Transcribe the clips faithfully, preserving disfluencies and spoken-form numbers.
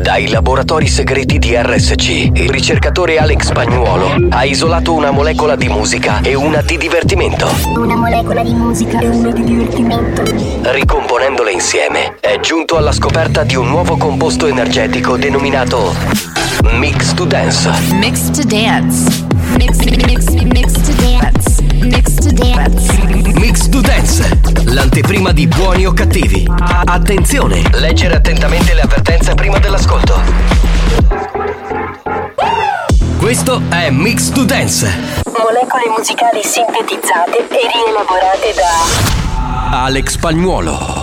Dai laboratori segreti di R S C, il ricercatore Alex Spagnuolo ha isolato una molecola di musica e una di divertimento. Una molecola di musica e una di divertimento. Ricomponendole insieme, è giunto alla scoperta di un nuovo composto energetico denominato Mix to Dance. Mix to Dance. Mix, mix, mix to Dance. Mix to Dance. Mix to Dance, l'anteprima di Buoni o Cattivi. Attenzione, leggere attentamente le avvertenze prima dell'ascolto. Questo è Mix to Dance. Molecole musicali sintetizzate e rielaborate da Alex Spagnuolo.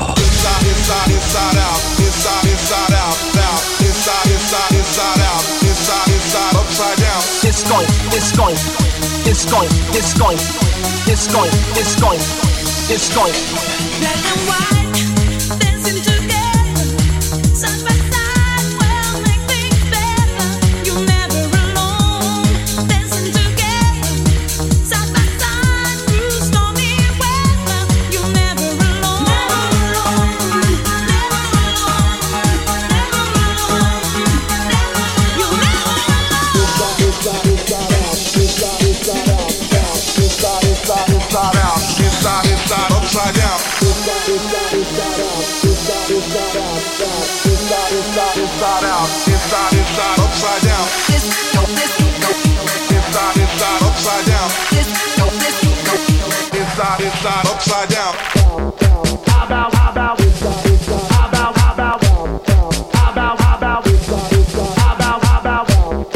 It's going, it's going, it's going, it's going, it's going, it's going, it's going. Black and white, dancing together, side by side, will make things better. You're never alone, dancing together, side by side, through stormy weather. You're never alone, never alone, never alone, never alone, never, you're never alone. Inside, inside out, inside, inside out, inside, inside, inside out, inside, inside, upside down. Inside, inside, inside out, inside, inside out, inside, inside, inside out, inside, inside, upside down. Inside, inside, upside down. Inside, inside, upside down. How about, how about, how about, how about, how about, how about, how about, how about.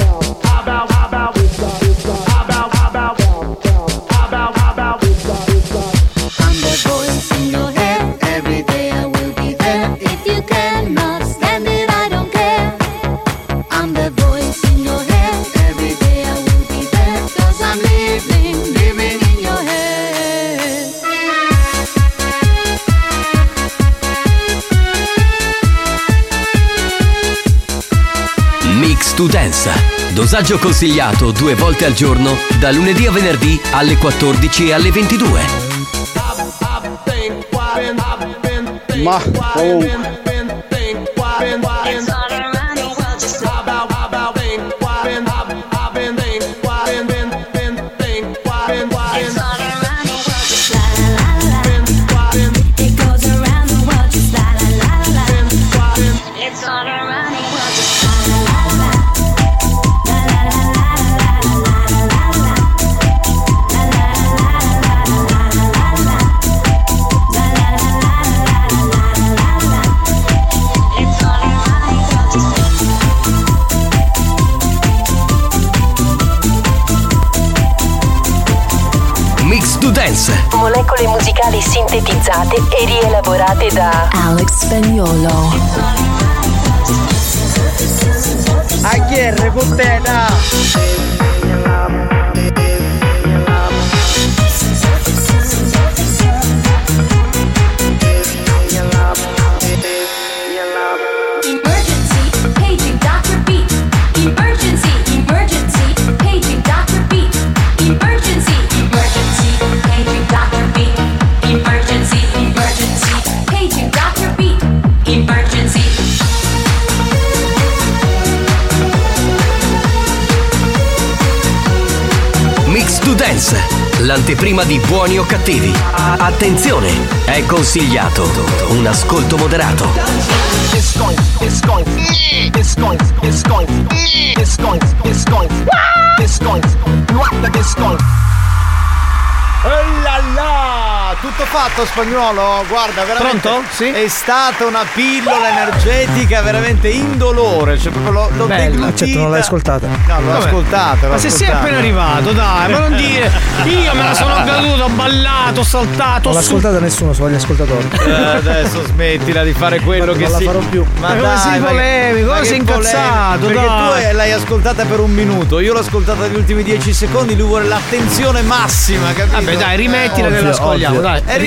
To Dance, dosaggio consigliato due volte al giorno da lunedì a venerdì alle quattordici e alle ventidue. Ma comunque Dance. Molecole musicali sintetizzate e rielaborate da Alex Spagnuolo. a chi è reputata? Dance, l'anteprima di Buoni o Cattivi. Attenzione, è consigliato un ascolto moderato. It's going, it's going, it's going, it's going, it's going, it's going, it's going, it's going. Oh là là! Tutto fatto, Spagnuolo? Guarda, veramente. Pronto? Sì? È stata una pillola energetica veramente indolore. Cioè, proprio l'ho, l'ho deglutita. Certo, non l'hai ascoltata. No, l'ho ascoltata. Ma se sei appena arrivato, dai, ma non dire. Io me la sono caduta, ho ballato, ho saltato. Non l'ha ascoltata nessuno, solo gli ascoltatori. Eh, adesso smettila di fare quello ma che non si. la farò più. Ma, Ma dai, come sei ma polemico, come sei incazzato, Perché dai. tu l'hai ascoltata per un minuto, io l'ho ascoltata negli ultimi dieci secondi, lui vuole l'attenzione massima, capito? Vabbè, dai, rimettila che Ovvio, la scogliamo, ovvio. dai. E Rimettila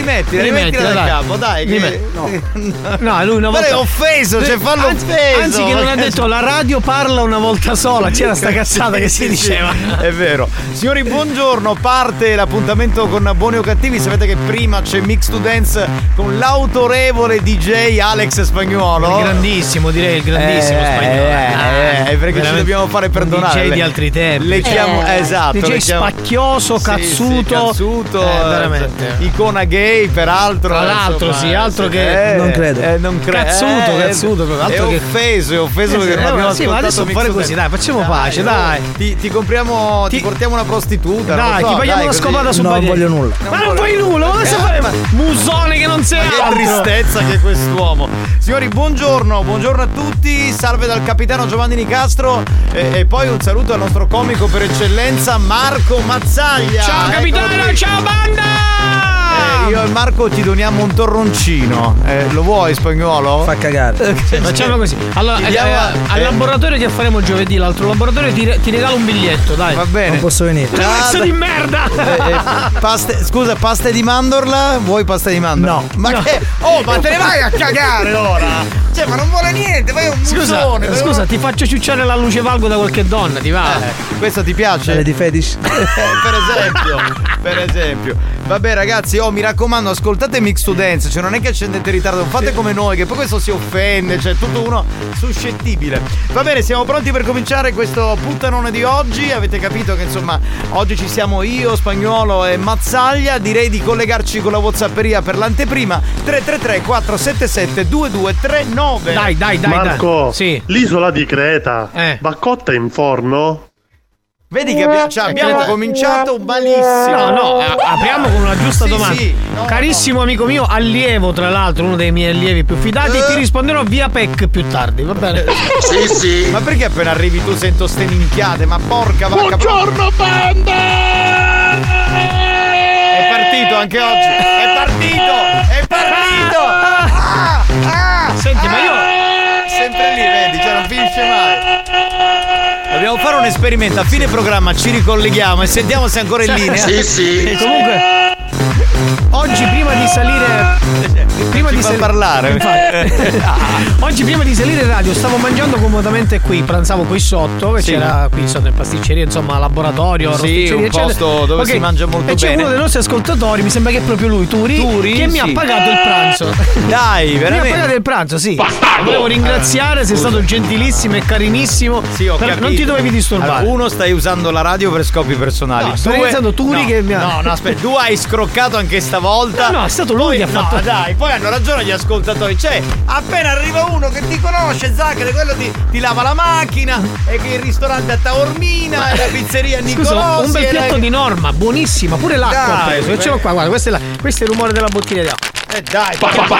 rimettila, rimettila dal capo, dai. Che... No. no, lui una volta. Ma è offeso, cioè fallo anzi, offeso. Anzi, che non ha detto la radio parla una volta sola. C'era sta cazzata che si diceva. È vero. Signori, buongiorno. Parte l'appuntamento con Buoni o Cattivi. Sapete che prima c'è Mix to Dance con l'autorevole D J Alex Spagnuolo. Il grandissimo, direi il grandissimo eh, Spagnuolo. Eh, eh, perché ci dobbiamo fare perdonare. D J di altri tempi. Le chiamo, eh, esatto. D J le chiamo, spacchioso, cazzuto. Sì, sì, cazzuto. Eh, veramente. Icona gay, peraltro. Tra l'altro, insomma, sì, altro che. Eh, non credo. Eh, non credo. Cazzuto, eh, cazzuto. Altro è che... offeso, è offeso eh, perché non eh, abbiamo sì, ma adesso fare così, dai, facciamo dai, pace, dai. Ti, ti compriamo, ti, ti portiamo una prostituta. Dai, so, ti paghiamo dai, una scopata su Non Badia. voglio nulla. Ma non vuoi nulla, ma cosa fare? Musone che non sei che altro. tristezza che è quest'uomo. Signori, buongiorno, buongiorno a tutti. Salve dal capitano Giovanni Nicastro e, e poi un saluto al nostro comico per eccellenza Marco Mazzaglia. Ciao capitano, ciao banda! Eh, io e Marco ti doniamo un torroncino. Eh, lo vuoi, Spagnuolo? Fa cagare. Sì, facciamo così. Allora, eh, diamo, eh, al eh. laboratorio che faremo giovedì, l'altro laboratorio ti, ti regalo un biglietto, dai. Va bene. Non posso venire. Cazzo di merda! Eh, eh, paste, scusa, pasta di mandorla? Vuoi pasta di mandorla? No. Ma No. che? Oh, ma te ne vai a cagare ora! Cioè, ma non vuole niente, vai un Scusa, musone. scusa, ti faccio ciucciare la luce valgo da qualche donna, ti va? Eh, questo ti piace? Lady Fetish. per esempio, per esempio. Vabbè ragazzi, oh mi raccomando, ascoltate Mix to Dance, cioè non è che accendete in ritardo, non fate come noi che poi questo si offende, cioè tutto uno suscettibile. Va bene, siamo pronti per cominciare questo puttanone di oggi. Avete capito che insomma oggi ci siamo io, Spagnuolo e Mazzaglia. Direi di collegarci con la WhatsApperia per l'anteprima tre tre tre quattro sette sette due due tre nove. Dai, dai, dai, Marco, dai. Sì. l'isola di Creta Eh. va cotta in forno? Vedi che abbiamo, cioè, abbiamo cominciato malissimo. No, no, a- apriamo con una giusta Sì, domanda. sì, no, Carissimo amico mio, allievo tra l'altro, uno dei miei allievi più fidati, Eh. ti risponderò via P E C più tardi, va bene? Sì, sì. Ma perché appena arrivi tu sento ste minchiate? Ma porca vacca. Buongiorno banda! È partito anche oggi. È partito! È partito! Ah, ah, Senti, ma io sempre lì, vedi, cioè non finisce mai. Dobbiamo fare un esperimento, a fine programma ci ricolleghiamo e sentiamo se è ancora in linea. Sì, sì. comunque oggi prima di salire prima Ci di fa sal- parlare. Infatti. Oggi prima di salire in radio stavo mangiando comodamente qui, pranzavo qui sotto, e Sì. c'era qui sotto in pasticceria, insomma, laboratorio, Sì, rosticceria, un eccetera. posto dove Ok, si mangia molto e c'è bene. uno dei nostri ascoltatori, mi sembra che è proprio lui, Turi, Turi, che mi ha sì. pagato il pranzo. Dai, Mi ha veramente. pagato il pranzo, sì. Volevo ringraziare, sei stato gentilissimo e carinissimo. Sì, ho Per- capito. non ti dovevi disturbare. Allora, uno, stai usando la radio per scopi personali. No, sto Due- iniziando Turi no, che mi ha- No, no, aspetta, tu hai scroccato anche stavolta. No, no, è stato lui Poi- che ha fatto- No, dai, poi hanno ragione gli ascoltatori. Cioè, appena arriva uno che ti conosce, Zacchero, quello ti, ti lava la macchina, e che il ristorante a Taormina, e la pizzeria a Nicolò. Scusa, un bel piatto di Norma, buonissima, pure l'acqua Dai, ha preso. beh. E ce l'ho qua, guarda, questo è, la- questo è il rumore della bottiglia di acqua. Eh dai,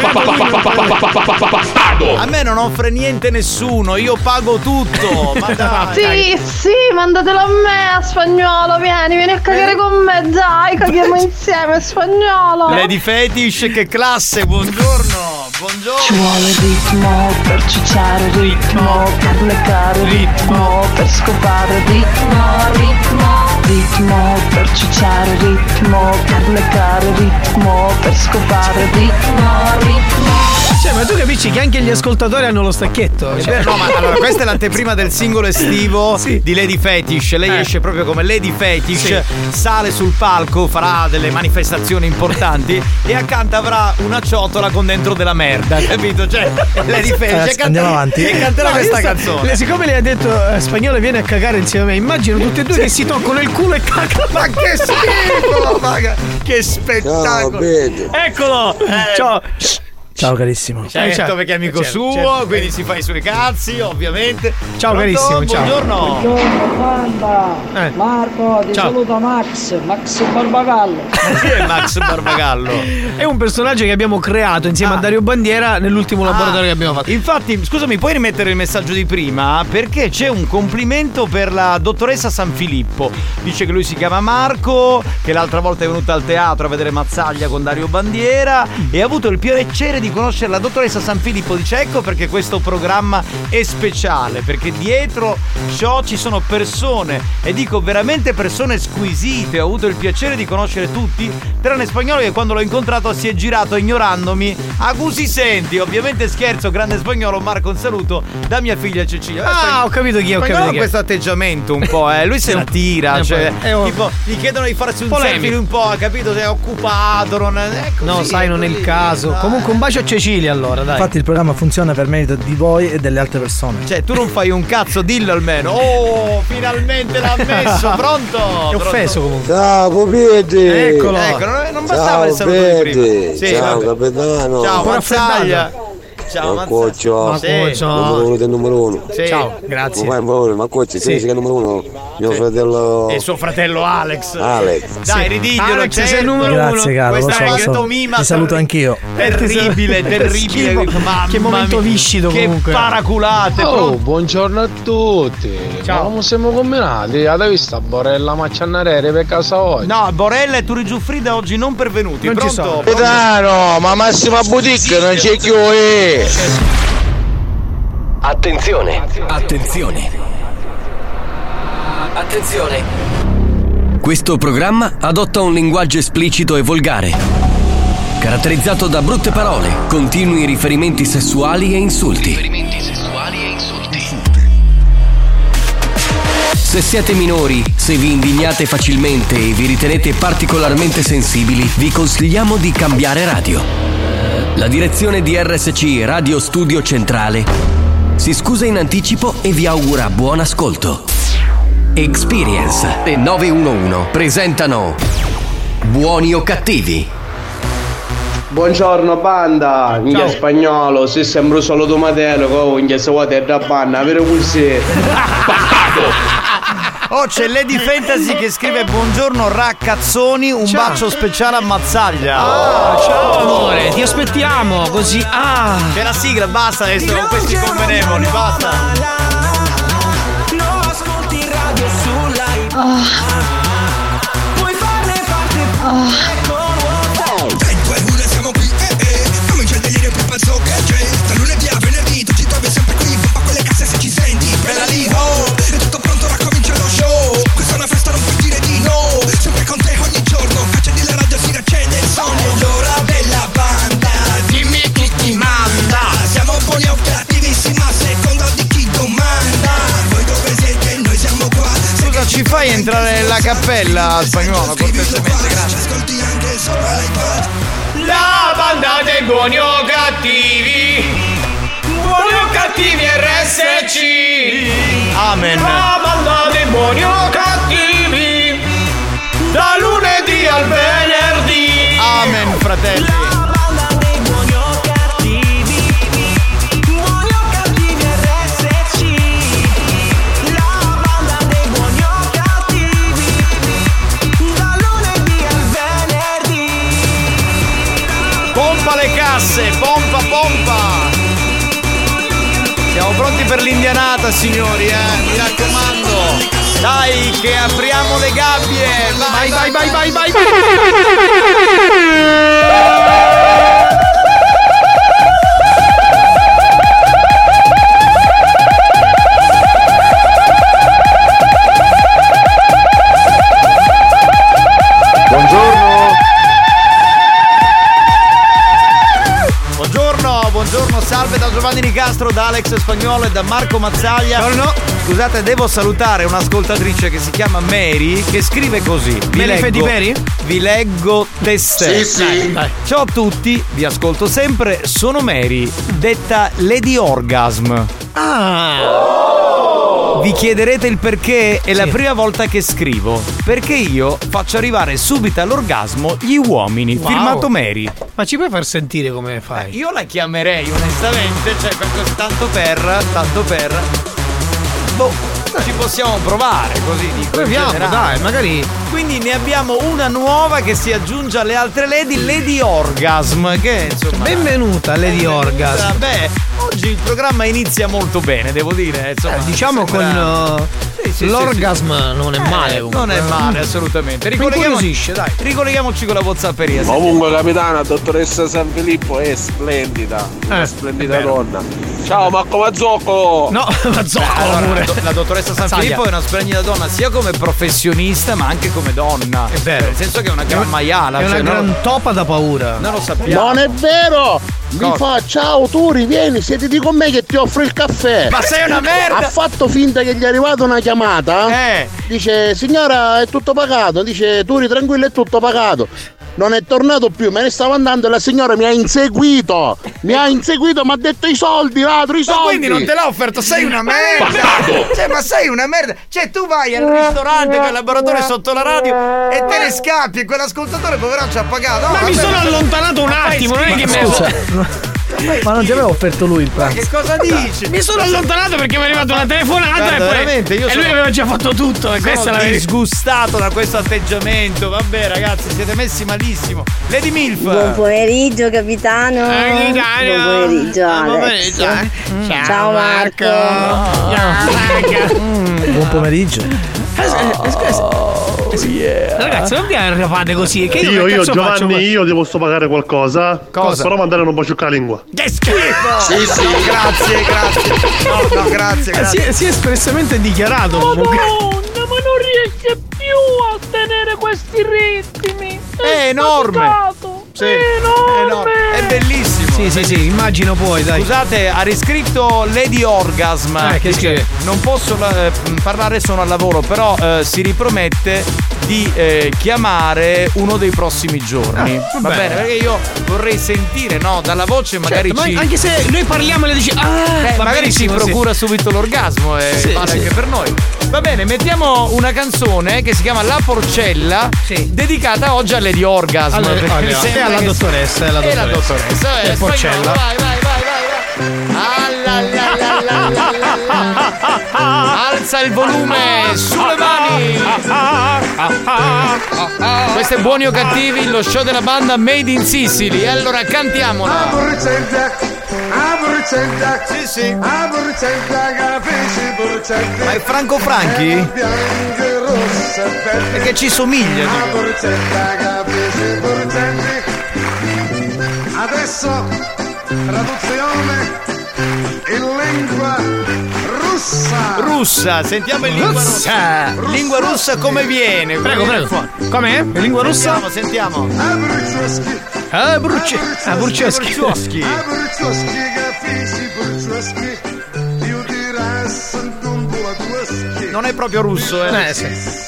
Bastardo! a me non offre niente nessuno, io pago tutto. Ma dai. Sì, sì, mandatelo a me a Spagnolo, vieni, vieni a cagare con me, dai, caghiamo insieme, Spagnolo. Lady Fetish, che classe, buongiorno, buongiorno. Ci vuole ritmo per ciucciare, ritmo per leccare, ritmo per scopare, ritmo, ritmo, ritmo per ciucciare, ritmo per leccare, ritmo per scopare, ritmo, ritmo. Cioè, ma tu capisci che anche gli ascoltatori hanno lo stacchetto? Eh Cioè, beh, no, ma allora questa è l'anteprima del singolo estivo Sì. di Lady Fetish. Lei Eh. esce proprio come Lady Fetish, Sì. sale sul palco, farà delle manifestazioni importanti e accanto avrà una ciotola con dentro della merda, capito? Cioè, Lady Fetish Ragazzi, e canta- andiamo avanti. e canterà no, questa io sto- canzone. le- siccome lei ha detto eh, Spagnolo viene a cagare insieme a me, immagino tutti e due che si toccano il culo e cagano. Ma che schifo! ma che- che spettacolo! Eccolo! Eh. Ciao! Ciao carissimo. Certo, certo. perché è amico Certo, suo, certo. quindi si fa i suoi cazzi, ovviamente. Ciao, Pronto? carissimo, ciao. Buongiorno. Buongiorno banda, Eh. Marco ti Ciao. saluta Max, Max Barbagallo. Ma chi è Max Barbagallo? È un personaggio che abbiamo creato insieme Ah. a Dario Bandiera nell'ultimo laboratorio Ah, che abbiamo fatto. Infatti, scusami, puoi rimettere il messaggio di prima? Perché c'è un complimento per la dottoressa San Filippo. Dice che lui si chiama Marco, che l'altra volta è venuta al teatro a vedere Mazzaglia con Dario Bandiera e ha avuto il piacere di conoscere la dottoressa San Filippo. Dice ecco perché questo programma è speciale, perché dietro ciò ci sono persone, e dico veramente persone squisite. Ho avuto il piacere di conoscere tutti, tranne Spagnolo che quando l'ho incontrato si è girato ignorandomi. A così senti, ovviamente scherzo, grande Spagnolo. Marco, un saluto da mia figlia Cecilia. Ah, ho capito chi è, ho Spagnolo capito ha chi è. questo atteggiamento un po', eh. Lui se la tira, Eh, cioè, è un- tipo, gli chiedono di farsi un Polemico. selfie, lui un po', ha capito, sei occupato, non è, è così, No, sai, è non è il così, caso. dai. Comunque un bacio a Cecilia allora, dai. Infatti il programma funziona per merito di voi e delle altre persone. Cioè, tu non fai un cazzo, dillo almeno. Oh, finalmente l'ha messo, pronto? È offeso comunque. Ciao Pupiedi. Eccolo. Ecco, non, non bastava il Ciao saluto di prima. Pedi. Sì, Ciao vabbè. capitano. Ciao, Un po' Mazzaglia. Ciao, Ma Mazzaglia. Coccio. Sì. Numero uno del numero uno. Sì. Ciao, Ma grazie. fai un favore, ma Coccio, Sì. sì. che è il numero uno. Mio fratello E suo fratello Alex. Alex. Dai, Sì. ridiglielo, Alex, certo. sei il numero uno. Grazie caro, lo Questa so, è lo che so. Tomima Ti saluto anch'io. Terribile, terribile. Schifo. Mamma Che momento mia. viscido che comunque. paraculate. Oh, pronto? buongiorno a tutti. Ciao. Ma come siamo combinati? Avete visto Borella Macciannarere per casa oggi? No, Borella e Turi Giuffrida oggi non pervenuti. Non ci Pronto? sono. Pronto? Capitano, ma Massima Boutique non c'è più, eh. Attenzione, attenzione. Attenzione. Questo programma adotta un linguaggio esplicito e volgare, caratterizzato da brutte parole, continui riferimenti sessuali e insulti. Riferimenti sessuali e insulti. Se siete minori, se vi indignate facilmente e vi ritenete particolarmente sensibili, vi consigliamo di cambiare radio. La direzione di R S C Radio Studio Centrale si scusa in anticipo e vi augura buon ascolto. Experience e nove uno uno presentano Buoni o Cattivi. Buongiorno banda, in spagnolo, se sembra solo Tomatelo, comunque se vuoi te da panna, per così. Oh, c'è Lady Fantasy che scrive buongiorno raccazzoni, un Ciao. bacio speciale a Mazzaglia. Ah, ciao amore, ti aspettiamo così. Ah. C'è la sigla, basta adesso con questi convenevoli, basta. Lo ascolti in radio sulla puoi farne parte tre, due, uno siamo qui, eh eh. Comincia il delirio più pazzo che c'è. Da lunedì a venerdì tu ci trovi sempre qui. Pompa quelle casse se ci senti. Bella lì, oh. È tutto pronto, ora comincia lo show. Questa è una festa, non puoi dire di no. Sempre con te ogni giorno. Accendi la radio, si riaccende il sogno. È l'ora della banda. Dimmi chi ti manda. Siamo buoni o cattivissimi a seconda di chi domanda. Voi dove siete? Noi siamo qua. Scusa, ci fai entrare nella cappella, Spagnolo, cortesemente, grazie. Ascolti anche sopra l'iPad. La banda dei buoni o cattivi. Buoni o cattivi R S C. Amen. La banda dei buoni o cattivi. Da lunedì al venerdì. Amen, fratelli. la banda dei buoni o cattivi. Buoni o cattivi R S C. La banda dei buoni o cattivi. Da lunedì al venerdì. Pompa le casse, pompa, pompa. Siamo pronti per l'indianata, signori, eh, mi raccomando. Dai, che apriamo le gabbie. Vai, vai, vai, vai, vai. vai. Buongiorno, buongiorno, salve da Giovanni Nicastro, da Alex Spagnolo e da Marco Mazzaglia. Buongiorno. Scusate, devo salutare un'ascoltatrice che si chiama Mary, che scrive così. Vi Mary leggo, Fediberry? vi leggo teste. Sì, sì. Dai, dai. Ciao a tutti, vi ascolto sempre, sono Mary, detta Lady Orgasm. Ah. Vi chiederete il perché? È la Sì. prima volta che scrivo. Perché io faccio arrivare subito all'orgasmo gli uomini. Wow. Firmato Mary. Ma ci puoi far sentire come fai? Io la chiamerei onestamente, cioè per questo, tanto per, tanto per. Boh, ci possiamo provare così dico. in Proviamo, generale. dai, magari. Quindi ne abbiamo una nuova che si aggiunge alle altre Lady, Lady Orgasm, che insomma. Benvenuta Lady Orgasm. Beh, oggi il programma inizia molto bene, devo dire. Insomma, eh, diciamo sembra... con uh, sì, sì, l'orgasm sì, sì. non è eh, male. Comunque. Non è male, assolutamente. Ricolleghiamoci, dai. Ricolleghiamoci con la WhatsApperia. Comunque, capitana, dottoressa San Filippo è splendida. Eh, una splendida donna. Ciao Marco Mazzocco. No, Mazzocco. Beh, allora, la, la dottoressa San Filippo è una splendida donna sia come professionista ma anche come donna. È vero. Nel senso che è una gran maiala. È cioè, una gran non, topa da paura. Non lo sappiamo. Non è vero! Mi Cosa? fa ciao Turi, vieni, siediti con me che ti offro il caffè. Ma sei una merda! Ha fatto finta che gli è arrivata una chiamata. Eh. Dice signora è tutto pagato. Dice Turi tranquillo è tutto pagato. Non è tornato più, me ne stavo andando e la signora mi ha inseguito. Mi ha inseguito, mi ha detto i soldi, ladro, i soldi. Ma quindi non te l'ha offerto, sei una merda. Cioè, ma sei una merda. Cioè, tu vai al ristorante con il laboratorio sotto la radio e te ne scappi e quell'ascoltatore poveraccio ha pagato. No, ma mi sono allontanato un attimo, non è che mi Ma non ti aveva offerto lui il pranzo? Che cosa dici? Mi sono allontanato perché mi è arrivata una telefonata. Guarda, e poi veramente, io e lui aveva già fatto tutto. E questa è la disgustato da questo atteggiamento. Vabbè, ragazzi, siete messi malissimo. Lady Milf. Buon pomeriggio, capitano. Eh, Buon pomeriggio, Buon pomeriggio. Ciao, Ciao Marco. Ciao Marco. Mm, buon pomeriggio. Oh, yeah. Ragazzi, non vi arrabbiate così. Che io, io, io Giovanni, faccio... io ti posso pagare qualcosa. Cosa? Però mandare un bacio a lingua. Che schifo! Sì, sì. No, grazie, grazie. No, no, grazie, grazie. Si è, si è espressamente dichiarato. Madonna, ma non riesce più a tenere questi ritmi. È, è enorme. Sì, è enorme. È enorme. È bellissimo. Sì, sì, sì, immagino poi, dai. Scusate, ha riscritto Lady Orgasm. Eh, che dice, non posso eh, parlare, sono al lavoro, però eh, si ripromette di eh, chiamare uno dei prossimi giorni. Ah, va bene, perché io vorrei sentire, no, dalla voce magari certo, ci... ma anche se noi parliamo e le dici ah, eh, magari si procura sì. subito l'orgasmo e sì, vale sì. anche per noi. Va bene, mettiamo una canzone che si chiama La Porcella, sì. dedicata oggi a Lady Orgasm. Alle, alle, e alla dottoressa, è la dottoressa. E la dottoressa, è Porcella. Vai, vai, vai, vai. Ah, la, la, la, la, la, la. Alza il volume sulle mani. Questo è Buoni o Cattivi, lo show della banda Made in Sicily. E allora cantiamola. Sì, sì. Ma è Franco Franchi? Perché ci somiglia. Adesso traduzione in lingua russa. Russa, sentiamo in lingua russa. russa. Lingua russa come viene? Prego, prego. Com'è? In lingua russa? Sentiamo, sentiamo. Ah, Brucci. Ah, Bruceschi. Bruceschi. capisci, Bruceschi. Io direi sentendo non è proprio russo, eh? Eh, sì.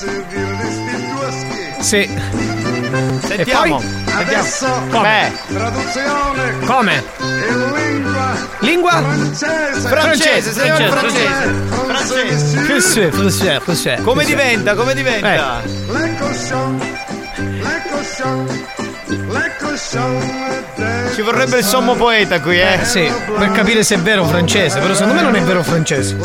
Sì. Sentiamo. Adesso come? Traduzione. Come? Lingua. Lingua? Francese. Francese, francese, francese. Francese. Francese. Francese. Francese. Come diventa? Come diventa? Le cochon. Le cochon. Le cochon. Ci vorrebbe il sommo poeta qui, eh? eh sì, per capire se è vero francese, però secondo me non è vero francese.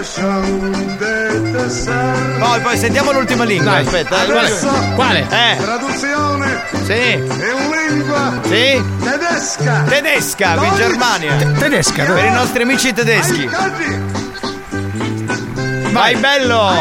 Poi, poi sentiamo l'ultima lingua. Dai, aspetta, adesso, quale? Eh. Traduzione. Sì. In lingua. Sì. Tedesca. Tedesca, qui in Germania. Te- tedesca, per i nostri amici tedeschi. Vai, bello.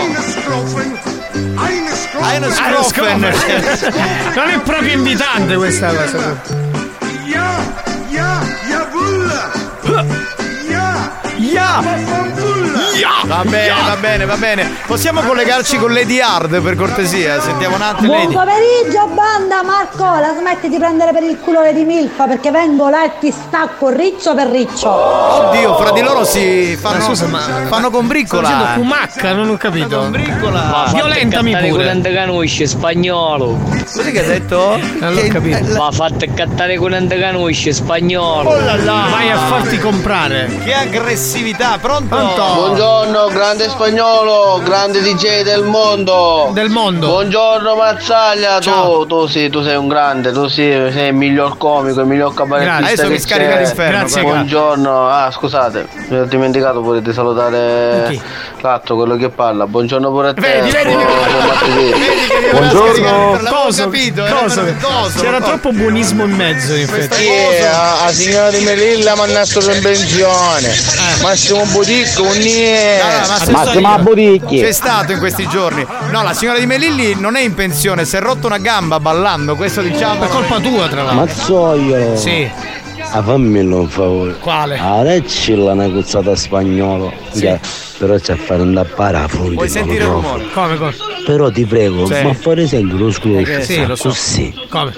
Eine Scroffen. Non è proprio invitante questa cosa. Ja, ja, jawohl. Ja, ja, ja. Va bene, va bene, va bene. Possiamo collegarci con Lady Hard per cortesia? Sentiamo un attimo. Buon pomeriggio banda, Marco, la smetti di prendere per il culo di Milfa perché vengo là e ti stacco riccio per riccio. Oddio, fra di loro si fanno, ma scusa, ma fanno combriccola. Sto dicendo Pumacca, non ho capito. Combriccola. Violentami pure. Con conosce spagnolo. Così che ha detto? Non l'ho capito. Va fatto cattare con conosce spagnolo. Oh là là. Vai a farti comprare. Che aggressività, pronto? Pronto? Buongiorno, grande spagnolo, grande D J del mondo. Del mondo. Buongiorno Mazzaglia, tu, tu, sì, tu sei un grande, tu sì, sei il miglior comico, il miglior cabarettista. Adesso che mi scarica c'è. l'inferno. Grazie, Buongiorno, ah scusate, mi ho dimenticato pure di salutare Chi? l'altro, quello che parla. Buongiorno pure a te. Vedi, vedi, buon- buon martedì. Buongiorno. Cosa? capito, eh, Cosa? cosa? C'era troppo buonismo in mezzo, in effetti. Chi è? La, la signora di Melilla mi ha messo in pensione. Massimo Buticco, un nie. Massimo Buticchi. C'è stato in questi giorni. No, la signora di Melilli non è in pensione, si è rotta una gamba ballando, questo diciamo. È colpa tua, tra l'altro. Mazzoio. Sì. Ah, fammelo un favore. Quale? Arecci la una cuzzata spagnolo. Sì. Yeah, però c'è a fare un dappare a fronte. Vuoi sentire il rumore? Come, come? Però ti prego, Sì. ma fare sempre lo scroscio. Sì, lo so. Così. Come?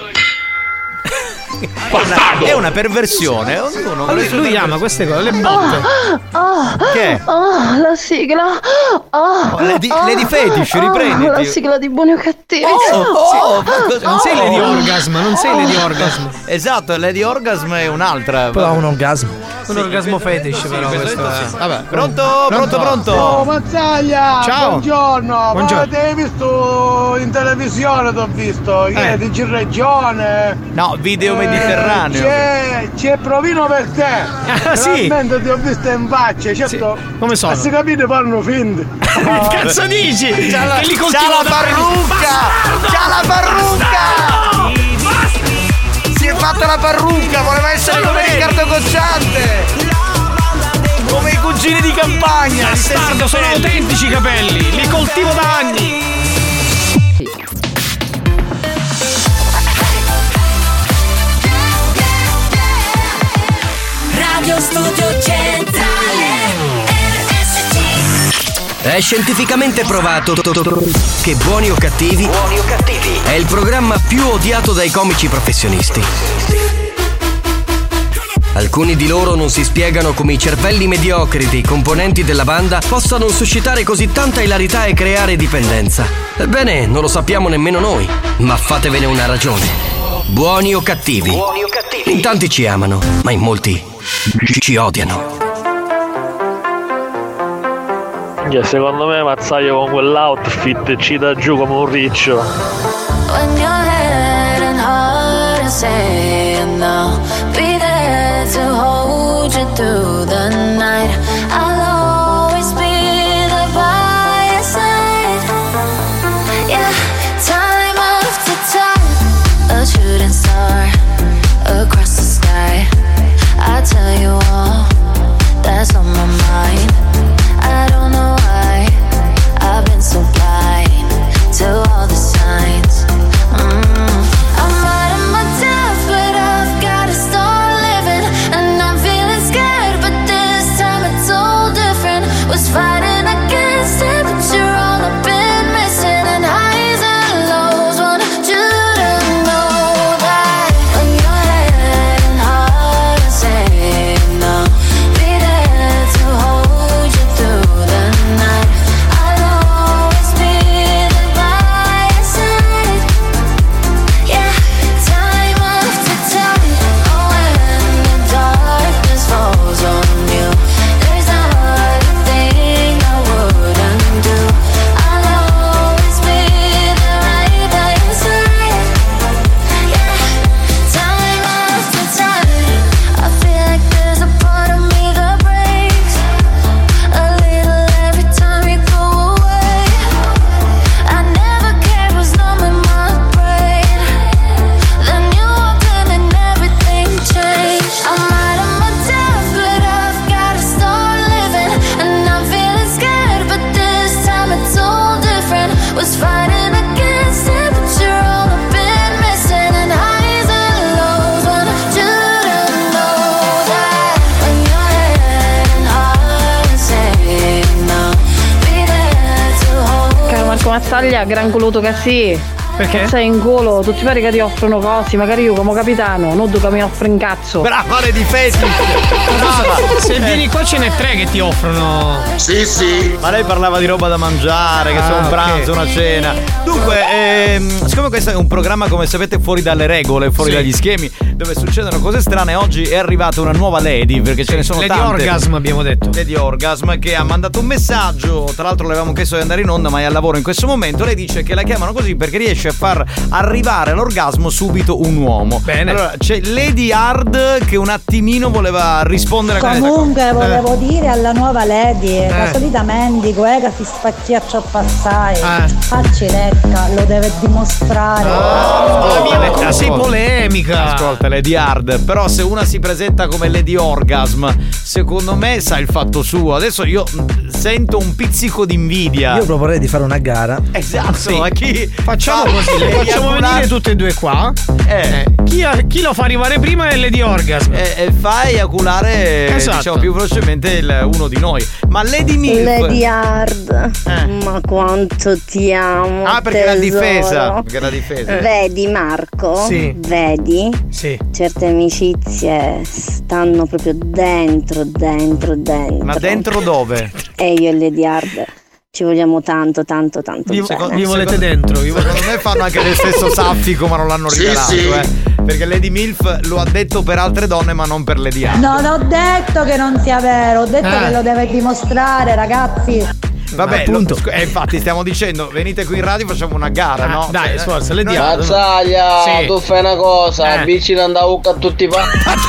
È una, è una perversione. Ognuno Ma lui, lui ama queste cose, le botte. Ah, Che è? ah, la sigla. Ah, Lady, ah, Lady Fetish, ah, riprenditi. la sigla di Buoni o Cattivi. Oh, oh, oh, Non sei Lady oh. Orgasm, non sei Lady Orgasm. Esatto, Lady Orgasm è un'altra. Però ha un orgasmo. Un orgasmo fetish, però questo è. Vabbè, pronto, pronto, pronto. Oh Mazzaglia, Ciao. buongiorno. Buongiorno. Ma t'hai visto in televisione, t'ho visto. Che Eh. è di Girregione. No, video mediterraneo. C'è, c'è Provino per te. Ah, sì. Realmente ti ho visto in faccia, certo. Come sono? Ma si capite fanno finti. Che cazzo dici? C'ha la, Che li c'ha coltivo la da parrucca! C'ha la parrucca! Si è fatta la parrucca, voleva essere come Riccardo Cocciante! Come i cugini di campagna! gli stessi Bastardo, sono capelli. autentici i capelli, li coltivo da anni. Radio Studio Centrale R S C. È scientificamente provato che Buoni o Cattivi è il programma più odiato dai comici professionisti. Alcuni di loro non si spiegano come i cervelli mediocri dei componenti della banda possano suscitare così tanta ilarità e creare dipendenza. Ebbene, non lo sappiamo nemmeno noi, ma fatevene una ragione. Buoni o cattivi? In tanti ci amano, ma in molti ci odiano. Secondo me Mazzaio con quell'outfit ci dà giù come un riccio. When your head and heart is saying no, be there to hold you through the night. I'll always be there by your side. Yeah, time after time, a shooting star across the sky. I tell you all that's on my mind. I don't know why I've been so blind to all the signs. Mm. I'm out of my depth, but I've gotta start living. And I'm feeling scared, but this time it's all different. Was fighting against it, but you're all I've been missing. And highs and lows, want you to know that when your head and heart are saying no, be there to hold you through the night. I'll always be there by your side. Yeah, time after time. Oh, when the darkness falls on you, there's not a thing I wouldn't do. I'll always be there right by your side. Yeah, time after time. I feel like there's a part of me that breaks a little every time you go away. I never cared, was numb in my brain. Then you walked in and everything changed. I'm out of my depth, but I've gotta start living. And I'm feeling scared, but this time it's all different. Was fighting against it, but you're all I've been missing. And highs and lows, want you to know that when your head and heart is saying no, be there to hold. Caro Marco Mazzaglia, gran coluto che sì. Perché? Sei in culo, tutti pare che ti offrono cose, magari io come capitano, non tu che mi offri un cazzo. Brava, le di fetish. Brava. Se vieni qua ce n'è tre che ti offrono. Sì, sì. Ma lei parlava di roba da mangiare, che Ah, sia un ok. pranzo, una cena. Dunque, ehm, siccome questo è un programma, come sapete, fuori dalle regole, fuori Sì. dagli schemi, dove succedono cose strane, oggi è arrivata una nuova lady, perché ce ne sono Lady tante. Orgasm abbiamo detto. Lady Orgasm, che ha mandato un messaggio, tra l'altro le avevamo chiesto di andare in onda, ma è al lavoro in questo momento. Lei dice che la chiamano così perché riesce a far arrivare all'orgasmo subito un uomo. Bene. Allora, c'è Lady Hard che un attimino voleva rispondere a questa cosa. Comunque volevo dire alla nuova lady, la solita mendico, eh, che si spacchiaccia passare, Eh. accidecca, lo deve dimostrare. Mamma mia, ma come Ascolta. sei polemica. Ascolta, Lady Hard, però se una si presenta come Lady Orgasm, secondo me sa il fatto suo. Adesso io mh, sento un pizzico di invidia. Io proporrei di fare una gara. Esatto, Sì. a chi Facciamo fa così, le gli facciamo eiaculati- venire tutte e due qua. Eh. Chi, chi lo fa arrivare prima è Lady Orgasm. E, e fa eiaculare Esatto. diciamo più velocemente il- uno di noi. Ma Lady Milf Lady Hard, Eh. ma quanto ti amo. Ah, perché l'ha tesoro. difesa. Perché l'ha difesa. Vedi Marco? Sì. Vedi? Sì. Certe amicizie stanno proprio dentro, dentro, dentro. Ma dentro dove? E io e Lady Hard ci vogliamo tanto, tanto, tanto Vi, bene. vi volete Secondo- dentro? Vi volete... Secondo me fanno anche lo stesso saffico, ma non l'hanno Sì, rivelato, sì. eh. Perché Lady Milf lo ha detto per altre donne, ma non per Lady Hard. Non ho detto che non sia vero, ho detto Eh. che lo deve dimostrare, ragazzi. Vabbè, Appunto. lo- eh, infatti stiamo dicendo, venite qui in radio, facciamo una gara, no? Dai, Cioè, sforza, Lady no, Hard. Mazzaglia, Sì. tu fai una cosa, Eh. avvicina andavo a tutti i pa-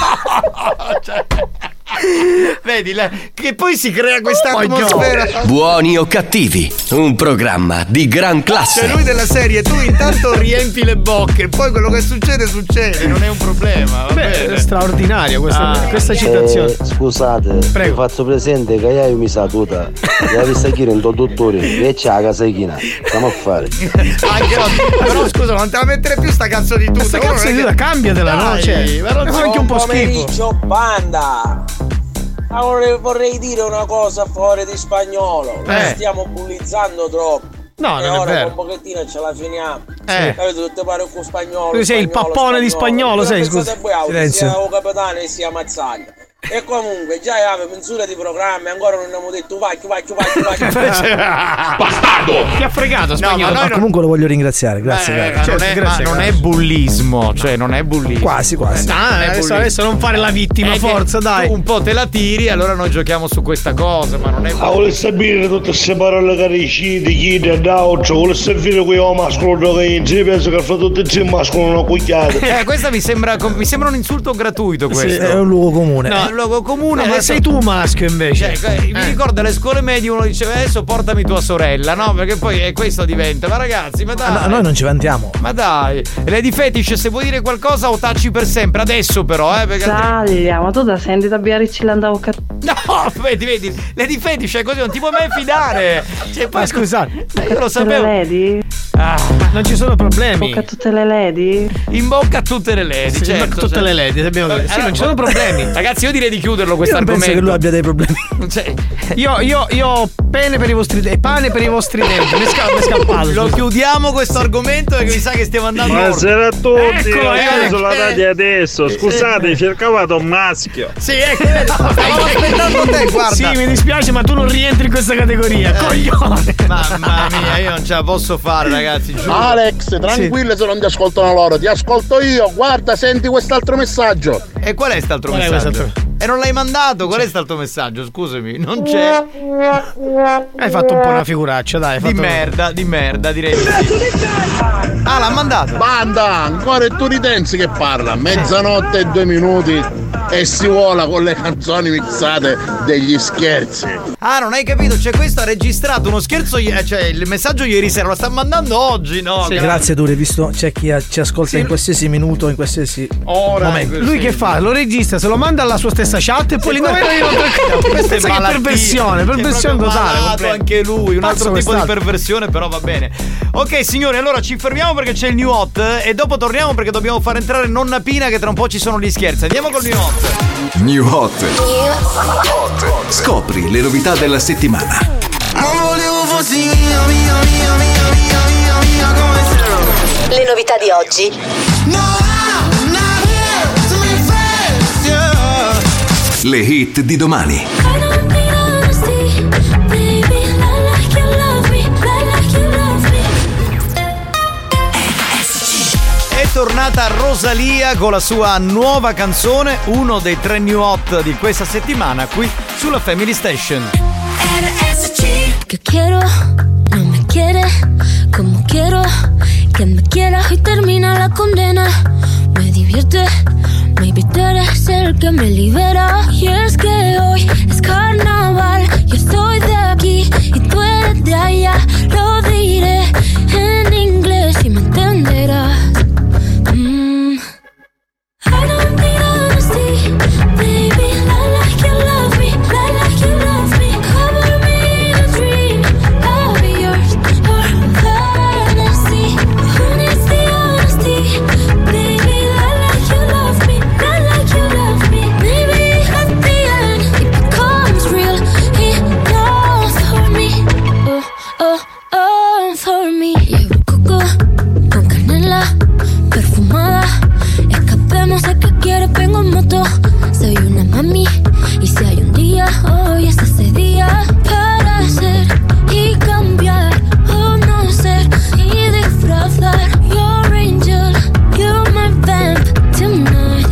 cioè, vedi, le- che poi si crea questa Oh my atmosfera. Buoni o cattivi, un programma di gran Cioè classe. lui della serie, tu intanto riempi le bocche, poi quello che succede succede, non è un problema. Va Beh, bene. è straordinaria questa, Ah. questa citazione. Eh, scusate, Prego. vi faccio presente che io mi sa tutta. La vista chi in dottore e c'è la casa di china. Stiamo a fare. Anche no, però scusa, non te la mettere più sta cazzo di tuta. Questa Uno cazzo non di è che- tuta, cambiatela, no? Dai, Cioè, ma non fa so, anche un po' schifo. Pomeriggio, banda. Allora vorrei dire una cosa fuori di spagnolo. Eh. Stiamo bullizzando troppo. No, e non è ora vero. un pochettino ce la finiamo. Eh. Capito? Tutte pare con spagnolo. Tu sei il spagnolo, pappone di spagnolo, sei, Pensate scusa. voi, Silenzio. sia o capitano e sia Mazzaglia. E comunque già aveva misura di programmi, ancora non abbiamo detto vai, vai, vai, vai. Bastardo! Ti ha fregato, spagnolo. ma noi Ma comunque lo voglio ringraziare, grazie. Eh, caro. non, è, grazie, ma non grazie. è bullismo, cioè non è bullismo. Quasi, quasi. Ah, Non è adesso, bullismo. adesso non fare la vittima, È che forza, dai. tu un po' te la tiri, allora noi giochiamo su questa cosa, ma non è Ah, vuole sapere tutte queste parole che dici di chi da d'altro, vuole sapere qui ho mascolo che io penso che fa tutti i mascolo una cucchiata. Eh, questa mi sembra, mi sembra un insulto gratuito Sì, questo. è un luogo comune. È un luogo comune, No, ma ma sei tu maschio invece. Cioè, mi Eh. ricordo alle scuole medie uno diceva adesso portami tua sorella, no? Perché poi è questo diventa. Ma ragazzi, ma dai. No, noi non ci vantiamo. Ma dai, Lady Fetish, se vuoi dire qualcosa o taci per sempre, adesso però, eh, perché altri- Taglia, ma tu da senti da Biaricci l'andavo a No, vedi, vedi, Lady Fetish è così, non ti puoi mai fidare. Cioè, poi Ma scusate, io lo sapevo. lady? Ah, non ci sono problemi. Bocca a tutte le lady? in bocca a tutte le lady, Sì, certo. tutte certo. le lady, abbiamo Vabbè, detto. Sì, non ci sono problemi. Ragazzi, io direi di chiuderlo Io questo non penso argomento. che lui abbia dei problemi. Cioè, Io, io, io ho pene per i vostri denti, pane per i vostri denti. Mi è, sca- mi è scappato. lo scusa. chiudiamo questo argomento perché mi sa che stiamo andando Buonasera a tutti, Eccolo, ho eh, preso la eh. radio adesso. Scusate, cercavate un maschio. Sì, ecco, stavo aspettando te, guarda. Sì, mi dispiace, ma tu non rientri in questa categoria. Coglione. Mamma mia, io non ce la posso fare, ragazzi, giuro. Alex, tranquillo se non ti ascoltano loro, ti ascolto io. Guarda, senti quest'altro messaggio. E qual è st'altro Qual è messaggio? quest'altro? E non l'hai mandato? Qual è st'altro messaggio? Scusami, non c'è. Hai fatto un po' una figuraccia, dai. hai Di fatto- merda, di merda, direi di sì. Ah, l'ha mandato. Banda, ancora il Turidenzi che parla. Mezzanotte e due minuti e si vola con le canzoni mixate degli scherzi. Ah, non hai capito? Cioè, questo ha registrato uno scherzo, i- cioè il messaggio ieri sera, lo sta mandando oggi, no? Sì, Gra- grazie Turi, visto c'è chi ci ascolta in qualsiasi minuto, in qualsiasi Ora. momento. Lui che fa? Lo registra, se lo manda alla sua stessa chat e poi l'indomani arriva Questa è Pensa che malattia. perversione, È perversione proprio totale. malato completo. anche lui, un Pazzo altro tipo di quest'altro. perversione, però va bene. Ok, signori, allora ci fermiamo perché c'è il new hot e dopo torniamo perché dobbiamo far entrare nonna Pina che tra un po' ci sono gli scherzi. Andiamo col new hot. New Hot. Scopri le novità della settimana. Ma volevo fossi mia, mia, mia, mia, mia, mia, mia come Le novità di oggi. Le hit di domani. È tornata Rosalia con la sua nuova canzone, uno dei tre new hot di questa settimana qui sulla Family Station. Que quiero, no me quiere como quiero que me quiera y termina la condena. Me divierte, maybe tú eres el que me libera. Y es que hoy es carnaval, yo estoy de aquí y tú eres de allá. Lo diré en inglés y me entenderás. Mm. I don't need honesty, baby. I like you love me, I like you love me. Cover me in a dream, I'll be yours for fantasy. Who needs the honesty, baby? I like you love me, I like you love me. Maybe at the end it becomes real enough for me. Oh, oh, oh, for me. Llevo coco con canela perfumada. Escapemos a que quieres, vengo en moto. Soy una mami y si hay un día, hoy es ese día para ser y cambiar o no ser y disfrazar. Your angel, you're my vamp tonight.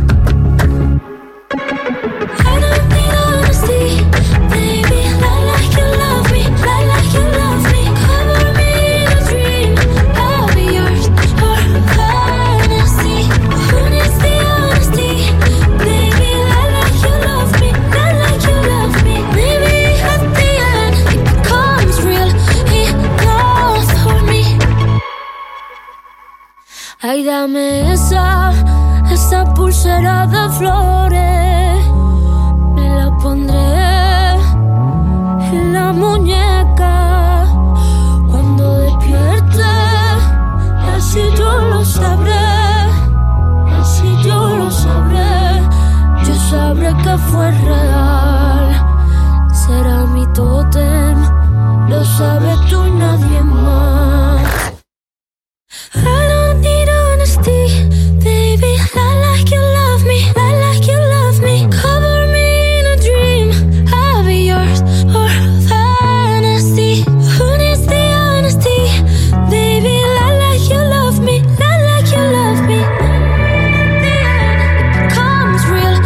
I don't need honesty, baby. I like you love me, I like you love me. Cover me in a dream, I'll be yours for fantasy. Who needs the honesty, baby? I like you love me, I like you love me. Maybe at the end it becomes real enough for me. Ay, dame esa, esa pulsera de flores. Me la pondré en la muñeca cuando despierte. Así yo lo sabré, así yo lo sabré. Yo sabré que fue real. Será mi tótem, lo sabes tú y nadie más. I don't need honesty, baby. I like you love me, I like you love me. Cover me in a dream, I'll be yours for fantasy. Who needs the honesty, baby? I like you love me, I like you love me. At the end, it becomes real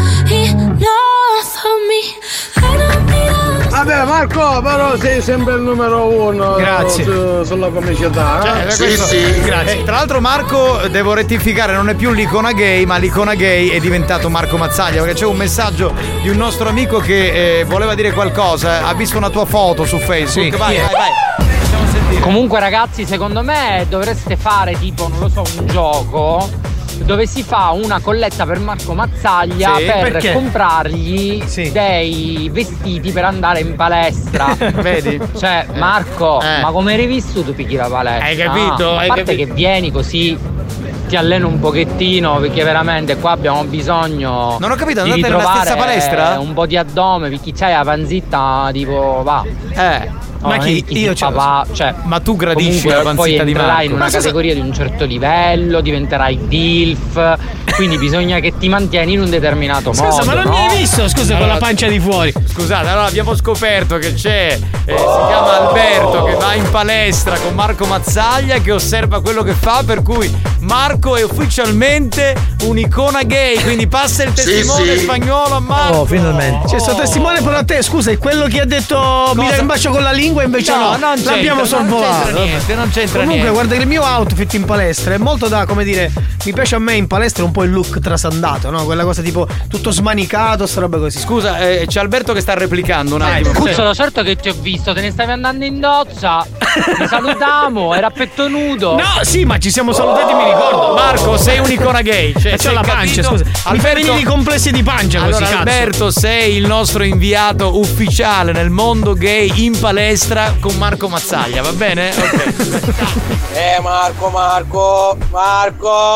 enough for me. I don't need honesty. Vabbè Marco, però sei sempre il numero uno. Grazie. Su, sulla comicità. Cioè, eh? questo- Eh, tra l'altro Marco, devo rettificare, non è più l'icona gay, ma l'icona gay è diventato Marco Mazzaglia, perché c'è un messaggio di un nostro amico che eh, voleva dire qualcosa, ha visto una tua foto su Facebook. Sì. Vai, Chi è? vai, vai. Facciamo sentire. Comunque ragazzi, secondo me dovreste fare tipo, non lo so, un gioco dove si fa una colletta per Marco Mazzaglia Sì, per perché? comprargli dei vestiti per andare in palestra. Vedi? Cioè, Marco, Eh. ma come eri vissuto picchi la palestra? Hai capito? A Hai parte capito? che vieni così ti alleno un pochettino, perché veramente qua abbiamo bisogno. Non ho capito, di andate nella ritrovare stessa palestra? un po' di addome, perché c'hai la panzetta tipo va. Eh. Ma chi? Io papà, cioè, ma tu gradisci comunque la panzetta poi di entrerai Marco? in una Ma scusa- categoria di un certo livello, diventerai DILF, quindi bisogna che ti mantieni in un determinato modo. Scusa, ma non no? mi hai visto, scusa, con la pancia di fuori. Scusate, allora abbiamo scoperto che c'è, eh, si chiama Alberto, che va in palestra con Marco Mazzaglia, che osserva quello che fa, per cui Marco è ufficialmente un'icona gay, quindi passa il testimone sì. spagnolo a Marco. Oh, finalmente. C'è sto testimone però a te, scusa, è quello che ha detto mi dai un bacio con la lingua, invece no, No, non c'entra, l'abbiamo non sorvolato. c'entra niente, non c'entra Comunque, niente. guarda che il mio outfit in palestra è molto da, come dire, mi piace a me in palestra un po' il look trasandato, no? Quella cosa tipo tutto smanicato, sta roba così. Scusa, eh, c'è Alberto che sta replicando un attimo. Cuzzolo, certo che ti ho visto, te ne stavi andando in doccia. Ti salutiamo, era a petto nudo. No, sì, ma ci siamo salutati, mi ricordo. Marco, sei un'icona gay. Cioè, Ma c'ho sei la pancia, capito? scusa. Mi fai Alberto- venire i complessi di pancia così, Allora, cazzo. Alberto, sei il nostro inviato ufficiale nel mondo gay in palestra con Marco Mazzaglia, va bene? Ok. Eh Marco, Marco, Marco,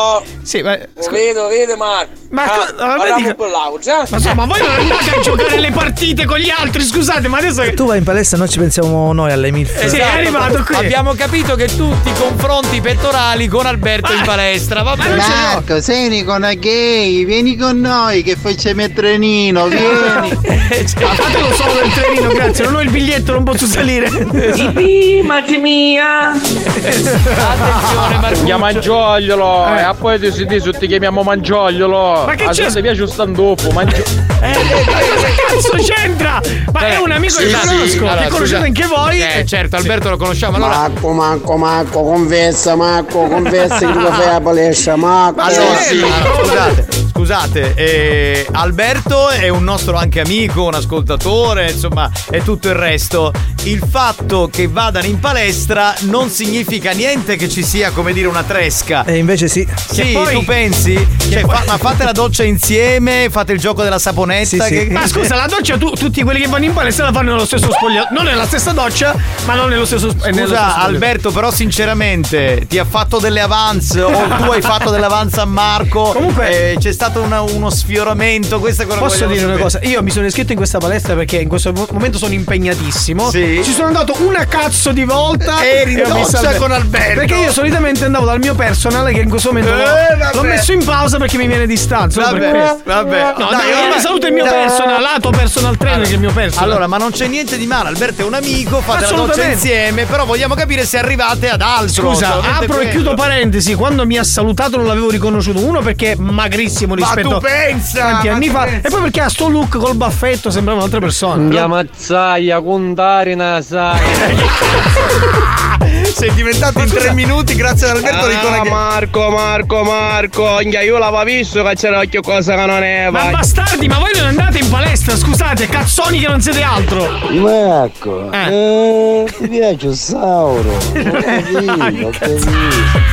Sì, ma vedo, vedo Marco. Ma ah, co- ma vedi che- per l'auto, Ma insomma, voi non andate a giocare le partite con gli altri, scusate, ma adesso che Tu vai in palestra, noi ci pensiamo noi alle MILF. Sì, è arrivato qui. Abbiamo capito che tu ti confronti i pettorali con Alberto in palestra. Va bene. Marco, sei con una gay, vieni con noi che facciamo il trenino, vieni. Fatelo solo del trenino, grazie, non ho il biglietto, non posso salire. Sì, mamma mia. Attenzione, Marco. Chiama Mangiagliolo, Eh. e poi ti si dice ti chiamiamo Mangiagliolo. Ma che a c'è? te piace un standoffo, mangio. Eh, ma cosa cazzo c'entra? Ma è un amico Sì, che sì. conosco, Allora, che conoscete scusa- anche voi. Eh, certo, Alberto lo conosciamo. Allora, Marco, Marco, Marco, confessa, Marco, confessa che tu fai la palestra, Marco. allora, sì, allora, scusate, scusate, eh, Alberto è un nostro anche amico, un ascoltatore, insomma, e tutto il resto. Il fatto che vadano in palestra non significa niente che ci sia, come dire, una tresca. E invece sì. Sì, poi- tu pensi? Cioè, fa- ma fate la doccia insieme, fate il gioco della saponetta. Sì, sì. che- Ma scusa, la doccia tu, tutti quelli che vanno in palestra la fanno nello stesso spogliatoio. Non nella stessa doccia, ma non nello stesso, sp- nello stesso Scusa spogliatoio. Alberto, però sinceramente ti ha fatto delle avance o tu hai fatto delle avance a Marco? Comunque- eh, c'è stato una- uno sfioramento. Questa è quello che Posso vogliamo dire una sapere. cosa? Io mi sono iscritto in questa palestra perché in questo mo- momento sono impegnatissimo. Sì. Ci sono andato una cazzo di volta. Eri in e ho visto doccia Albe- con Alberto. Perché io solitamente andavo dal mio personal che in questo momento l'ho- Eh, vabbè. l'ho messo in pausa perché mi viene di stanza. solo per Vabbè, questo. vabbè. No, Dai, dai, ormai- saluto il mio dai. personal, lato personal trainer che è il mio personal. Allora, ma non c'è niente di male. Alberto è un amico, fate la doccia Assolutamente. insieme. Però vogliamo capire se arrivate ad altro. Scusa, solamente apro e quello. chiudo parentesi. Quando mi ha salutato non l'avevo riconosciuto. Uno perché è magrissimo Ma rispetto tu a pensa, tanti ma anni tu fa. pensa. E poi perché ha sto look col baffetto sembrava un'altra persona. Mia mazzaia, contare nasai. Sei diventato in tre minuti grazie ad Alberto Ricona. Ah, Marco, Marco, Marco, io l'avevo visto che c'era occhio cosa che non è. Ma vai. bastardi, ma voi non andate in palestra, scusate, cazzoni che non siete altro. Marco, Eh. eh, ti piace il sauro? Ho capito, ho capito.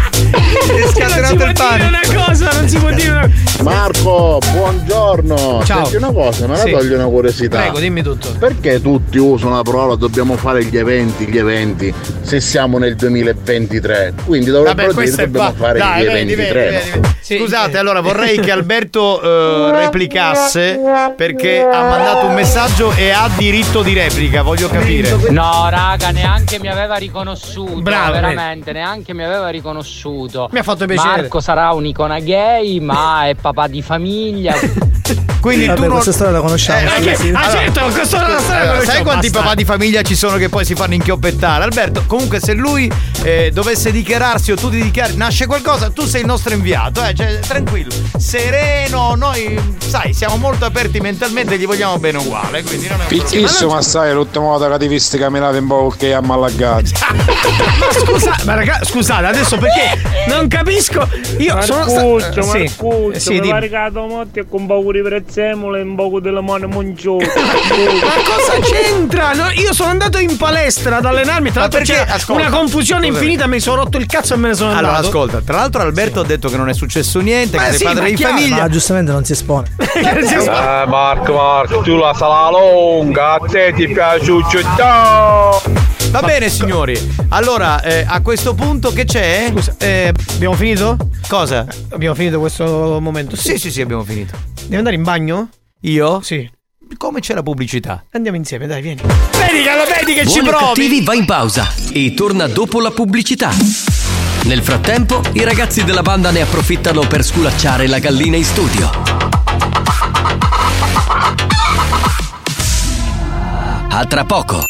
È Non si scatenato può il dire panico. una cosa, non si può dire una Marco, buongiorno. Ciao. Senti una cosa, me la Sì. togli una curiosità. Prego, dimmi tutto. Perché tutti usano la parola dobbiamo fare gli eventi, gli eventi, se siamo nel duemilaventitré? Quindi dovrebbero Vabbè, dire questo è dobbiamo fa- fare Dai, gli vedi, eventi vedi, tre. vedi, vedi. Scusate, allora vorrei che Alberto eh, replicasse perché ha mandato un messaggio e ha diritto di replica, voglio capire. No, raga, neanche mi aveva riconosciuto. Bravo, veramente, neanche mi aveva riconosciuto. Mi ha fatto piacere. Marco sarà un'icona gay, ma è papà di famiglia. Quindi Vabbè, tu non... questa storia la conosciamo. Eh, Perché- sì, sì. ah, certo, questo è la storia Allora, che sai conosciamo, quanti basta. papà di famiglia ci sono che poi si fanno inchioppettare? Alberto, comunque se lui eh, dovesse dichiararsi o tu ti dichiari, nasce qualcosa, tu sei il nostro inviato, eh, cioè tranquillo, sereno, noi sai, siamo molto aperti mentalmente e gli vogliamo bene uguale, quindi non è un problema. Fichissimo, ma sai, l'ultima volta che ti visti camminare in bocca che a allagato. Ma scusa, ma raga, scusate, adesso perché non capisco. Io sono Marcuccio, stato. Sì, Marcuccio, sì, mi dimmi. va ricato molto e con paura di prezzemolo e un poco della mano monciosa. Ma cosa c'entra? No, io sono andato in palestra ad allenarmi. Tra Ma l'altro perché? c'era Ascolta, una confusione scusami. infinita. Mi sono rotto il cazzo e me ne sono Allora andato. ascolta, tra l'altro Alberto ha detto che non è successo niente, Ma che sei sì, padre ma di chiaro. famiglia. Ma giustamente non si espone. Eh, Marco, Marco, tu la sala lunga, a te ti piace un città. Va bene signori, allora eh, a questo punto che c'è? Scusa, eh, abbiamo finito? Cosa? Abbiamo finito questo momento? Sì sì sì abbiamo finito. Devi andare in bagno? Io? Sì. Come c'è la pubblicità? Andiamo insieme, dai, vieni. Vedi che lo vedi che ci Buoni o provi. cattivi va in pausa e torna dopo la pubblicità. Nel frattempo, i ragazzi della banda ne approfittano per sculacciare la gallina in studio. A tra poco.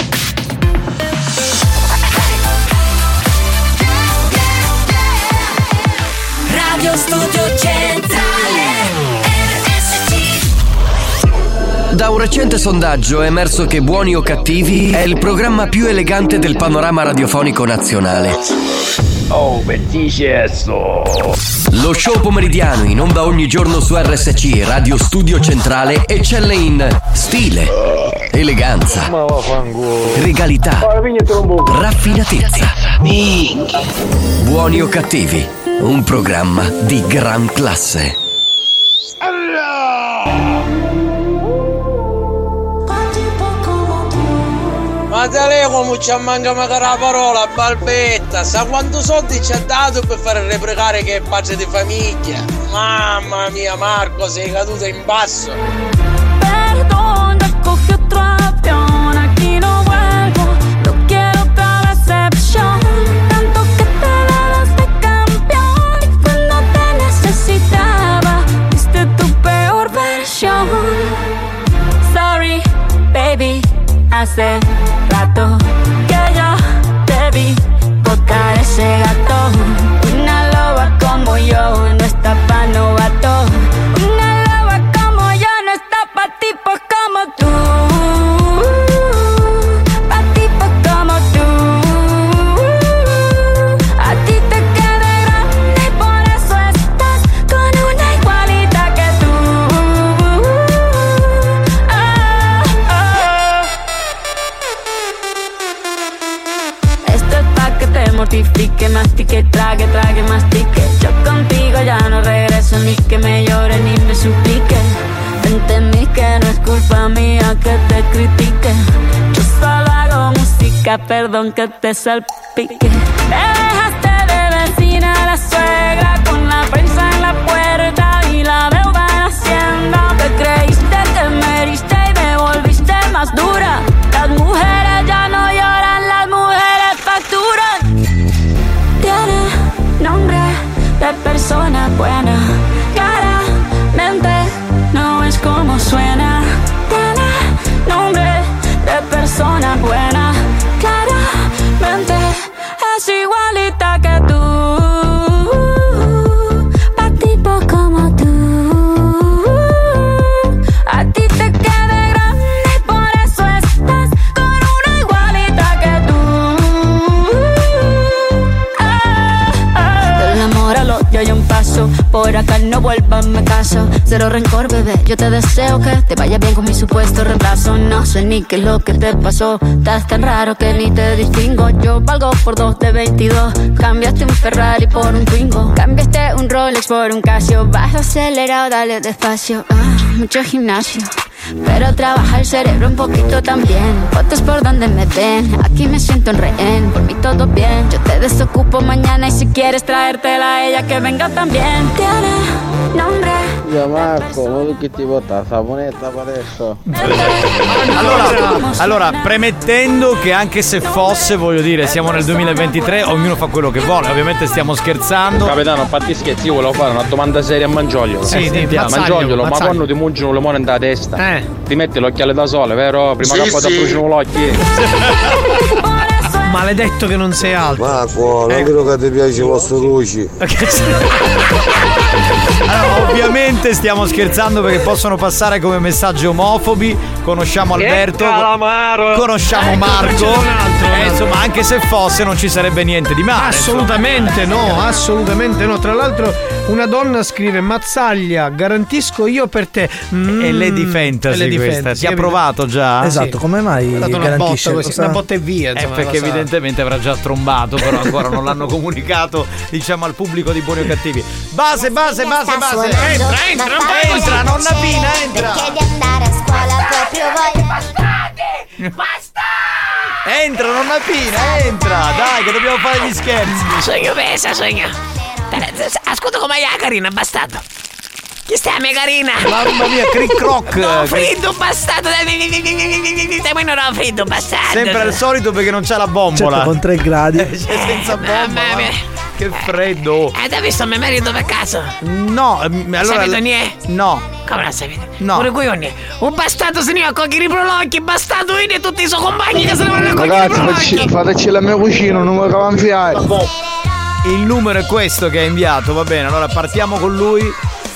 Radio Studio Centrale R S C. Da un recente sondaggio è emerso che Buoni o Cattivi è il programma più elegante del panorama radiofonico nazionale. Oh, bellissimo. Lo show pomeridiano in onda ogni giorno su R S C Radio Studio Centrale eccelle in stile, eleganza, regalità, raffinatezza. Buoni o Cattivi, un programma di gran classe. Ma te lei come ci manca magari la parola, balbetta, sa quanto soldi ci ha dato per fare replicare che è pace di famiglia? Mamma mia Marco, sei caduto in basso. Perdón, ya cogí otro avión, aquí no vuelvo, no quiero otra decepción. Tanto que te dabas de campeón y cuando te necesitaba, viste tu peor versión. Sorry, baby, hace rato que yo te vi tocar ese gato. Una loba como yo no está pa' novato. Una loba como yo no está pa' tipos como tú. Pa' tipos como tú. A ti te quedé grande y por eso estás con una igualita que tú. Oh, oh. Esto es pa' que te mortifique, mastique, trague, trague, mastique. Yo contigo ya no regreso, ni que me llore ni me suplique. Entendí que no es culpa mía que te critique. Yo solo hago música, perdón que te salpique. Te dejaste de vecina a la suegra con la prensa en la puerta y la deuda en Hacienda. Te creíste que me heriste y me volviste más dura. Las mujeres ya no lloran, las mujeres facturan. Tiene nombre de persona buena, claramente no es como suena. Tiene nombre de persona buena, claramente es igualita que tú. Pa' tipo como tú. A ti te quedé grande y por eso estás con una igualita que tú. Del amor al odio hay un paso, por acá no vuelvas, me caso. Cero rencor, bebé, yo te deseo que te vaya bien con mi supuesto reemplazo. No sé ni qué es lo que te pasó, estás tan raro que ni te distingo. Yo valgo por dos de veintidós, cambiaste un Ferrari por un Twingo. Cambiaste un Rolex por un Casio, vas acelerado, dale despacio. Ah, mucho gimnasio, pero trabaja el cerebro un poquito también. Fotos por donde me ven, aquí me siento en rehén. Por mí todo bien, yo te desocupo mañana y si quieres traértela a ella que venga también. Tiene nombre. Io Marco, ma tu che ti porta saponetta per adesso? Allora, allora, premettendo che anche se fosse, voglio dire, siamo nel duemilaventitré, ognuno fa quello che vuole, ovviamente stiamo scherzando. Capitano, a parte scherzi, io volevo fare una domanda seria a Mangioglio. Sì, eh, sì, Mangiogliolo, ma Mazzaglio. quando ti mungono le mani nella testa, Eh. ti metti l'occhiale da sole, vero? Prima Sì, che poi ti sì. bruciano l'occhio. Maledetto che non sei alto. Marco, non credo che ti piace i vostri luci. Allora, ovviamente stiamo scherzando perché possono passare come messaggi omofobi. Conosciamo Che Alberto, calamaro. conosciamo Ecco, Marco. c'è un altro, un Eh, altro. insomma, anche se fosse non ci sarebbe niente di male. Assolutamente no, assolutamente no. Tra l'altro una donna scrive: Mazzaglia, garantisco io per te. Mm. E Lady Fantasy, E Lady questa. Fantasy, Ti ha capito? provato già? Esatto, come mai Ha dato una garantisce botta così, cosa? una botta e via. Eh, insomma, perché la sa. evidentemente avrà già trombato, però ancora non l'hanno comunicato, diciamo, al pubblico di Buoni o Cattivi. Base, base, base, base. Entra, entra, entra, nonna Pina, entra. Perché di andare a scuola proprio voglio. Entra, nonna Pina, entra. Dai, che dobbiamo fare gli scherzi. Sogno pesa, sogno. Ascolta come è carina, bastardo. Chi sta mia carina? Mamma mia, cric croc. No, fritto bastardo. Dai, non ho fritto bastardo. Sempre al solito perché non c'è la bombola. Certo, con tre gradi. C'è senza bombola. Mamma mia. Che freddo. Eh, hai visto mio marito per caso? No, ehm, allora. Sapete niente? No. Come non sapete? No. Pure coglioni. Un bastardo se ne va a cogliere i prolocchi, bastardo io e tutti i suoi compagni che se ne vanno a cogliere i Ragazzi, prolocchi. facci- fateci la mia cucina, non me la cavo infiare. Il numero è questo che ha inviato, va bene, allora partiamo con lui.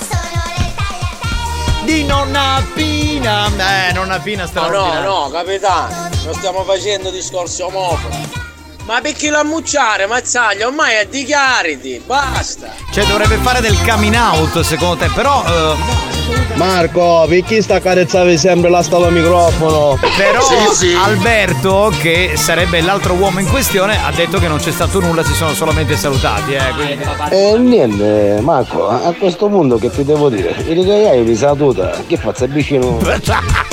Di nonna Pina. Eh, nonna Pina Ma straordinaria. no, no, capitano, non stiamo facendo discorsi omofobi. Ma perché la mucciare, Mazzaglia, ormai è dichiariti, basta. Cioè dovrebbe fare del coming out secondo te, però eh, Marco, perché sta carezzando sempre la stava microfono? Però Sì, sì. Alberto, che sarebbe l'altro uomo in questione, ha detto che non c'è stato nulla, si sono solamente salutati, eh, quindi. E niente, Marco, a questo punto che ti devo dire? Il ragazzo mi sa tutta, che faccia vicino.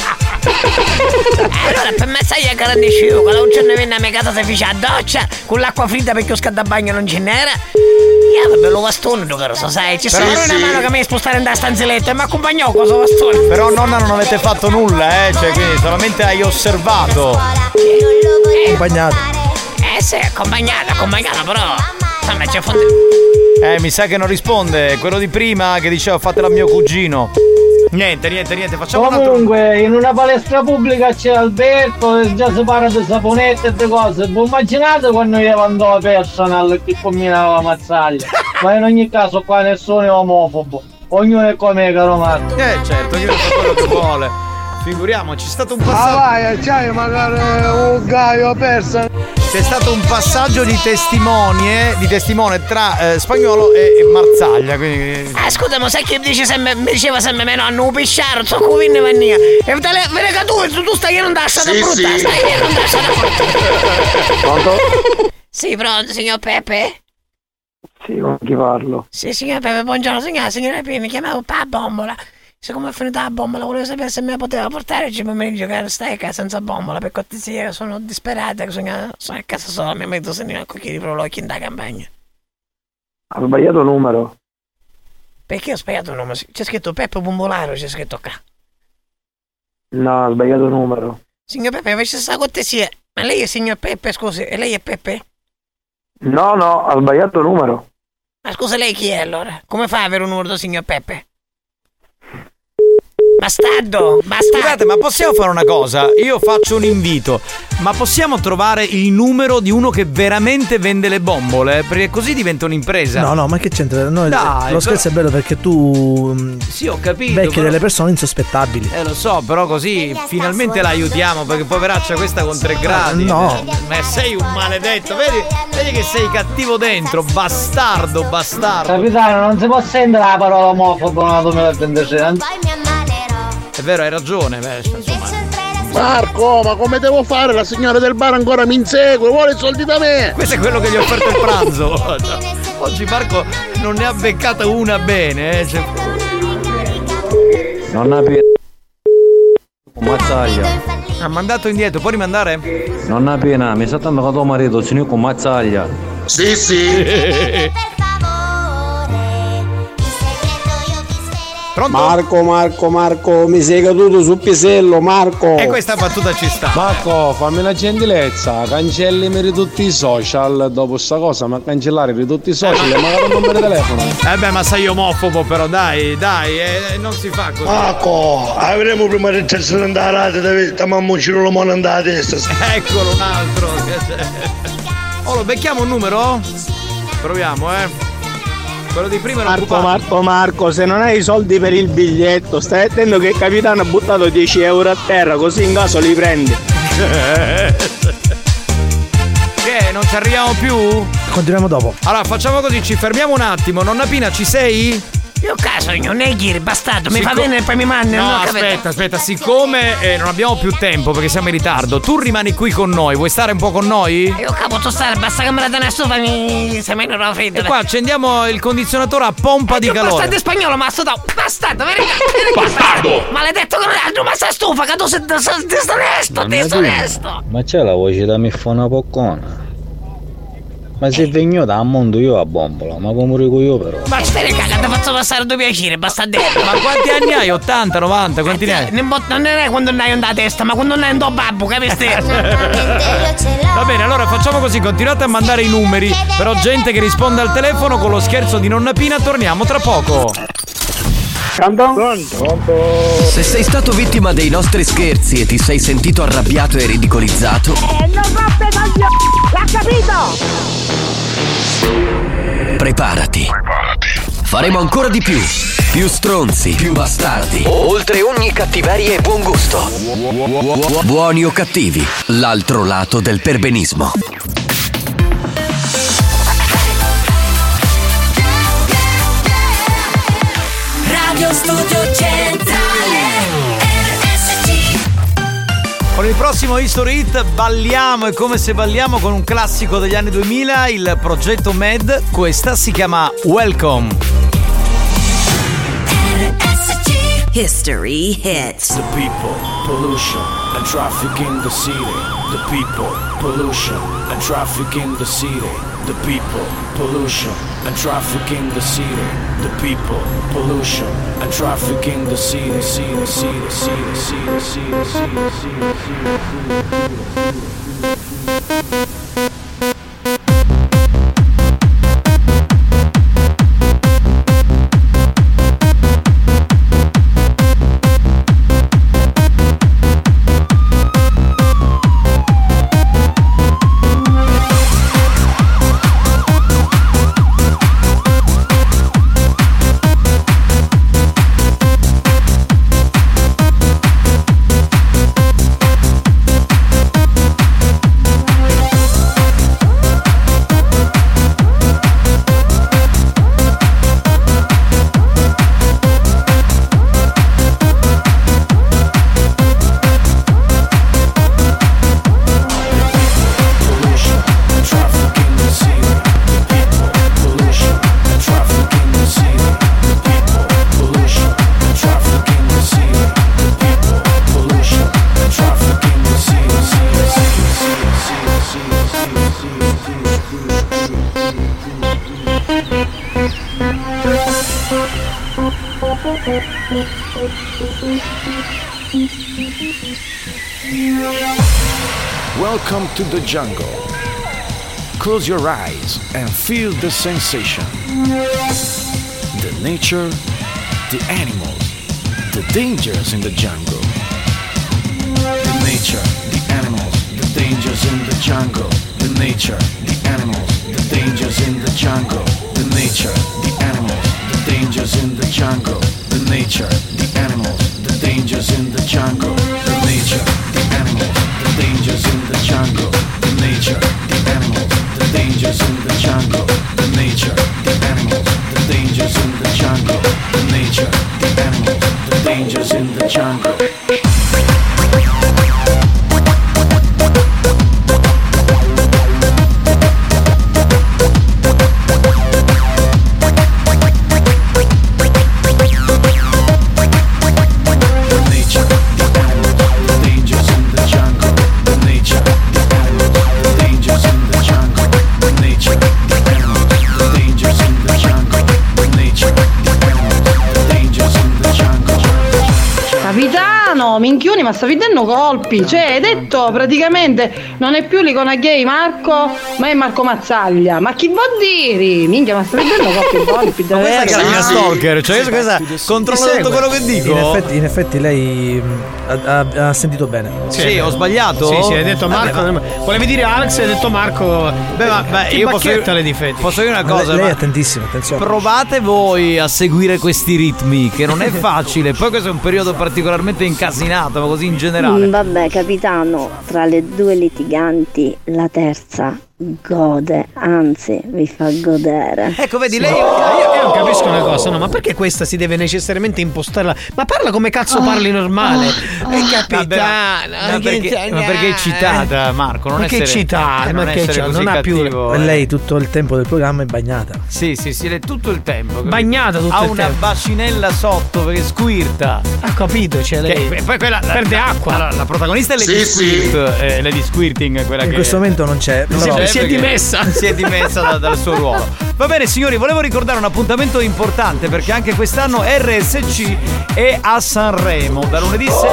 Allora per me sai che non dicevo, quando un giorno venne a mia casa si fece a doccia con l'acqua fritta perché lo scaldabagno non ce n'era. Io vabbè lo bastone tu caro, sai, ci Però sta sì. una mano che mi spostare in da stanziletta e mi accompagnò con questo bastone. Però nonna non avete fatto nulla, eh, cioè quindi solamente hai osservato. Accompagnato. Eh sì, accompagnata, accompagnata però. Insomma c'è fondo. Eh, mi sa che non risponde, quello di prima che diceva fatela a mio cugino. Niente, niente, niente, facciamo un altro. Comunque, in una palestra pubblica c'è Alberto e già si parla di saponette e di cose. Voi immaginate quando io andò a personal che combinava la mazzaglia? Ma in ogni caso qua nessuno è omofobo. Ognuno è come caro Marco. Eh certo, ognuno fa quello che vuole. Figuriamoci, c'è stato un passaggio. Ah vai, c'hai magari un gaio perso. C'è stato un passaggio di testimonie, di testimone tra eh, Spagnuolo e, e Marzaglia, quindi. Ah scusa, ma sai che dice sempre, mi diceva sempre meno hanno un pisciaro, so come ne vannia. E te le vede che tu, tu stai che non dà stata Sì, brutta, sì. stai che non dà stata brutta. Pronto? Sì, pronto, signor Peppe? Sì, con chi parlo? Sì, signor Peppe, buongiorno, signora, signora Peppe, mi chiamavo Pa Bombola. Siccome è finita la bombola, volevo sapere se me la poteva portare oggi pomeriggio che stai a casa senza bombola, per cortesia, sono disperata, sono, sono a casa sola, mi metto se ne ho cocchiere di prolocchi in da campagna. Ha sbagliato numero. Perché ho sbagliato il nome? C'è scritto Peppe Bombolaro, c'è scritto qua. No, ha sbagliato numero. Signor Peppe, faccia sta cortesia. Ma lei è signor Peppe, scusi, e lei è Peppe? No, no, ha sbagliato numero. Ma scusa, lei chi è allora? Come fa ad avere un numero del signor Peppe? Bastardo, bastardo. Scusate, ma possiamo fare una cosa? Io faccio un invito. Ma possiamo trovare il numero di uno che veramente vende le bombole? Perché così diventa un'impresa. No, no, ma che c'entra? Noi, Dai, lo scherzo però- è bello perché tu mh, Sì, ho capito. becchi però- delle persone insospettabili. Eh lo so, però così finalmente la aiutiamo, perché poveraccia questa con tre gradi. No. Ma sei un maledetto, vedi? Vedi che sei cattivo dentro, bastardo, bastardo. Capitano, non si può sentire la parola omofobo nel duemilaventisei. È vero, hai ragione, beh, insomma. Marco, ma come devo fare? La signora del bar ancora mi insegue, vuole i soldi da me. Questo è quello che gli ho offerto il pranzo. Oggi Marco non ne ha beccata una bene, eh. Cioè... Non ha più. Mazzaglia. Ha mandato indietro, puoi rimandare? Non ha pena, mi sa tanto che tuo marito si con mazzaglia. Sì, sì. Pronto? Marco, Marco, Marco, mi sei caduto sul pisello, Marco. E questa battuta ci sta. Marco, fammi una gentilezza, cancellimi di tutti i social dopo sta cosa, ma cancellare di tutti i social e magari un numero di telefono. Eh beh, ma sei omofobo però, dai, dai, eh, non si fa così. Marco, avremo prima di essere andare da vista, ma non ci lo mano andare a testa. Eccolo un altro. Oh, lo becchiamo un numero? Proviamo, eh. Quello di prima era Marco, occupato. Marco, Marco, se non hai i soldi per il biglietto, stai attento che il capitano ha buttato dieci euro a terra, così in caso li prendi. Che, non ci arriviamo più? Continuiamo dopo. Allora, facciamo così, ci fermiamo un attimo. Nonna Pina, ci sei? Io caso, io non è giri, bastardo, mi fa Sicco- bene e poi mi manda. No, no, capito? aspetta, aspetta, siccome eh, non abbiamo più tempo perché siamo in ritardo, tu rimani qui con noi, vuoi stare un po' con noi? Io capo, tu stare, basta che me la dai stufa, mi se meno la fredda. E qua accendiamo il condizionatore a pompa di calore. Bastardo in spagnolo, ma sto da. Bastardo, verità. Bastardo! Maledetto che non altro, ma sta stufa, che tu sei sei disonesto, disonesto. Ma c'è la voce da mi fa una poccona. Ma se vengo da mondo io a bombola, ma come dico io però. Ma stai cagando, ti faccio passare due piacere, bastardo. Ma quanti anni hai? ottanta, novanta, quanti ne hai? Non, non è quando non hai un da testa, ma quando non hai un do babbo, capisci? Va bene, allora facciamo così, continuate a mandare i numeri, però gente che risponde al telefono con lo scherzo di Nonna Pina, torniamo tra poco. Se sei stato vittima dei nostri scherzi e ti sei sentito arrabbiato e ridicolizzato, Eh, non roppe coglioni! L'ha capito! preparati. Faremo ancora di più. Più stronzi, più bastardi. Oltre ogni cattiveria e buon gusto. Buoni o cattivi, l'altro lato del perbenismo. Radio Studio Centrale R S C. Con il prossimo History Hit balliamo, e come se balliamo con un classico degli anni duemila, il progetto Med. Questa si chiama Welcome. R S C. history hits. The people, pollution, and traffic in the city. The people, pollution, and traffic in the city. The people, pollution, and traffic in the city. The people, pollution, and traffic in the city. City, city, city, city, city, city, city. Welcome to the jungle. Close your eyes and feel the sensation. The nature, the animals, the dangers in the jungle. The nature, the animals, the dangers in the jungle. The nature, the animals, the dangers in the jungle. The nature, the animals, the dangers in the jungle. The nature, the animals, the dangers in the jungle. The nature, the animals, the dangers in the jungle. The nature, the animals, the dangers in the jungle. The nature, the animals, the dangers in the jungle. The nature, the animals, the dangers in the jungle. Capitano, minchioni, ma stavi dando colpi. Cioè, hai detto praticamente non è più l'icona gay Marco, ma è Marco Mazzaglia. Ma chi vuol dire? Minchia, ma stavi dando colpi, colpi, Ma questa davvero. che è la mia stalker, cioè io questa controllo tutto quello che dico. In effetti, in effetti lei mh, ha, ha- ha sentito bene. Sì, ho sbagliato? Sì, sì, hai detto Marco. Vabbè, ma- Volevi dire Alex, hai detto Marco. Beh, ma, ma che io posso bacchetta dire, le difetti. posso dire una Ma cosa? lei, lei è ma attentissima, attenzione. provate voi a seguire questi ritmi, che non è facile. Poi questo è un periodo particolarmente incasinato, ma così in generale. Mm, vabbè, capitano, tra le due litiganti la terza gode, anzi vi fa godere. Ecco, vedi, Sì. lei. Io, io non capisco una cosa, no? Ma perché questa si deve necessariamente impostarla? Ma parla come cazzo parli normale. E capitano, Ma perché, ma perché è eccitata, Marco? Non Ma che essere, eccitata? eh, Ma non che essere c'ha- così non ha più- cattivo, E eh. lei tutto il tempo del programma è bagnata. Sì, sì, sì, è tutto il tempo. capito? Bagnata tutto ha il una tempo. bacinella sotto perché squirta. Ha capito, cioè lei Che- poi quella, la- perde la- acqua. La, la protagonista è Lady Sì, sì. Squirt, eh, Lady Squirting, quella In che questo momento non c'è. non però- c'è si è perché dimessa. Si è dimessa da- dal suo ruolo. Va bene signori, volevo ricordare un appuntamento importante perché anche quest'anno R S C è a Sanremo da lunedì sei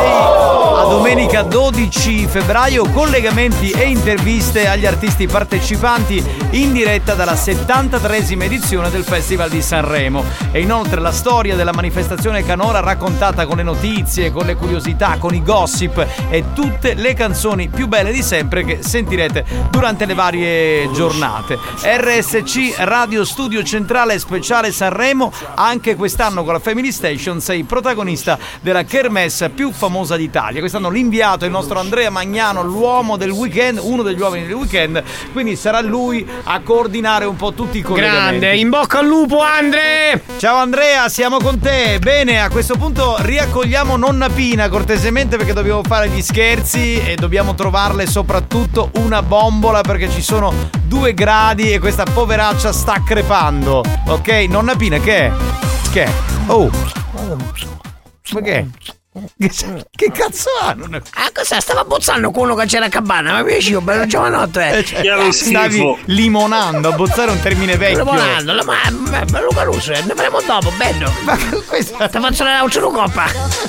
a domenica dodici febbraio, collegamenti e interviste agli artisti partecipanti in diretta dalla settantatreesima edizione del Festival di Sanremo e inoltre la storia della manifestazione canora raccontata con le notizie, con le curiosità, con i gossip e tutte le canzoni più belle di sempre che sentirete durante le varie giornate. R S C Radio Studio Centrale Speciale Sanremo, anche quest'anno con la Family Station sei protagonista della kermesse più famosa d'Italia. Quest'anno l'inviato è il nostro Andrea Magnano, l'uomo del weekend, uno degli uomini del weekend, quindi sarà lui a coordinare un po' tutti i collegamenti. Grande, in bocca al lupo Andre! Ciao Andrea, siamo con te. Bene, a questo punto riaccogliamo nonna Pina cortesemente perché dobbiamo fare gli scherzi e dobbiamo trovarle soprattutto una bombola perché ci sono due gradi e questa poveraccia sta crepando. Ok, nonna Pina, che è? Che è? Oh. Ma che? Che cazzo ha? Non è... Ah, cos'è? Stava bozzando con uno che c'era a cabana, mi piaceva, bello giovanotto, eh. Cioè, stavi limonando, a bozzare un termine vecchio. Limonando, ma bello Caruso, ne faremo dopo, bello. Ma questa... Ti faccio la coppa.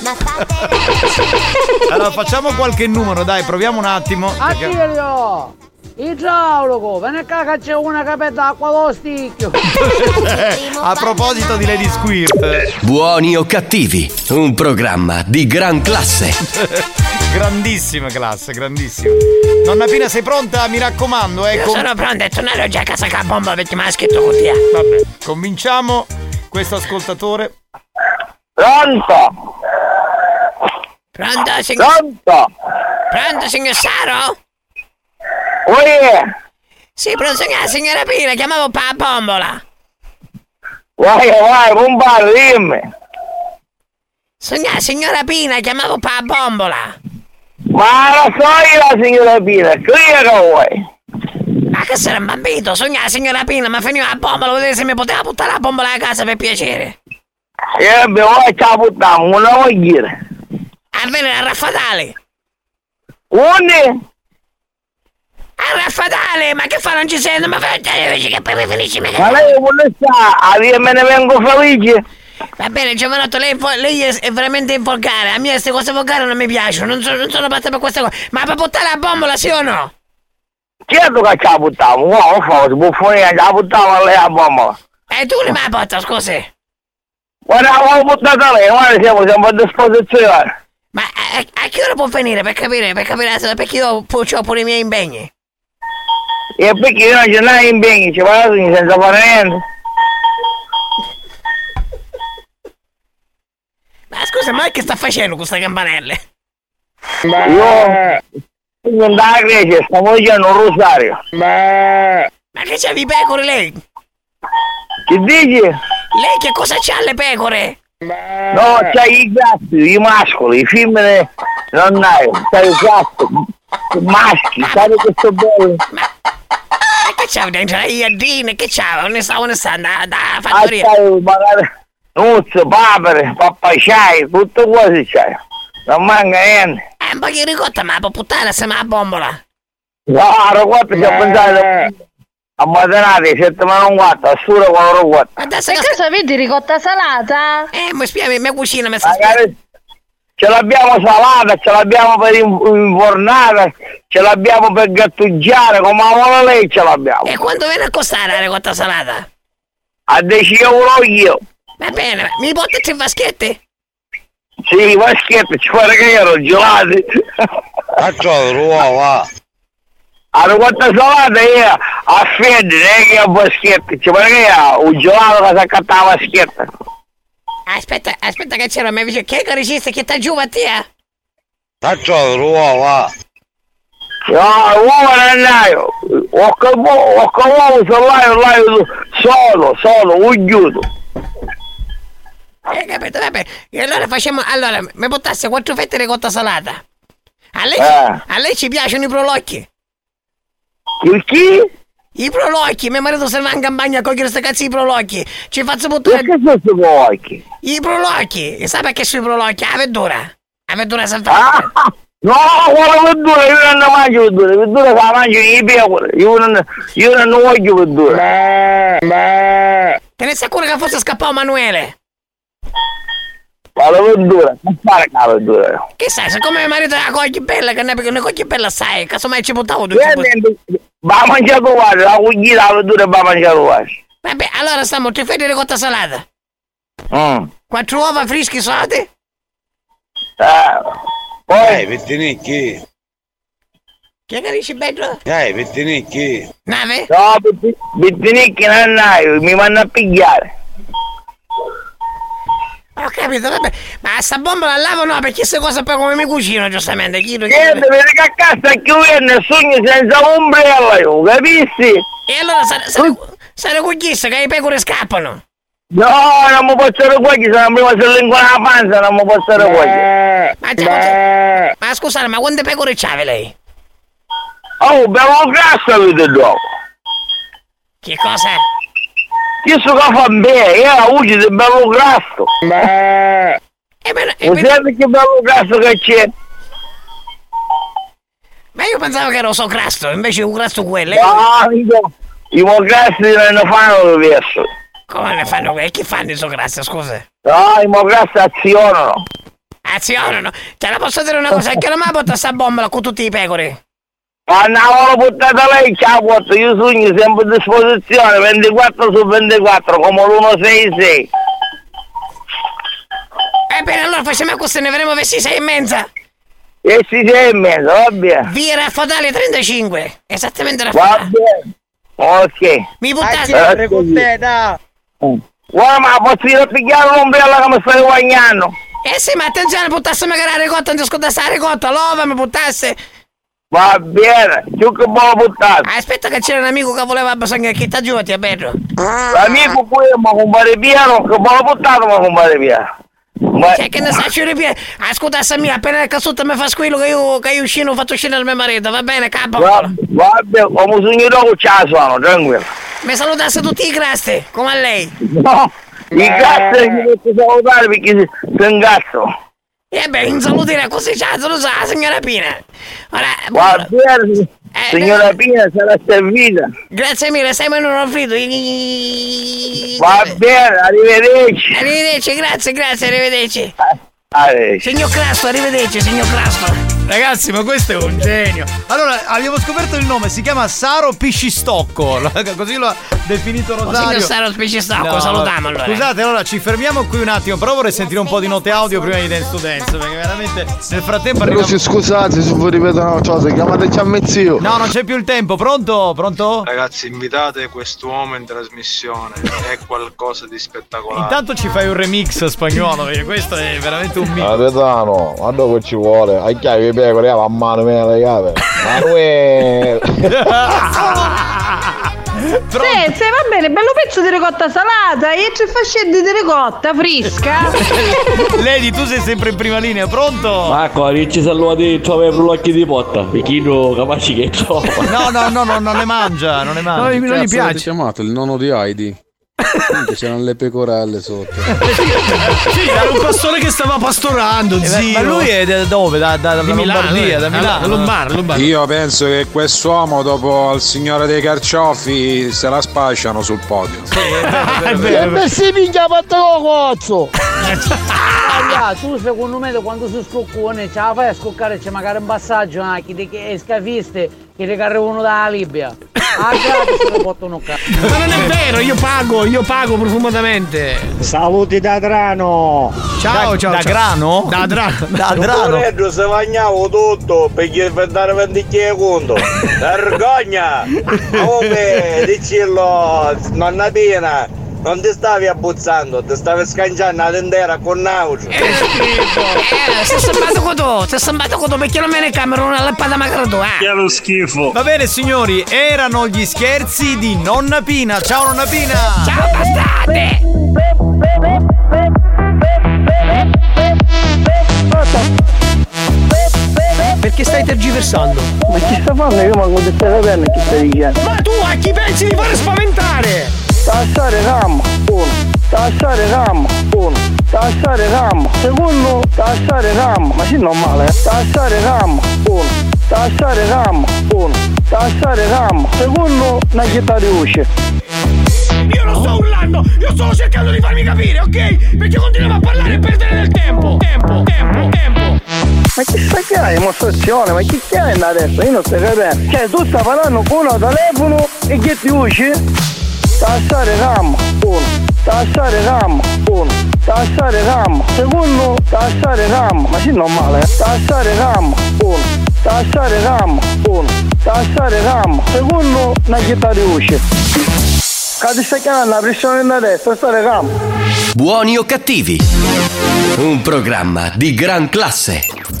Allora facciamo qualche numero, dai, proviamo un attimo. Attilio! Idraulico, ve ne caga c'è una capetta d'acqua allo sticchio. A proposito di Lady Squirt. Buoni o cattivi, un programma di gran classe. Grandissima classe, grandissima. Nonna Pina, sei pronta? Mi raccomando, eh. Io com- sono pronta e tornerò già a casa con la bomba perché mi ha scritto così. Vabbè, cominciamo. Questo ascoltatore. Pronto? Pronto, signor? Pronto? Pronto, signor Saro? Uè? Sì, pronto, signora, signora Pina, chiamavo pa bombola. Vai, vai, compare, dimmi. Signora, signora Pina, chiamavo pa bombola. Ma non so io la signora Pina, che io che vuoi? Ma che sarà un bambino, signora, signora Pina, ma finiva la bombola, vuol dire se mi poteva buttare la bombola a casa per piacere. Io mi vuoi ce la buttiamo, non la vuoi dire. A venire a Raffatale. Onde? A Raffatale, ma che fa, non ci sento, ma fai che poi mi finisci me. Ma lei vuole stare, a me ne vengo felice. Va bene, giovanotto, lei, lei è, è veramente volgare. A me queste cose volgari non mi piacciono, non sono, non sono fatta per queste cose. Ma per buttare la bombola, sì o no? Certo che ce la buttiamo, no, non fa, si può fuori, ce la buttiamo a lei la bombola. E tu ne la botta, scusi? Guarda, l'avevo buttata lei, guarda, siamo, siamo a disposizione. Ma a, a che ora può venire per capire, per capire, perché io ho pure i miei impegni? E perché io non ce n'ho impegni, ci vado senza fare niente. Ma scusa, ma che sta facendo con queste campanelle? Ma io non da Grecia, stavo dicendo un rosario. Ma ma che c'ha di pecore lei? Che dici? Lei che cosa c'ha le pecore? No, c'hai i gatti, i mascoli, i femmine non hai, c'hai i gatti, i maschi, sai che sto bello. Ma che c'ha dentro le iardine? Che c'ha? Non ne stavo ne sta da, da fattoria? Ah, c'hai magari nuzze, papere, pappasciai, tutto quasi c'hai. Non manca niente. Eh, un po' di ricotta, ma può puttana se ma la bombola. No, la ricotta ci ho pensato a matinate, settimana un quattro, a sura con la ricotta. Ma da Per caso avete ricotta salata? Eh, mi spiegami, mia cucina mi sta Magari ce l'abbiamo salata, ce l'abbiamo per infornata, ce l'abbiamo per gattugiare, come la vuole lei ce l'abbiamo. E quanto viene a costare la ricotta salata? A dieci euro io. Va bene, mi porti tre vaschetti? Sì, i vaschetti, ci pare che ero gelati. Faccio l'uovo, la ricotta salata io a freddo, non è che a vaschetti, ci pare che io un gelato che si accatta la vaschetta. Aspetta, aspetta che c'era, mi dice, che caricista che sta giù, Mattia? Faccio l'uovo. No, l'uovo non hai, ho cavato sull'aio, l'aio solo, solo, uggiuto. Eh, capito, vabbè. E allora facciamo, allora, mi portasse quattro fette di ricotta salata. A lei, Eh. a lei ci piacciono i prolocchi? Il chi? I prolocchi, mio marito se ne va in campagna a cogliere queste cazzo di prolocchi. Ci faccio buttare... Che sono questi prolocchi? I prolocchi, e sai perché sono i prolocchi? La verdura. La verdura salvata. Ah, no, guarda verdura, io non mangio verdura, la verdura la mangio i pecore, io non, io non voglio verdura. Te ne sei sicuro che fosse scappato Manuele? Ma la verdura, non fare la verdura. Che sai, siccome mio marito la coglie bella, che ne, che ne coglie bella sai, casomai ci buttavo tu. Va a mangiare quasi, la cucina, la verdura va a mangiare quasi. Vabbè, allora stiamo tre fette di ricotta salata. Mm. Quattro uova fresche salate. Eh, poi pettinicchi. Che capisci bello? Dai, pettinicchi. Nave? No, pettinicchi non hai, mi vanno a pigliare. Ho capito, vabbè, ma sta bomba la lavo no, perché queste cose poi come mi cucino, giustamente, chiedo, Niente, vedi che a casa chiudendo il sogno senza ombrella, io, capisci? E allora sarà con chissà che i pecore scappano. No, non mi posso fare qua, sono prima se lingua la panza, non mi posso fare qua. Ma, già, ma scusate, ma quante pecore c'ave lei? Oh, bevo un grasso avete dopo. Che cosa? Io so che fa bene, io la voce di bello grasso. Non sai che bello grasso che c'è? Ma io pensavo che ero so crasto, invece un crasto quello. No, io, i mograssi non ne fanno diverso. Come ne fanno quelli? Chi fanno i so crasto, scusa? No, i mograssi azionano. Azionano? Te la posso dire una cosa, che non mi ha portato sta bombola con tutti i pecore? Ma no, l'ho buttata lei, ciao, porto, io sogno sempre a disposizione, ventiquattro su ventiquattro, come l'uno sei sei. Ebbene, allora facciamo questo, ne vedremo verso sei e mezza. E si sei e mezza, va bene. Via Raffatale trentacinque, esattamente Va Raffatale. bene. Ok. Mi buttate. Eh, guarda, ma posso io pigliare l'ombrella che mi stai guadagnando? Eh sì, ma attenzione, buttasse magari la ricotta, non ti ascoltasse la ricotta, l'ova mi buttasse. Va bene, più che buono buttato. Aspetta che c'era un amico che voleva bisogna che ti aiuti, è bello. L'amico qui mi compare piano, che buono buttato mi compare piano. Ma... Cioè che ne sa ci ripiede. Ascolta mia, appena il casotto mi fa squillo che io che io uscino ho fatto uscire il mio marito, va bene, capo? Va, va bene, come sogno dopo ce la suono, tranquillo. Mi salutasse tutti i crasti, come a lei. No, i crasti non mi posso salutare perché si ingazzo. E beh, in salutine così c'è, lo sa, signora Pina. Ora, va bene, eh, signora Pina sarà servita. Grazie mille, siamo in un affritto. Va bene, arrivederci. Arrivederci, grazie, grazie, arrivederci. Arrivederci. Signor Crasto, arrivederci, signor Crasto. Ragazzi, ma questo è un genio. Allora, abbiamo scoperto il nome, si chiama Saro Piscistocco. Così lo ha definito Rosario. Signor Saro Piscistocco, No, salutiamo allora. Scusate, allora ci fermiamo qui un attimo, però vorrei sentire un po' di note audio prima di Dance to Dance, perché veramente nel frattempo arriva... Però si scusate se vi ripeto una cosa, chiamateci a mezzio. No, non c'è più il tempo, pronto? Pronto? Ragazzi, invitate quest'uomo in trasmissione, è qualcosa di spettacolare. Intanto ci fai un remix spagnolo, perché questo è veramente un mito. Capitano, ma dove ci vuole? Hai chiave pecore, a mano me le cave. Manuel. Sì, sì, va bene, bello pezzo di ricotta salata e c'è fascetti di ricotta fresca. Lady, tu sei sempre in prima linea, pronto? Marco, ci salutati, trovi per l'occhio di potta, perché io capace che trova. No, no, no, no, non ne mangia, non ne mangia. No, non gli piace. Avete chiamato il nonno di Heidi. C'erano le pecorelle sotto. Sì, era un pastore che stava pastorando, Eh, zio. ma lui è da dove? Da, da, da Di Milano, Lombardia, eh. da Milano. Da Lombardo, Lombardo. Io penso che quest'uomo, dopo il signore dei carciofi, se la spacciano sul podio. Sì, è vero, è vero, E me si minchia fatta cozzo. Ah, tu secondo me quando si scoccone ce la fai a scoccare, c'è magari un passaggio anche di che scafiste che ti arrivano dalla Libia. Ah, grazie, lo portano a Ma non è vero, io pago, io pago profumatamente. Saluti da Drano. Ciao, Da- ciao. da ciao. grano? Da Drano. Da Drano. Freddo se bagnavo tutto perché per dare venti conto. Vergogna! Come dicillo, nonna Pina, non ti stavi abbuzzando, ti stavi scanciando la tendera con nausea. Eh, sei sambato con tu, sei sambato con tu perché non me ne camero una lampada magari tu, eh. Che è lo schifo. Va bene signori, erano gli scherzi di nonna Pina. Ciao nonna Pina. Ciao bastarde. Perché stai tergiversando? Ma chi sta facendo? Io mi conto stai capendo chi stai dicendo. Ma tu a chi pensi di fare spaventare? Tassare gamma, uno. Tassare gamma, uno. Tassare gamma, secondo. Tassare gamma, ma sì normale, eh. Tassare gamma, uno. Tassare gamma, uno. Tassare gamma, secondo. Una chietta di usce. Io non sto urlando, io sto cercando di farmi capire, ok? Perché continuiamo a parlare e perdere del tempo. Tempo, tempo, tempo. Ma che sta che hai dimostrazione? Ma chi che hai adesso? Io non sto capendo. Cioè tu stai parlando con un telefono e che ti usci? Tassare gamma, uno. Tassare gamma, uno. Tassare gamma, secondo. Tassare gamma, ma sì normale, eh. Tassare gamma, uno. Tassare gamma, uno. Tassare gamma, secondo. Una chietta di usci. Che ti stai chiamando la pressione da destra, tassare gamma. Buoni o cattivi? Un programma di gran classe.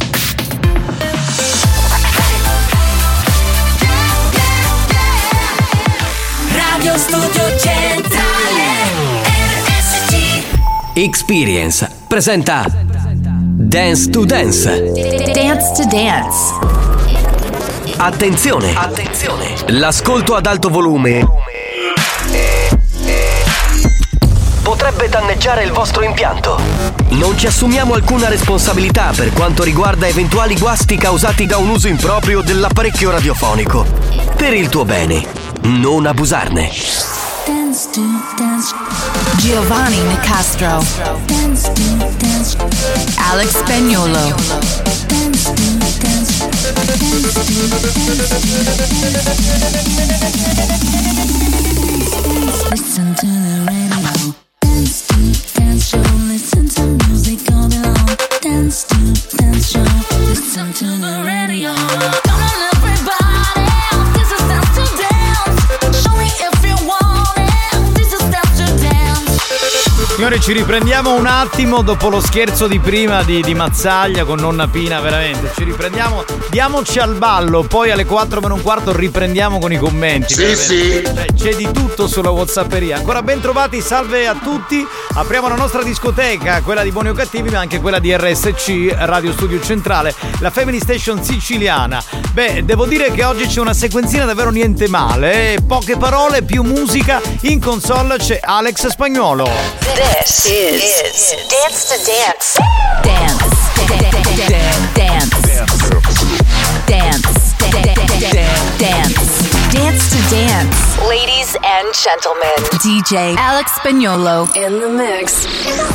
Radio Studio Centrale R S C. Experience presenta Dance to Dance. Dance to Dance. Attenzione, attenzione. L'ascolto ad alto volume potrebbe danneggiare il vostro impianto. Non ci assumiamo alcuna responsabilità per quanto riguarda eventuali guasti causati da un uso improprio dell'apparecchio radiofonico. Per il tuo bene, non abusarne. Dance to dance. Giovanni Nicastro. Dance to dance. Alex Spagnolo. Dance to dance. Dance to listen to the radio. Dance to dance show. Listen to music all day long. Dance to dance show. Listen to the radio. Come on everybody, this is dance to dance. Show me if you want it. This is dance to dance. Signori, ci riprendiamo un attimo dopo lo scherzo di prima di, di Mazzaglia con nonna Pina, veramente. Ci riprendiamo, diamoci al ballo, poi alle quattro meno un quarto riprendiamo con i commenti. Sì, veramente. sì. Cioè, c'è di tutto sulla WhatsApperia. Ancora ben trovati, salve a tutti. Apriamo la nostra discoteca, quella di Buoni o Cattivi, ma anche quella di R S C, Radio Studio Centrale, la Family Station siciliana. Beh, devo dire che oggi c'è una sequenzina davvero niente male, eh? Poche parole, più musica. In console c'è Alex Spagnolo. This is, is Dance to Dance. Dance. Dance. Dance. Dance. Dance to Dance. Ladies and gentlemen, D J Alex Spagnolo in the mix.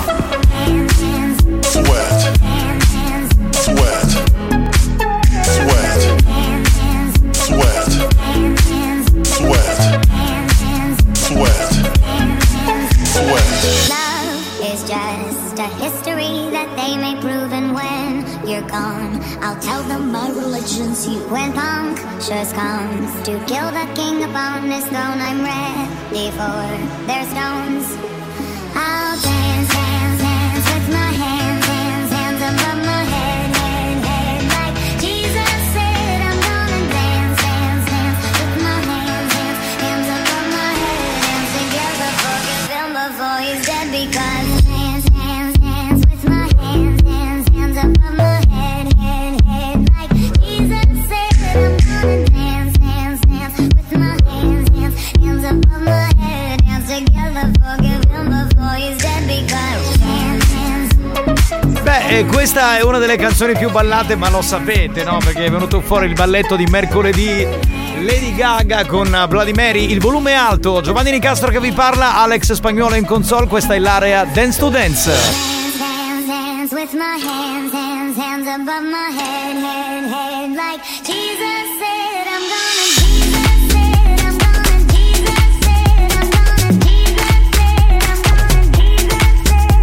Sweat. Sweat. Sweat. Sweat. Sweat. Sweat. Sweat. Love is just a history that they may prove, and when you're gone, I'll tell them my religion's you. When punctures comes to kill the king upon his throne, I'm ready for their stones. I'll dance, dance, dance with my hands, hands, hands above my head, head, head, like Jesus said. I'm gonna dance, dance, dance with my hands, hands, hands above my head, hands together, forgive him before he's dead, because hands, hands, hands with my hands, hands, hands above my head, head, head, like Jesus said. I'm gonna dance, dance, dance with my hands, hands, hands above my head, hands together, forgive him before he's dead, because hands, hands. Beh, questa è una delle canzoni più ballate, ma lo sapete, no? Perché è venuto fuori il balletto di mercoledì. Lady Gaga con Bloody Mary, il volume è alto. Giovanni Nicastro che vi parla, Alex Spagnolo in console. Questa è l'area Dance to Dance. Hands, hands, hands with my hands, hands, hands above my head, head, head, like Jesus said. I'm gonna, Jesus said, I'm gonna, Jesus said, I'm gonna, Jesus said, I'm gonna, Jesus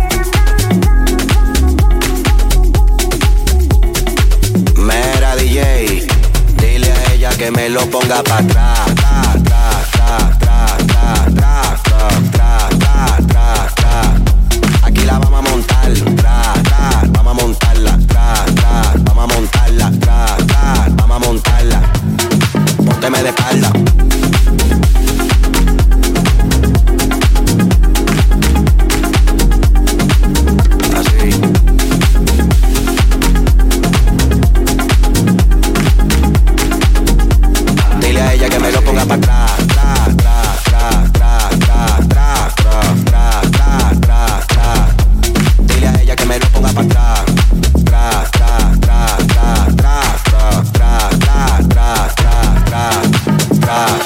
said, I'm gonna. Mera D J, dile a ella que me lo ponga pa' atrás, tra, tra, tra, tra, tra, tra, tra, tra, tra, tra. Aquí la vamos a montar, tra, tra, vamos a montarla, tra, tra, vamos a montarla, tra, tra, vamos a montarla. Pónteme de espalda. Dile a ella que me lo ponga pa' atrás, tra, tra, tra, tra, tra, tra, tra, tra, tra, tra. Dile a ella que me lo ponga pa' atrás, tra, tra, tra, tra, tra, tra, tra, tra, tra, tra, tra, tra.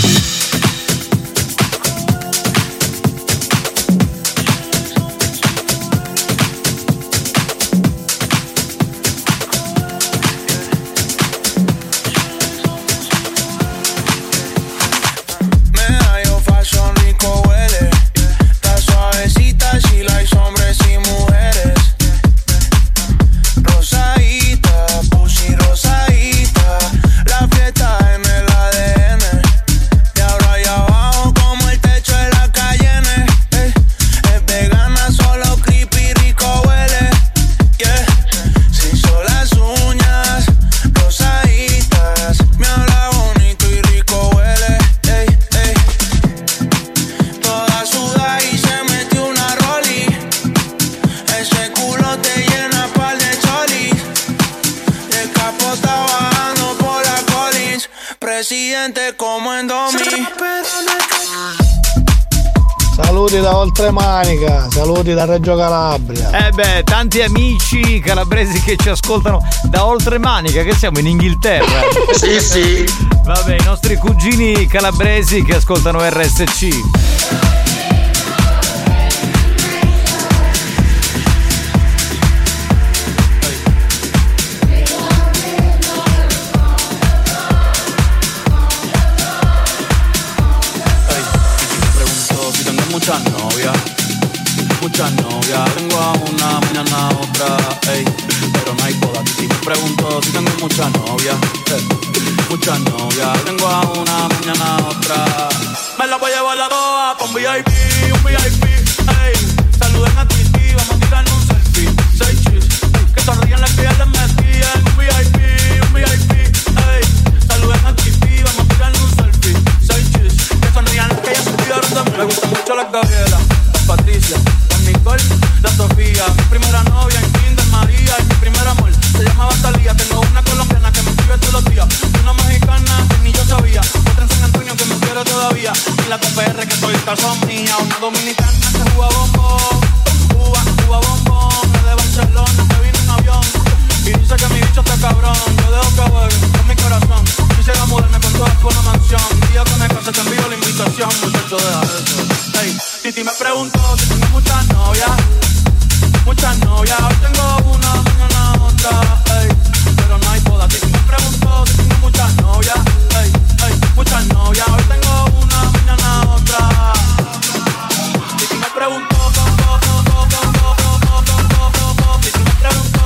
Medallo fashion rico huele. Está suavecita, she likes hombres y mujeres. Rosadita, pussy rosadita. La fiesta en el A D N. De ahora y abajo como el techo de la Cayenne. Ey, es vegana, solo creepy, rico huele. Yeah, se hizo las uñas rosaditas. Me habla bonito y rico huele. Ey, ey. Toda suda y se metió una roli. Ese culo te llena pa'l de cholis. El capo está bajando por la Collins. Presidente como en Domi. Saluti da Oltremanica, saluti da Reggio Calabria. Eh beh, tanti amici calabresi che ci ascoltano da Oltremanica, che siamo in Inghilterra. Sì, sì. Vabbè, i nostri cugini calabresi che ascoltano R S C. Muchas novias, muchas novias, tengo a una, mañana a otra, ey, pero no hay boda. Si me pregunto si tengo muchas novias, eh, muchas novias, tengo a una, mañana a otra. Me la voy a llevar la doa con V I P, un V I P, ey, saluden a Titi, vamos a tirar un selfie, seis chis, que sonrían las que ya les metían, un V I P, un V I P, ey, saluden a Titi, vamos a tirar un selfie, seis chis, que sonrían las que ya se olvidaron de mí. Me gusta mucho la Gabriela, la Patricia, la Nicole, la Sofía, mi primera novia en Kinder María y mi primer amor se llamaba Talía. Tengo una colombiana que me escribe todos los días, una mexicana que ni yo sabía, otra en San Antonio que me quiere todavía, y la T P R que soy son mía, una dominicana que juega bombón, Cuba, Cuba bombón, la de Barcelona que vino en avión y dice que mi bicho está cabrón. Yo dejo que juegue con mi corazón, quisiera mudarme con todas por una mansión. Un día que me case te envío la invitación, muchacho, deja eso. Hey, Titi me preguntó si tengo muchas novias, muchas novias. Hoy tengo una, mañana otra, ey, pero no hay boda. Titi me preguntó si tengo muchas novias, ey, ey, muchas novias. Hoy tengo una, mañana otra. Titi me preguntó, Titi me preguntó.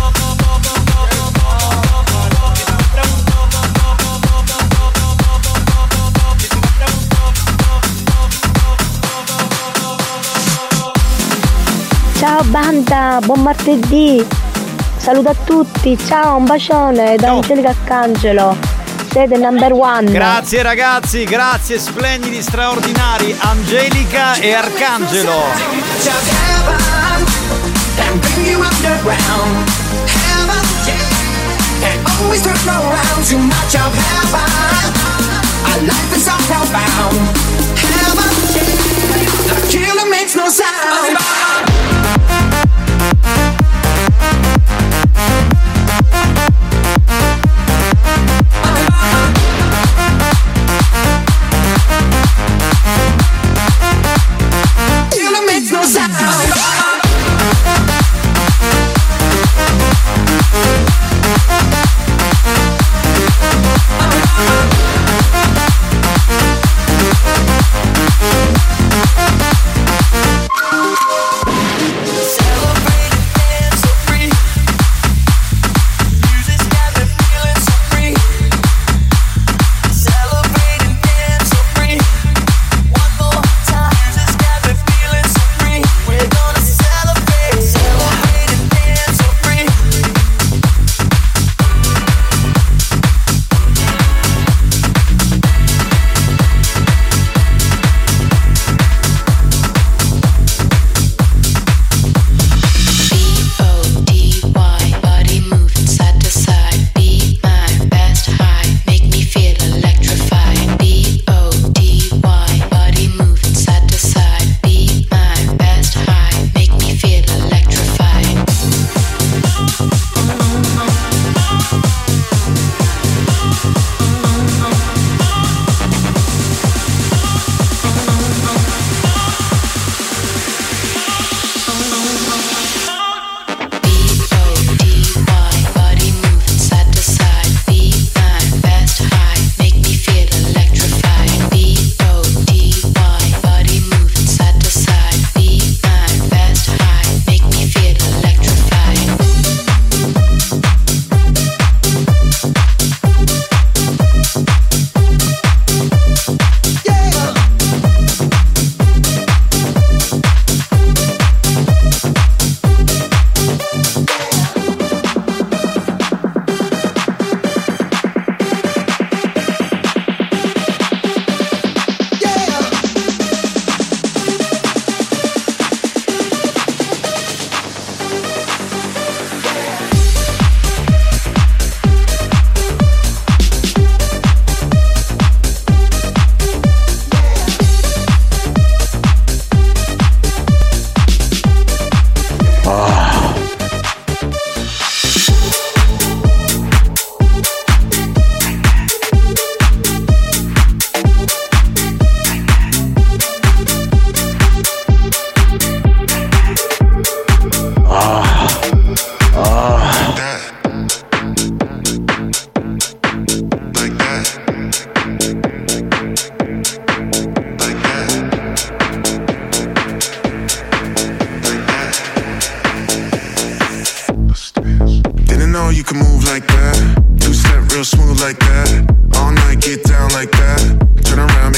Ciao banda, buon martedì. Saluto a tutti, ciao, un bacione da Angelica Arcangelo. Siete number one. Grazie ragazzi, grazie, splendidi, straordinari, Angelica e Arcangelo.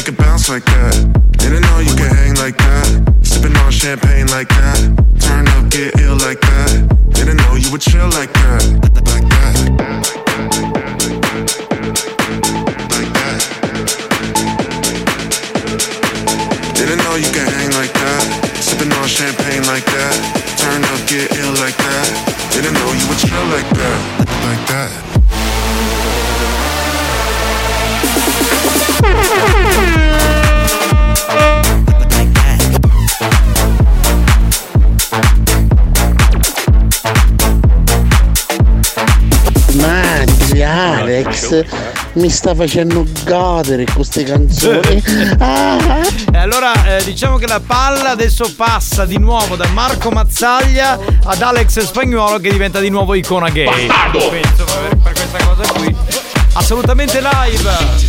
make it bounce like that. Didn't know you could hang like that. Sipping on champagne like that. Turn up, get ill like that. Didn't know you would chill like that. Like that. Like that. Didn't know you could hang like that. Sipping on champagne like that. Turn up, get ill like that. Didn't know you would chill like that. Like that. Maggi, Alex mi sta facendo godere queste canzoni. Ah. E allora eh, diciamo che la palla adesso passa di nuovo da Marco Mazzaglia ad Alex Spagnuolo, che diventa di nuovo icona gay. Penso per, per questa cosa qui assolutamente live.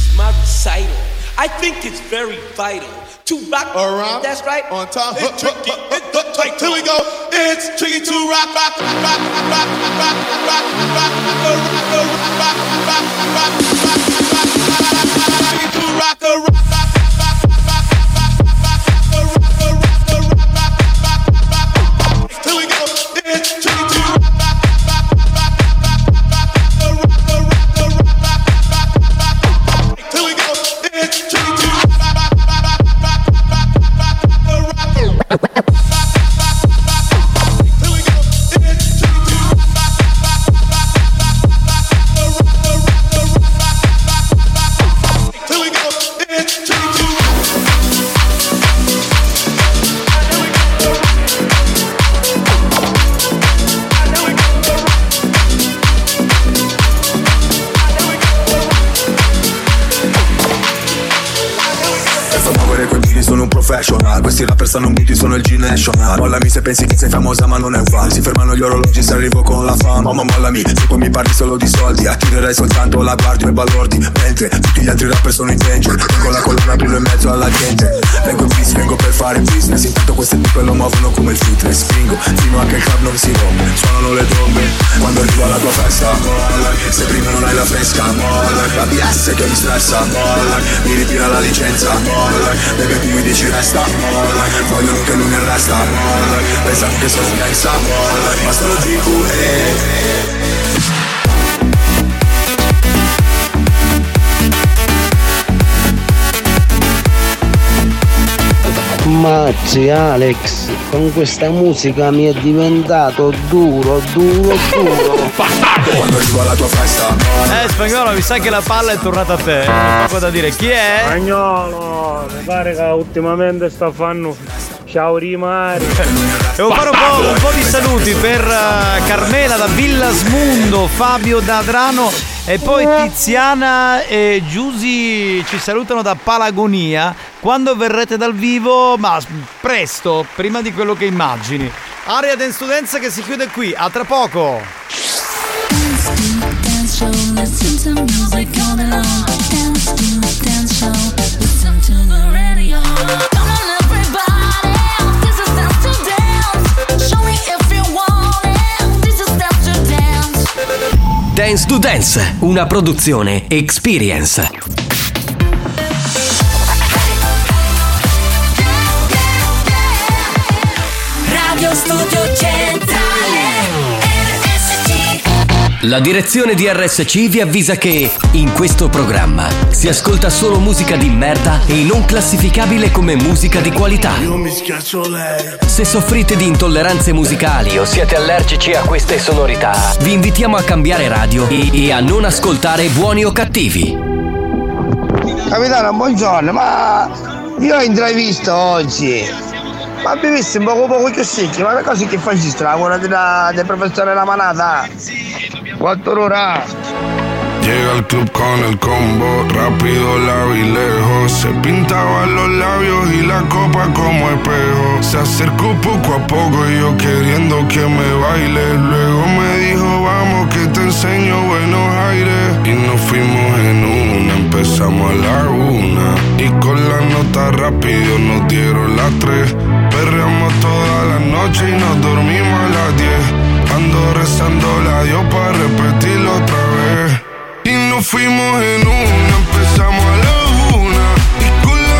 I think it's very vital to rock around. That's right. On time. It's tricky. It's like here we go. It's tricky to rock, rock, rock, rock, rock, rock, rock, rock, rock, rock, rock, rock, questi rapper stanno muti, sono il G-National. Mollami se pensi che sei famosa ma non è un fan. Si fermano gli orologi se arrivo con la fama. Ma mollami se poi mi parli solo di soldi. Attirerai soltanto la guardia e balordi. Mentre tutti gli altri rapper sono in danger. Con la colonna brillo in mezzo alla gente. Vengo in bis, vengo per fare business. Intanto queste tipe lo muovono come il fitness. Spingo fino a che il club non si rompe. Suonano le trombe quando arrivo alla tua festa. Mollami se prima non hai la fresca. Mollami la B S che mi stressa. Mollami mi ritira la licenza. Mollami bebe tu mi dici resta. Vogliono che lui ne resta. Pensano che sono immensa. Ma sono G Q E. Mazzi Alex, con questa musica mi è diventato duro, duro, duro. Quando arrivo alla tua festa. Eh Spagnolo, mi sa che la palla è tornata a te. Non poco da dire. Chi è? Spagnolo, mi pare che ultimamente sta fanno ciao rimari. Devo fare un po', un po' di saluti per uh, Carmela da Villasmundo, Fabio da Adrano e poi Tiziana e Giusy ci salutano da Palagonia. Quando verrete dal vivo? Ma presto, prima di quello che immagini. Area Dance to Dance che si chiude qui, a tra poco. Dance to Dance, una produzione Experience. Radio Studio Centrale R S C. La direzione di R S C vi avvisa che in questo programma si ascolta solo musica di merda e non classificabile come musica di qualità. Io mi schiaccio lei. Se soffrite di intolleranze musicali o siete allergici a queste sonorità, vi invitiamo a cambiare radio e, e a non ascoltare Buoni o Cattivi. Capitano, buongiorno, ma io ho intravisto oggi. Ma mi visto un poco poco più secchi, ma le cose che fai strada, quella della, del professore La Manata? Quattro ora? Llega al club con el combo, rápido la vi lejos. Se pintaba los labios y la copa como espejo. Se acercó poco a poco y yo queriendo que me baile. Luego me dijo vamos que te enseño buenos aires. Y nos fuimos en una, empezamos a la una. Y con la nota rápido nos dieron las tres. Perreamos toda la noche y nos dormimos a las diez. Ando rezando la Dios para repetirlo otra vez. Y nos fuimos en una, empezamos a la una. Y con la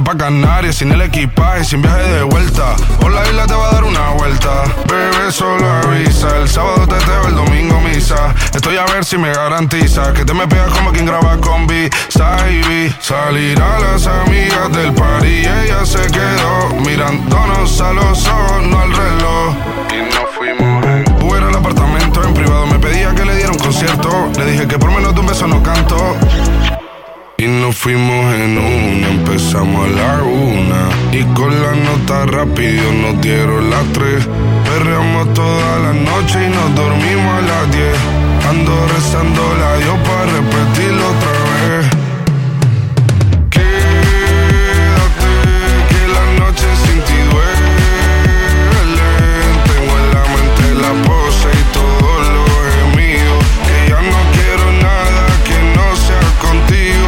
pa' Canarias, sin el equipaje, sin viaje de vuelta. Por la isla te va a dar una vuelta. Bebé, solo avisa. El sábado teteo, el domingo misa. Estoy a ver si me garantiza que te me pegas como quien graba con B. Saibi. Salir a las amigas del party y ella se quedó mirándonos a los ojos, no al reloj. Y nos fuimos en Uber al apartamento en privado. Me pedía que le diera un concierto. Le dije que por menos de un beso no canto. Y nos fuimos en una, empezamos a la una. Y con la nota rápido nos dieron las tres. Perreamos toda la noche y nos dormimos a las diez. Ando rezando la Dios para repetirlo otra vez. Quédate que la noche sin ti duele. Tengo en la mente la pose y todos los gemidos. Que ya no quiero nada que no sea contigo.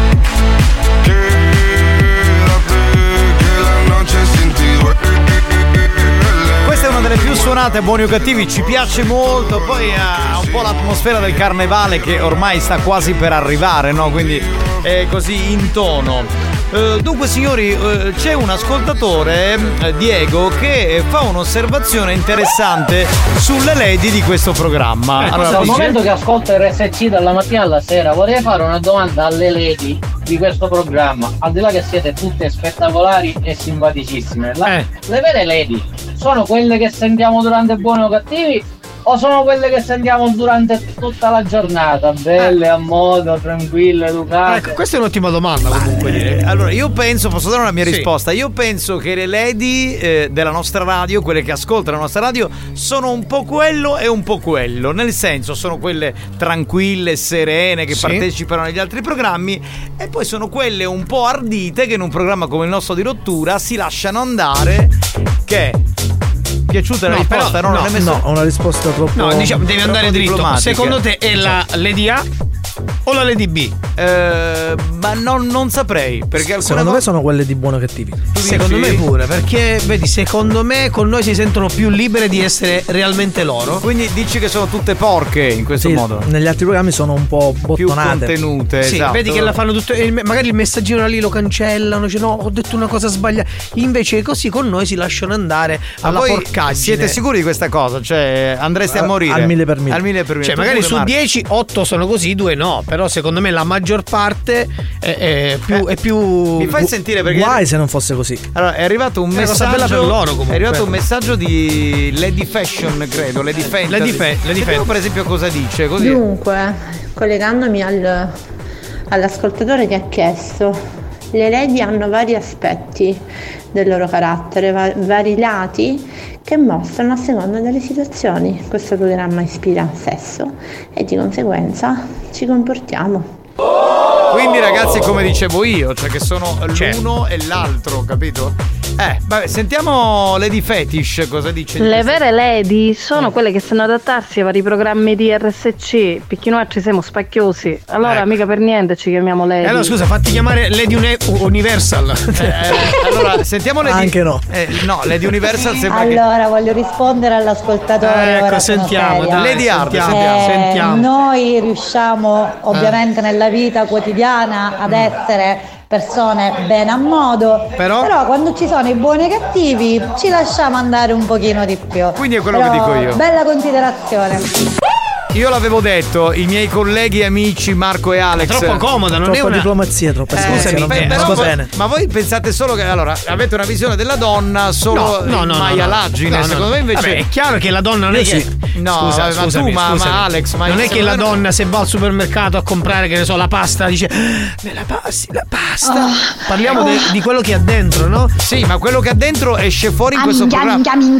Questa è una delle più suonate, Buoni o Cattivi, ci piace molto, poi ha un po' l'atmosfera del carnevale che ormai sta quasi per arrivare, no? Quindi è così in tono. Uh, dunque signori, uh, c'è un ascoltatore, uh, Diego, che fa un'osservazione interessante sulle lady di questo programma. Eh, allora, dal dice... momento che ascolto R S C dalla mattina alla sera, vorrei fare una domanda alle lady di questo programma. Al di là che siete tutte spettacolari e simpaticissime, la, eh. le vere lady sono quelle che sentiamo durante Buoni o Cattivi o sono quelle che sentiamo durante tutta la giornata? Belle, a modo, tranquille, educate. Ecco, questa è un'ottima domanda comunque. Eh, allora io penso, posso dare una mia Sì. risposta? Io penso che le lady eh, della nostra radio, quelle che ascoltano la nostra radio, sono un po' quello e un po' quello. Nel senso, sono quelle tranquille, serene, che Sì. partecipano agli altri programmi, e poi sono quelle un po' ardite che in un programma come il nostro di rottura si lasciano andare. Che piaciuta la No, risposta? però- no, non no, è messo... No, una risposta troppo. No, diciamo, devi andare troppo dritto. diplomatica. Secondo te è la Lady A o la Lady B? Eh, ma non, non saprei, perché alcune Secondo me volte... sono quelle di Buoni o Cattivi. Secondo me pure, perché vedi, secondo me con noi si sentono più libere di essere realmente loro. Quindi dici che sono tutte porche in questo Sì, modo? negli altri programmi sono un po' Più bottonate. contenute, Sì, esatto. vedi che la fanno tutto. il- Magari il messaggino da lì lo cancellano. Dice no, ho detto una cosa sbagliata. Invece così con noi si lasciano andare Ma alla voi porcaggine. siete sicuri di questa cosa? Cioè, andreste a Al- morire? al mille per mille. Al mille per mille. Cioè, Tu magari pure, su Marco. dieci, otto sono così, due no. Però secondo me la maggior parte è, è più. È più Mi fai sentire perché. Guai se non fosse così. Allora, è arrivato un È una cosa messaggio. bella per loro, comunque. È arrivato un messaggio di Lady Fashion, credo. Lady Fantasy. Lady Fa- Lady Sentiamo, Fantasy. per esempio, cosa dice. Così. Dunque, collegandomi al- all'ascoltatore che ha chiesto, le lady hanno vari aspetti del loro carattere, va- vari lati che mostrano a seconda delle situazioni. Questo programma ispira sesso e di conseguenza ci comportiamo. Quindi, ragazzi, come dicevo io, cioè che sono Cioè. l'uno e l'altro, capito? Eh, vabbè, sentiamo Lady Fetish cosa dice. di Le questo. vere lady sono quelle che sanno adattarsi ai vari programmi di R S C, perché noi altri siamo spacchiosi. Allora Ecco. mica per niente ci chiamiamo lady. E allora scusa, fatti chiamare Lady Uni- Universal. Eh, eh, allora, sentiamo Lady. Anche no. Eh, no, Lady Universal sembra che. Allora, voglio rispondere all'ascoltatore. Ecco, ora sono sentiamo, seria. dai, Lady Hard, sentiamo, sentiamo. Eh, sentiamo. Noi riusciamo ovviamente nella vita quotidiana ad essere persone bene a modo, Però? quando ci sono i buoni e i cattivi ci lasciamo andare un pochino di più. Quindi è quello Però, che dico io. Bella considerazione. Io l'avevo detto, i miei colleghi e amici Marco e Alex. Troppo comoda, non è Troppa una. diplomazia, troppa Eh, scusami, sì, non beh, non però va voi- bene. ma voi pensate solo che allora avete una visione della donna solo No, no, no, maialaggine, no, no, no. secondo me invece. Vabbè, è chiaro che la donna non è Io che. sì. No, scusa, vabbè, ma scusami, tu, ma- scusami. ma Alex, ma non è che secondo la me- donna se va al supermercato a comprare, che ne so, la pasta, dice me la passi, la pasta. Parliamo de- di quello che ha dentro, no? Sì, ma quello che ha dentro esce fuori in questo programma.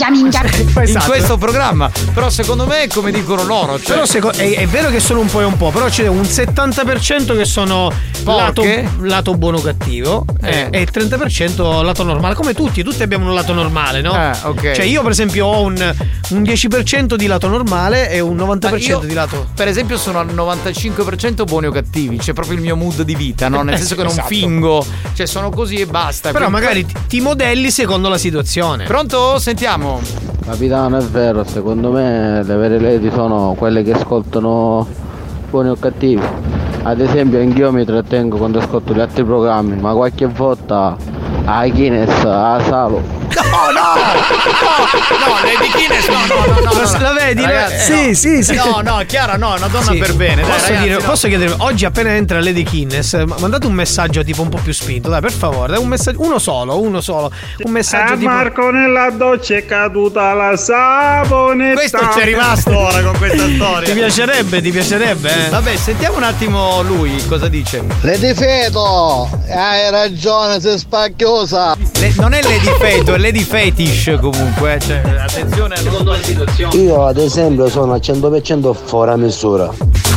In Esatto. questo programma. Però secondo me, come dicono loro, cioè, Però seco- è, è vero che sono un po' e un po', però c'è un settanta per cento che sono lato, Porche. lato buono cattivo Eh. e il trenta per cento lato normale, come tutti, tutti abbiamo un lato normale, no? Eh, ok. Cioè io per esempio ho un, un dieci per cento di lato normale e un novanta per cento io, di lato. per esempio, sono al novantacinque per cento buoni o cattivi. C'è proprio il mio mood di vita, no? Nel Eh, senso sì, che non esatto. fingo, cioè sono così e basta. Però Quindi- magari ti, ti modelli secondo la situazione. Pronto? Sentiamo. Capitano, è vero, secondo me le vere lady sono quelle che ascoltano buoni o cattivi. Ad esempio anch'io mi trattengo quando ascolto gli altri programmi, ma qualche volta a Guinness, a Salo. No, no, no, no, Lady Guinness, no, no, no, no, no. La vedi? Ragazzi, Sì, no. sì, sì. No, no, Chiara, no, è una donna Sì. per bene. Dai, Posso, ragazzi, dire, no. posso chiedere, oggi appena entra Lady Guinness, ma- mandate un messaggio tipo un po' più spinto, dai, per favore, dai, un messaggio, uno solo, uno solo. Un messaggio A tipo. Marco nella doccia è caduta la saponetta. Questo c'è rimasto ora con questa storia. Ti piacerebbe, ti piacerebbe, eh? Vabbè, sentiamo un attimo lui cosa dice. Lady Feto, hai ragione, sei spacchiosa. Le- non è Lady Feto, è Lady Fetish comunque. Cioè, attenzione a non... Io ad esempio sono al cento per cento fuori misura.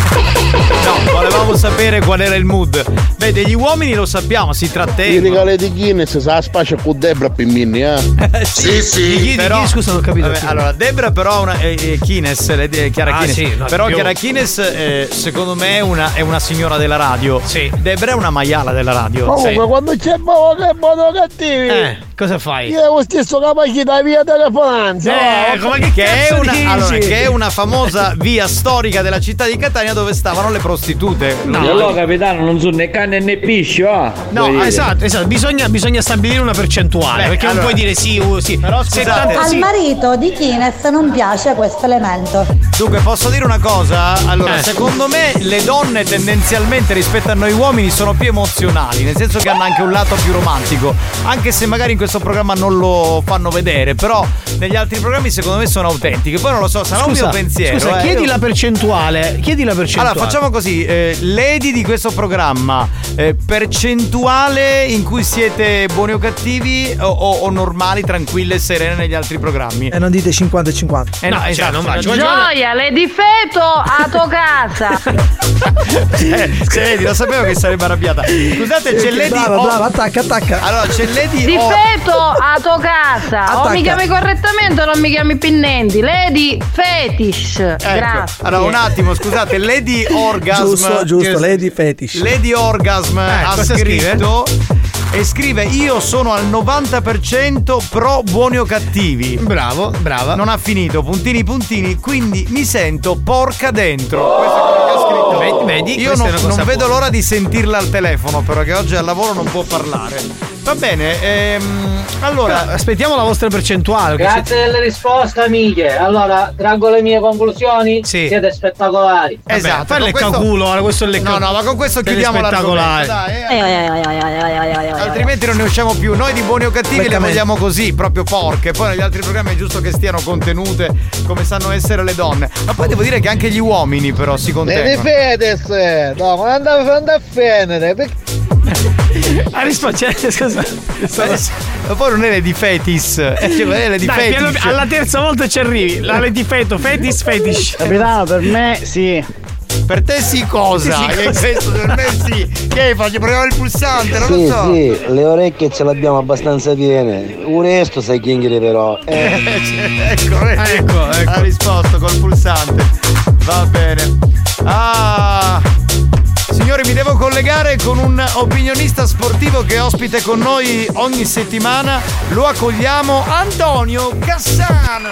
No, volevamo sapere qual era il mood. Beh, degli uomini lo sappiamo, si Io trattengono. dico Lady Guinness, sa spaccia con Debra Pimmini, eh? sì, sì, Di chi, però... di chi, scusa, non ho capito. Vabbè, chi. allora, Debra però è una eh, eh, Kines, eh, Chiara Ah, Kines. sì, no, però più. Chiara Kines eh, secondo me è una, è una signora della radio. Sì. Debra è una maiala della radio. Comunque quando c'è buono che buono cattivi. Eh, cosa fai? Io ho stesso capacità via telefonanza. Eh, va. come che, che, è cazzo una, dici? allora, che è una famosa via storica della città di Catania dove stavano le prostitute. No, allora capitano non sono né canne né piscio, ah. No, Vuoi dire? esatto, esatto. Bisogna, bisogna stabilire una percentuale. Beh, perché allora- non puoi dire sì, uh, sì. Però scusate- settanta Al sì. marito di Kines non piace questo elemento. Dunque, posso dire una cosa? Allora, Eh. secondo me le donne tendenzialmente rispetto a noi uomini sono più emozionali, nel senso che hanno anche un lato più romantico, anche se magari in questo programma non lo fanno vedere, però negli altri programmi secondo me sono autentiche. Poi non lo so, sarà Scusa, un mio pensiero. scusa, eh. chiedi Io- la percentuale. Chiedi la percentuale. Allora, facciamo così, eh, lady di questo programma, eh, percentuale in cui siete buoni o cattivi o, o- o normali, tranquille e serene negli altri programmi? E non dite cinquanta e cinquanta. Eh no, No, cioè, esatto, non va. cioè, Gioia, Lady Feto a tua casa. Eh, se vedi, lo sapevo che sarebbe arrabbiata. Scusate, c'è Lady Brava, O- brava, attacca, attacca. Allora, c'è Lady Di O- Feto a tua casa. O Attacca. mi chiami correttamente o non mi chiami Pinnenti. Lady Fetish. Ecco. Grazie. Allora, un attimo, scusate, Lady Orgasm. Giusto, giusto, che- Lady Fetish. Lady Orgasm ha cosa scritto e scrive: io sono al novanta per cento pro buoni o cattivi. Bravo, brava. Non ha finito, puntini puntini, quindi mi sento porca dentro. Questo è quello che ha scritto. Vedi, vedi, io questa non, è una cosa non vedo buona. l'ora di sentirla al telefono, però che oggi al lavoro non può parlare. Va bene, ehm, allora aspettiamo la vostra percentuale. che Grazie delle risposte, amiche. Allora, traggo le mie conclusioni. Sì. Siete spettacolari. esatto, fai con il questo- leccaculo, ora questo è il leccaculo. No, no, ma con questo Sei chiudiamo spettacolare. l'argomento, dai, eh. Altrimenti non ne usciamo più. Noi di buoni o cattivi le Francamente. vogliamo così, proprio porche. Poi negli altri programmi è giusto che stiano contenute come sanno essere le donne. Ma poi devo dire che anche gli uomini però si Lady contengono. Fedez, no, ma andavo a fenere. perché- Ah, risposta, scusa. Ma poi non è Lady Fetis, è Lady Dai, piano- Fetish. alla terza volta ci arrivi. La Lady Feto, Fetis, Fetish. Capitano, per me sì. Per te sì cosa? Sì, sì, Che cosa? questo per me sì. Che faccio? Proviamo il pulsante, non Sì, lo so. sì, le orecchie ce le abbiamo abbastanza piene. Un resto sai chiingere però. Eh, Eh. cioè, ecco, vedi? Ecco, ecco. Ha risposto col pulsante. Va bene. Ah. Signori, mi devo collegare con un opinionista sportivo che è ospite con noi ogni settimana. Lo accogliamo, Antonio Cassan.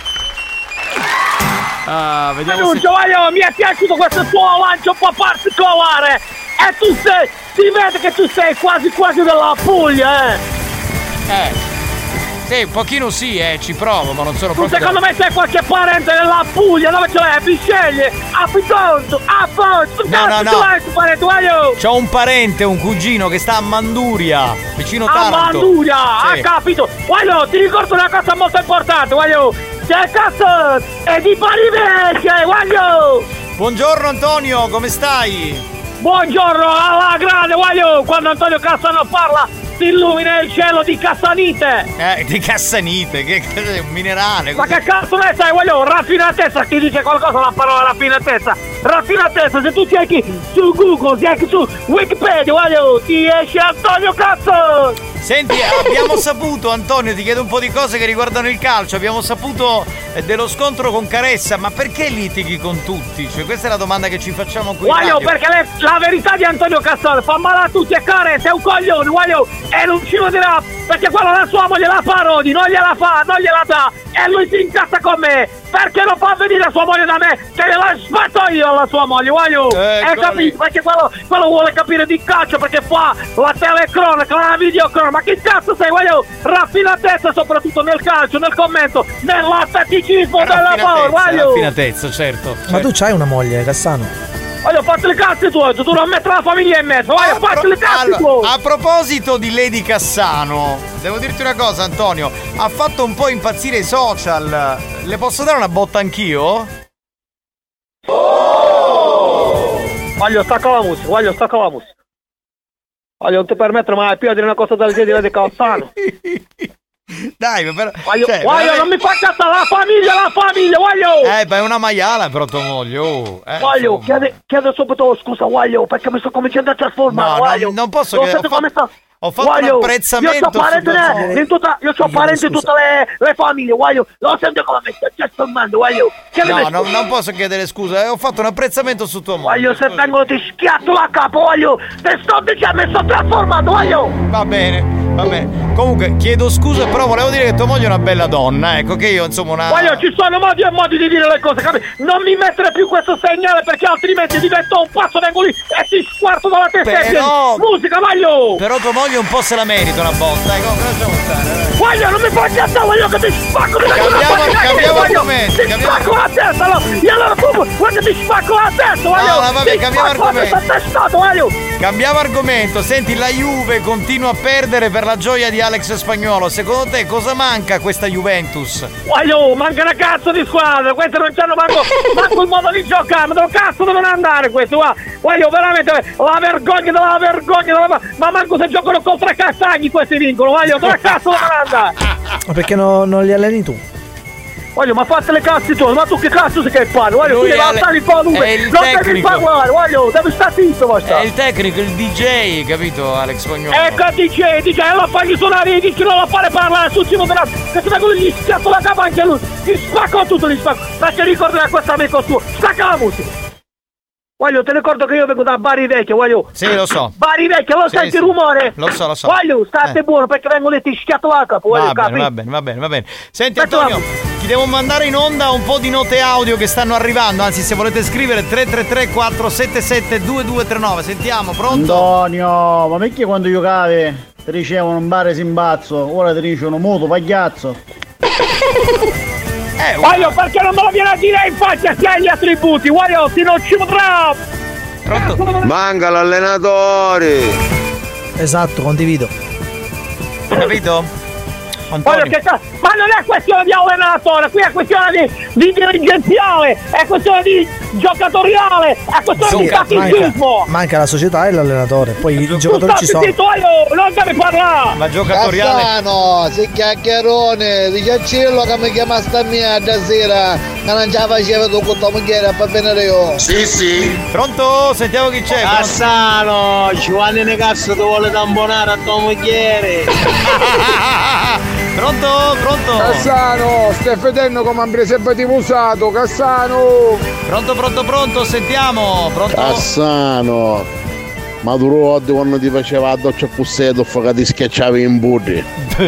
Ah, vediamo se... Annuncio, voglio, mi è piaciuto questo tuo lancio un po' particolare. E tu sei, si vede che tu sei quasi quasi della Puglia, eh. Eh. Sì, un pochino sì, eh, ci provo, ma non sono Tu proprio... secondo me sei qualche parente della Puglia, dove ce l'hai? Vi sceglie, a Bitonto, a Fonte, tu No, cazzo no, ce no. l'hai tu parente, voglio. C'ho un parente, un cugino che sta a Manduria, vicino A Taranto. Manduria, Sì. ha capito? Voglio, ti ricordo una cosa molto importante, voglio. Che cazzo è di Palivecchia, voglio. Buongiorno Antonio, come stai? Buongiorno, alla grande, voglio. Quando Antonio Cassano parla, si illumina il cielo di Cassanite. Eh, di Cassanite, che che è un minerale. Ma che cazzo ne sai, voglio, raffinatezza, chi dice qualcosa la parola raffinatezza? Raffinatezza, se tu cerchi su Google, cerchi su Wikipedia, voglio, ti esce Antonio Cazzo! Senti, abbiamo saputo, Antonio, ti chiedo un po' di cose che riguardano il calcio. Abbiamo saputo eh, dello scontro con Caressa, ma perché litighi con tutti? Cioè, questa è la domanda che ci facciamo qui. in Voglio, radio. perché le- la verità di Antonio Cassano fa male a tutti e care, sei un coglione, voglio, e non ci lo dirà, perché quello la sua moglie la parodi, non gliela fa, non gliela dà, e lui si incazza con me perché non fa venire sua moglie da me che gliela sbatto io alla sua moglie, voglio Eh, hai capito? Perché quello, quello vuole capire di calcio perché fa la telecronaca, la videocronaca, ma che cazzo sei, voglio raffinatezza soprattutto nel calcio, nel commento, nell'atteticismo della paura, voglio Raffinatezza, certo. Ma tu c'hai una moglie, Cassano? voglio fatti le cazzi tuoi, tu non mettere la famiglia in mezzo, voglio fatti le cazzi Allora, tuoi. a proposito di Lady Cassano, devo dirti una cosa, Antonio, ha fatto un po' impazzire i social. Le posso dare una botta anch'io? Voglio stacca la musica, voglio stacca la musica. Voglio non ti permettere mai più di dire una cosa del genere di Cassano. Dai, però. Voglio, cioè, voglio veramente- non mi fa cazzare la famiglia, la famiglia, voglio! Eh, beh, è una maiala però tua moglie, oh. Eh, Voglio, insomma. chiede, chiede subito scusa, voglio, perché mi sto cominciando a trasformare, No, voglio. non- non posso Non che- sento ho fatto- come sta- ho fatto un voglio, apprezzamento Io ho parenti su ne- in tutta, io ho parenti in tutte le, le famiglie, voglio. Non sento come mi sto trasformando, voglio. Chiedimi No, no, scusa. non posso chiedere scusa, eh, ho fatto un apprezzamento su tua moglie. Voglio, se vengono ti schiatto la capo, voglio. Te sto dicendo, mi sto trasformando, voglio. Va bene, va bene. Comunque, chiedo scusa, però volevo dire che tua moglie è una bella donna, ecco, che io insomma una. Voglio, ci sono modi e modi di dire le cose, capi? Non mi mettere più questo segnale perché altrimenti divento un pazzo, vengo lì e ti squarto dalla testa e Però- musica, voglio! Però tua moglie un po' se la merita una botta, ecco, cosa lasciamo stare, eh. Voglio, non mi fai cazzare, voglio che ti spacco di Cambiamo- cambiamo argomento, Ti cambiamo- spacco la testa, no? Io allora tu, guarda che ti spacco la testa, voglio! No, no, vabbè, Ti cambiamo spacco la testa argomento. testato, voglio! Cambiamo argomento, senti, la Juve continua a perdere per la gioia di Alex Spagnuolo. Secondo te cosa manca a questa Juventus? Voglio, manca una cazzo di squadra, questi non c'hanno manco, manco il modo di giocare, ma dove cazzo devono andare questi, guarda? Voglio veramente la vergogna della vergogna della... Ma manco se giocano contro i castagni questi vincono, voglio, dove cazzo devono andare? Ma perché no- non li alleni tu? Voglio, ma fate le cazzi tu, ma tu che cazzo sei che parli? Voglio, tu Lui devi è alzare il è volume, il non devi tecnico. parlare, voglio, devi stare zitto, basta. È il tecnico, il D J, capito Alex Spagnuolo? Ecco D J, D J, allora fagli suonare i dischi, non lo fare parlare sul cimo della... Che se vengono gli schiatto la capa anche lui, gli spacco tutto, gli spacco. Perché ricorda questo amico tuo, stacca la musica. Voglio, ti ricordo che io vengo da Bari Vecchio, voglio. Sì, lo so. Bari Vecchio, lo Sì, senti sì. il rumore? Lo so, lo so. Voglio, state Eh. buono perché vengo lì ti schiatto la capa, voglio, Va bene, capi? va bene, va bene, va bene. Senti Aspetta, Antonio, ti devo mandare in onda un po' di note audio che stanno arrivando. Anzi, se volete scrivere tre tre tre quattro sette sette due due tre nove. Sentiamo, pronto? Antonio, ma perché quando giocavi ti dicevano un bare simbazzo, ora ti dicono muto pagliazzo? Eh, Voglio, perché non me lo viene a dire in faccia che hai gli attributi, voglio, ti non ci potrà! Manca l'allenatore. Esatto, condivido. Capito? Voglio che ca- ma non è questione di allenatore, qui è questione di, di dirigenziale, è questione di giocatoriale, è questione di tatticismo! Manca, manca la società e l'allenatore. Poi i giocatori ci sono. Zitto, voglio, non devi parlare! Ma giocatoriale. Cassano, sei chiacchierone, dice a Cillo che mi chiama sta mia stasera, che non ce la faceva tu con tua moglie, fa venire io. Sì, sì. Pronto? Sentiamo chi c'è. Cassano, Giovanni ne cazzo ti vuole tamponare a tua moglie. Pronto? Pronto? Cassano, stai vedendo come un preservativo usato, Cassano! Pronto, pronto, pronto, sentiamo. Pronto? Cassano, ma tu oggi quando ti faceva la doccia a Pusseto che ti schiacciavi in butti.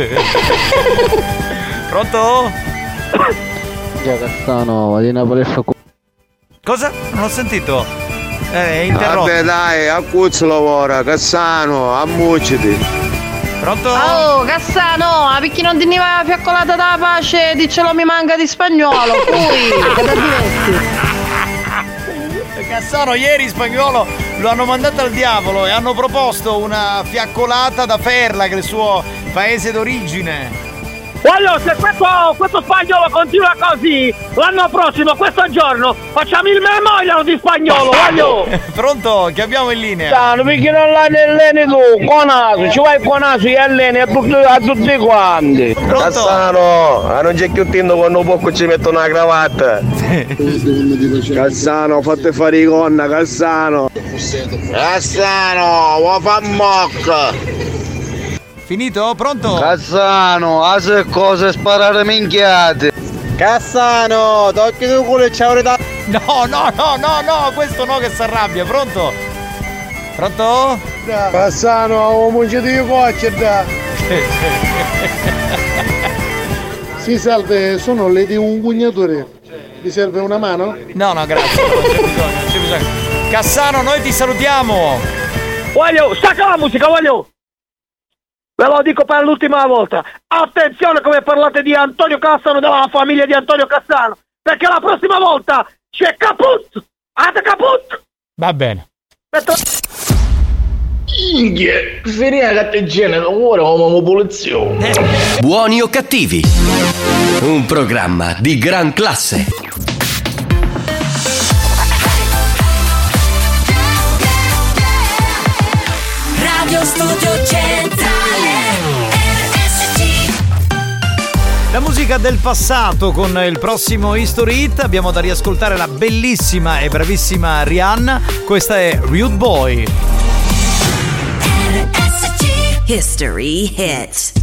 Pronto? Già Cassano, vadi in palestra. Cosa? Non ho sentito. Eh, è interrotto. Vabbè dai, accuzzalo ora, Cassano, ammucciti. Pronto? Oh, Cassano, a perché non ti ne vai fiaccolata dalla pace, diccelo mi manca di spagnolo, poi, che da diverti. Cassano ieri Spagnuolo lo hanno mandato al diavolo e hanno proposto una fiaccolata da Ferla, che è il suo paese d'origine. Voglio, se questo, questo spagnolo continua così, l'anno prossimo, questo giorno, facciamo il memorial di spagnolo, voglio! Pronto? Che abbiamo in linea? Ciao, perché non la alleni tu, Conaso, ci vai Conaso e alleni a tutti, a tutti quanti. Cassano, a non c'è più tinto quando poco ci mettono una cravatta. Cassano, fate fare i gonna, Cassano. Cassano, vuoi fa mocca? Finito? Pronto? Cassano, a se cose sparare minchiate. Cassano, tocchi tu culo e ciao da... No, no, no, no, no, questo no che si arrabbia. Pronto? Pronto? Cassano, ho mangiato io coccia da. Si salve, sono le di un cugnatore. Vi serve una mano? No, no, grazie, non c'è bisogno, non c'è bisogno. Cassano, noi ti salutiamo. Voglio, stacca la musica, voglio. Ve lo dico per l'ultima volta. Attenzione come parlate di Antonio Cassano, della famiglia di Antonio Cassano. Perché la prossima volta c'è caput. Ate caput. Va bene. Inghie, finire catteggene, ora come popolazione. Buoni o cattivi? Un programma di gran classe. Radio Studio Centrale R S C. La musica del passato con il prossimo History Hit. Abbiamo da riascoltare la bellissima e bravissima Rihanna. Questa è Rude Boy. R S C History Hit.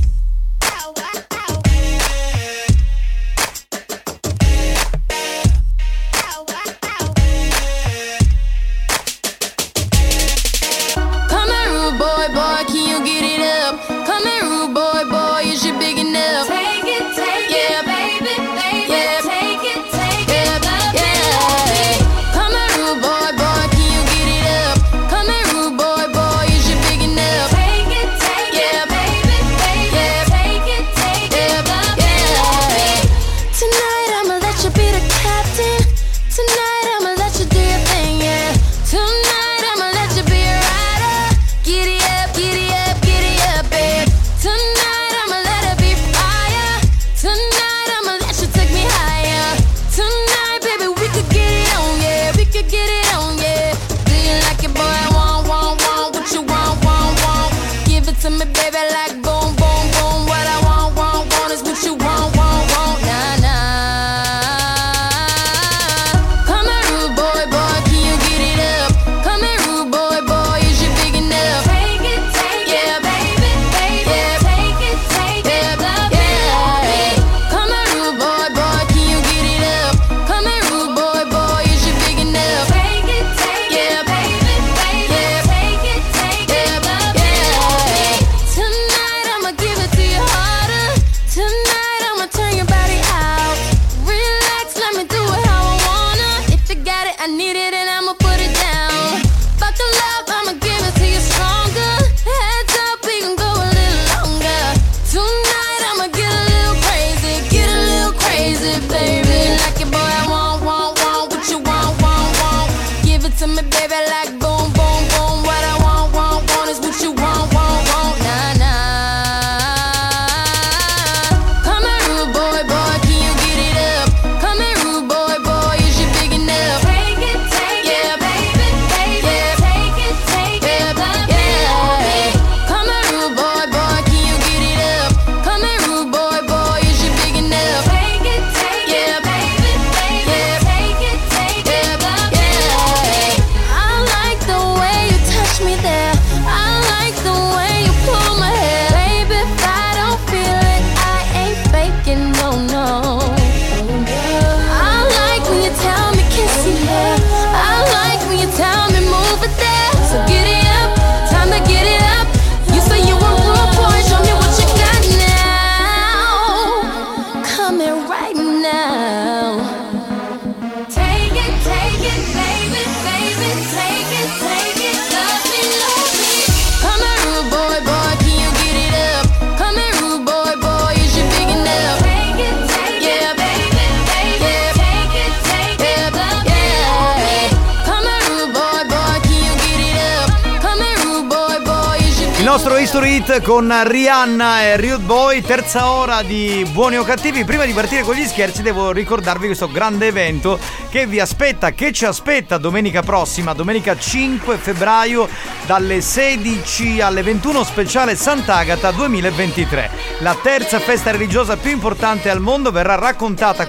Il nostro History Hit con Rihanna e Rude Boy, terza ora di Buoni o Cattivi. Prima di partire con gli scherzi devo ricordarvi questo grande evento che vi aspetta, che ci aspetta domenica prossima, domenica cinque febbraio dalle sedici alle ventuno, speciale Sant'Agata duemilaventitré. La terza festa religiosa più importante al mondo verrà raccontata qui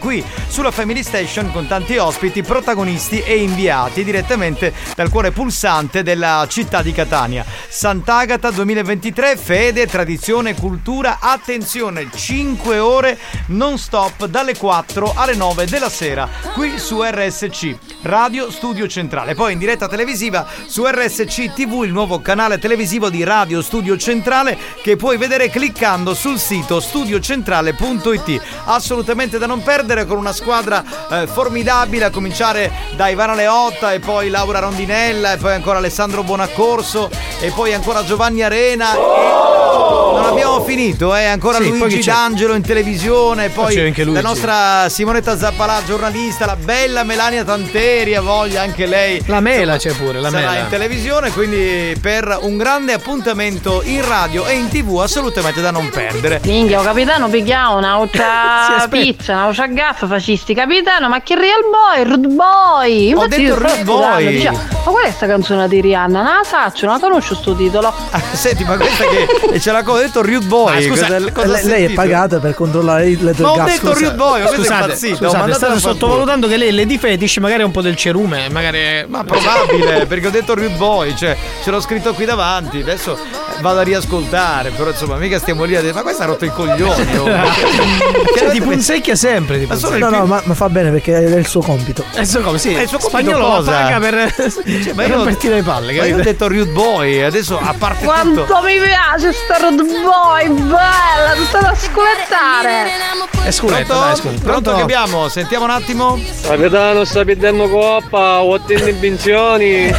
sulla Family Station con tanti ospiti, protagonisti e inviati direttamente dal cuore pulsante della città di Catania. Sant'Agata duemilaventitré, fede, tradizione, cultura, attenzione, cinque ore non stop dalle quattro alle nove della sera qui su R S C Radio Studio Centrale, poi in diretta televisiva su R S C T V, il nuovo canale televisivo di Radio Studio Centrale che puoi vedere cliccando sul sito studiocentrale punto it. Assolutamente da non perdere, con una squadra eh, formidabile, a cominciare da Ivana Leotta e poi Laura Rondinella e poi ancora Alessandro Buonaccorso e poi ancora Giovanni Arena e non abbiamo finito, eh, ancora sì, Luigi D'Angelo in televisione, poi anche la nostra Simonetta Zappalà, giornalista, la bella Melania Tanteri, ha voglia anche lei. La Mela c'è pure, la sarà Mela in televisione, quindi per un grande appuntamento in radio e in tv assolutamente da non perdere. Minchia, oh, capitano, picchiamo un'altra pizza, un'altra gaffa, fascisti, capitano, ma che real boy, rude boy. Infatti ho detto rude boy. Diceva, ma qual è sta canzone di Rihanna? Non la saccio, non la conosco sto titolo. Ah, senti, ma questa che ce l'ha detto rude boy. Ah, scusa, cosa, cosa lei, lei è pagata per controllare le tue ma ho gas, detto rude boy, scusate, scusate, state sottovalutando che lei Lady Fetish magari è un po' del cerume, magari. Ma probabile, perché ho detto rude boy, cioè ce l'ho scritto qui davanti, adesso vado a riascoltare, però insomma mica stiamo lì a dire ma questa ha rotto i coglioni. Oh. Cioè, ti punzecchia sempre, ti punzecchia. No, no, ma, ma fa bene perché è il suo compito. È il suo compito, sì. È il suo compito. Spagnolo cosa? la paga per, cioè, ma per io non partire le palle. Ma io ho detto rude boy, adesso a parte quanto tutto. mi piace sta rude boy, bella, tutta da sculettare. È sculetta, Pronto? dai, sculetta. Pronto che abbiamo? Sentiamo un attimo. Capitano, sta perdendo coppa, ottieni benzioni.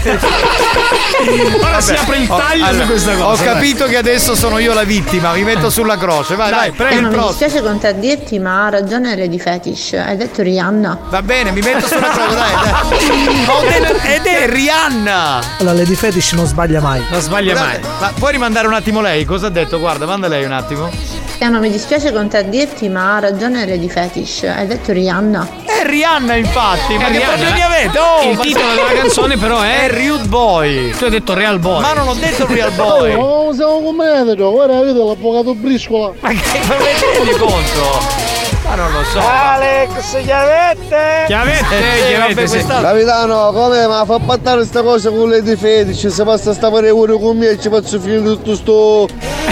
Ora si apre il taglio allora, su questa cosa. Ho dai. capito che adesso sono io la vittima, mi metto sulla croce. Vai, Dai, vai, prego. il Non mi prossimo. dispiace contraddirti, ma ha ragione Lady Fetish. Hai detto Rihanna. Va bene, mi metto sulla croce, dai, dai. Ho detto, ed è Rihanna. Allora, Lady Fetish non sbaglia mai. Non sbaglia mai. Ma puoi rimandare un attimo lei? Cosa ha detto? Guarda, manda lei un attimo. Eh, non mi dispiace contraddirti, ma ha ragione Lady Fetish. Hai detto Rihanna. È Rihanna, infatti, ma È che Rihanna, problemi eh? avete? Oh, il ma titolo se- della canzone però è È Rude Boy. Tu hai detto Real Boy. Ma non ho detto Real Boy. Oh, non siamo come metro, ora avete l'avvocato briscola. Ma che ma vi rendi conto? Ma non lo so. Alex, chiavette! Chiavette, Eh, chiavette, vabbè, sì. questa- Capitano, come ma fa pattare questa cosa con le di Fetici? Se basta stare pure con me e ci faccio finire tutto sto.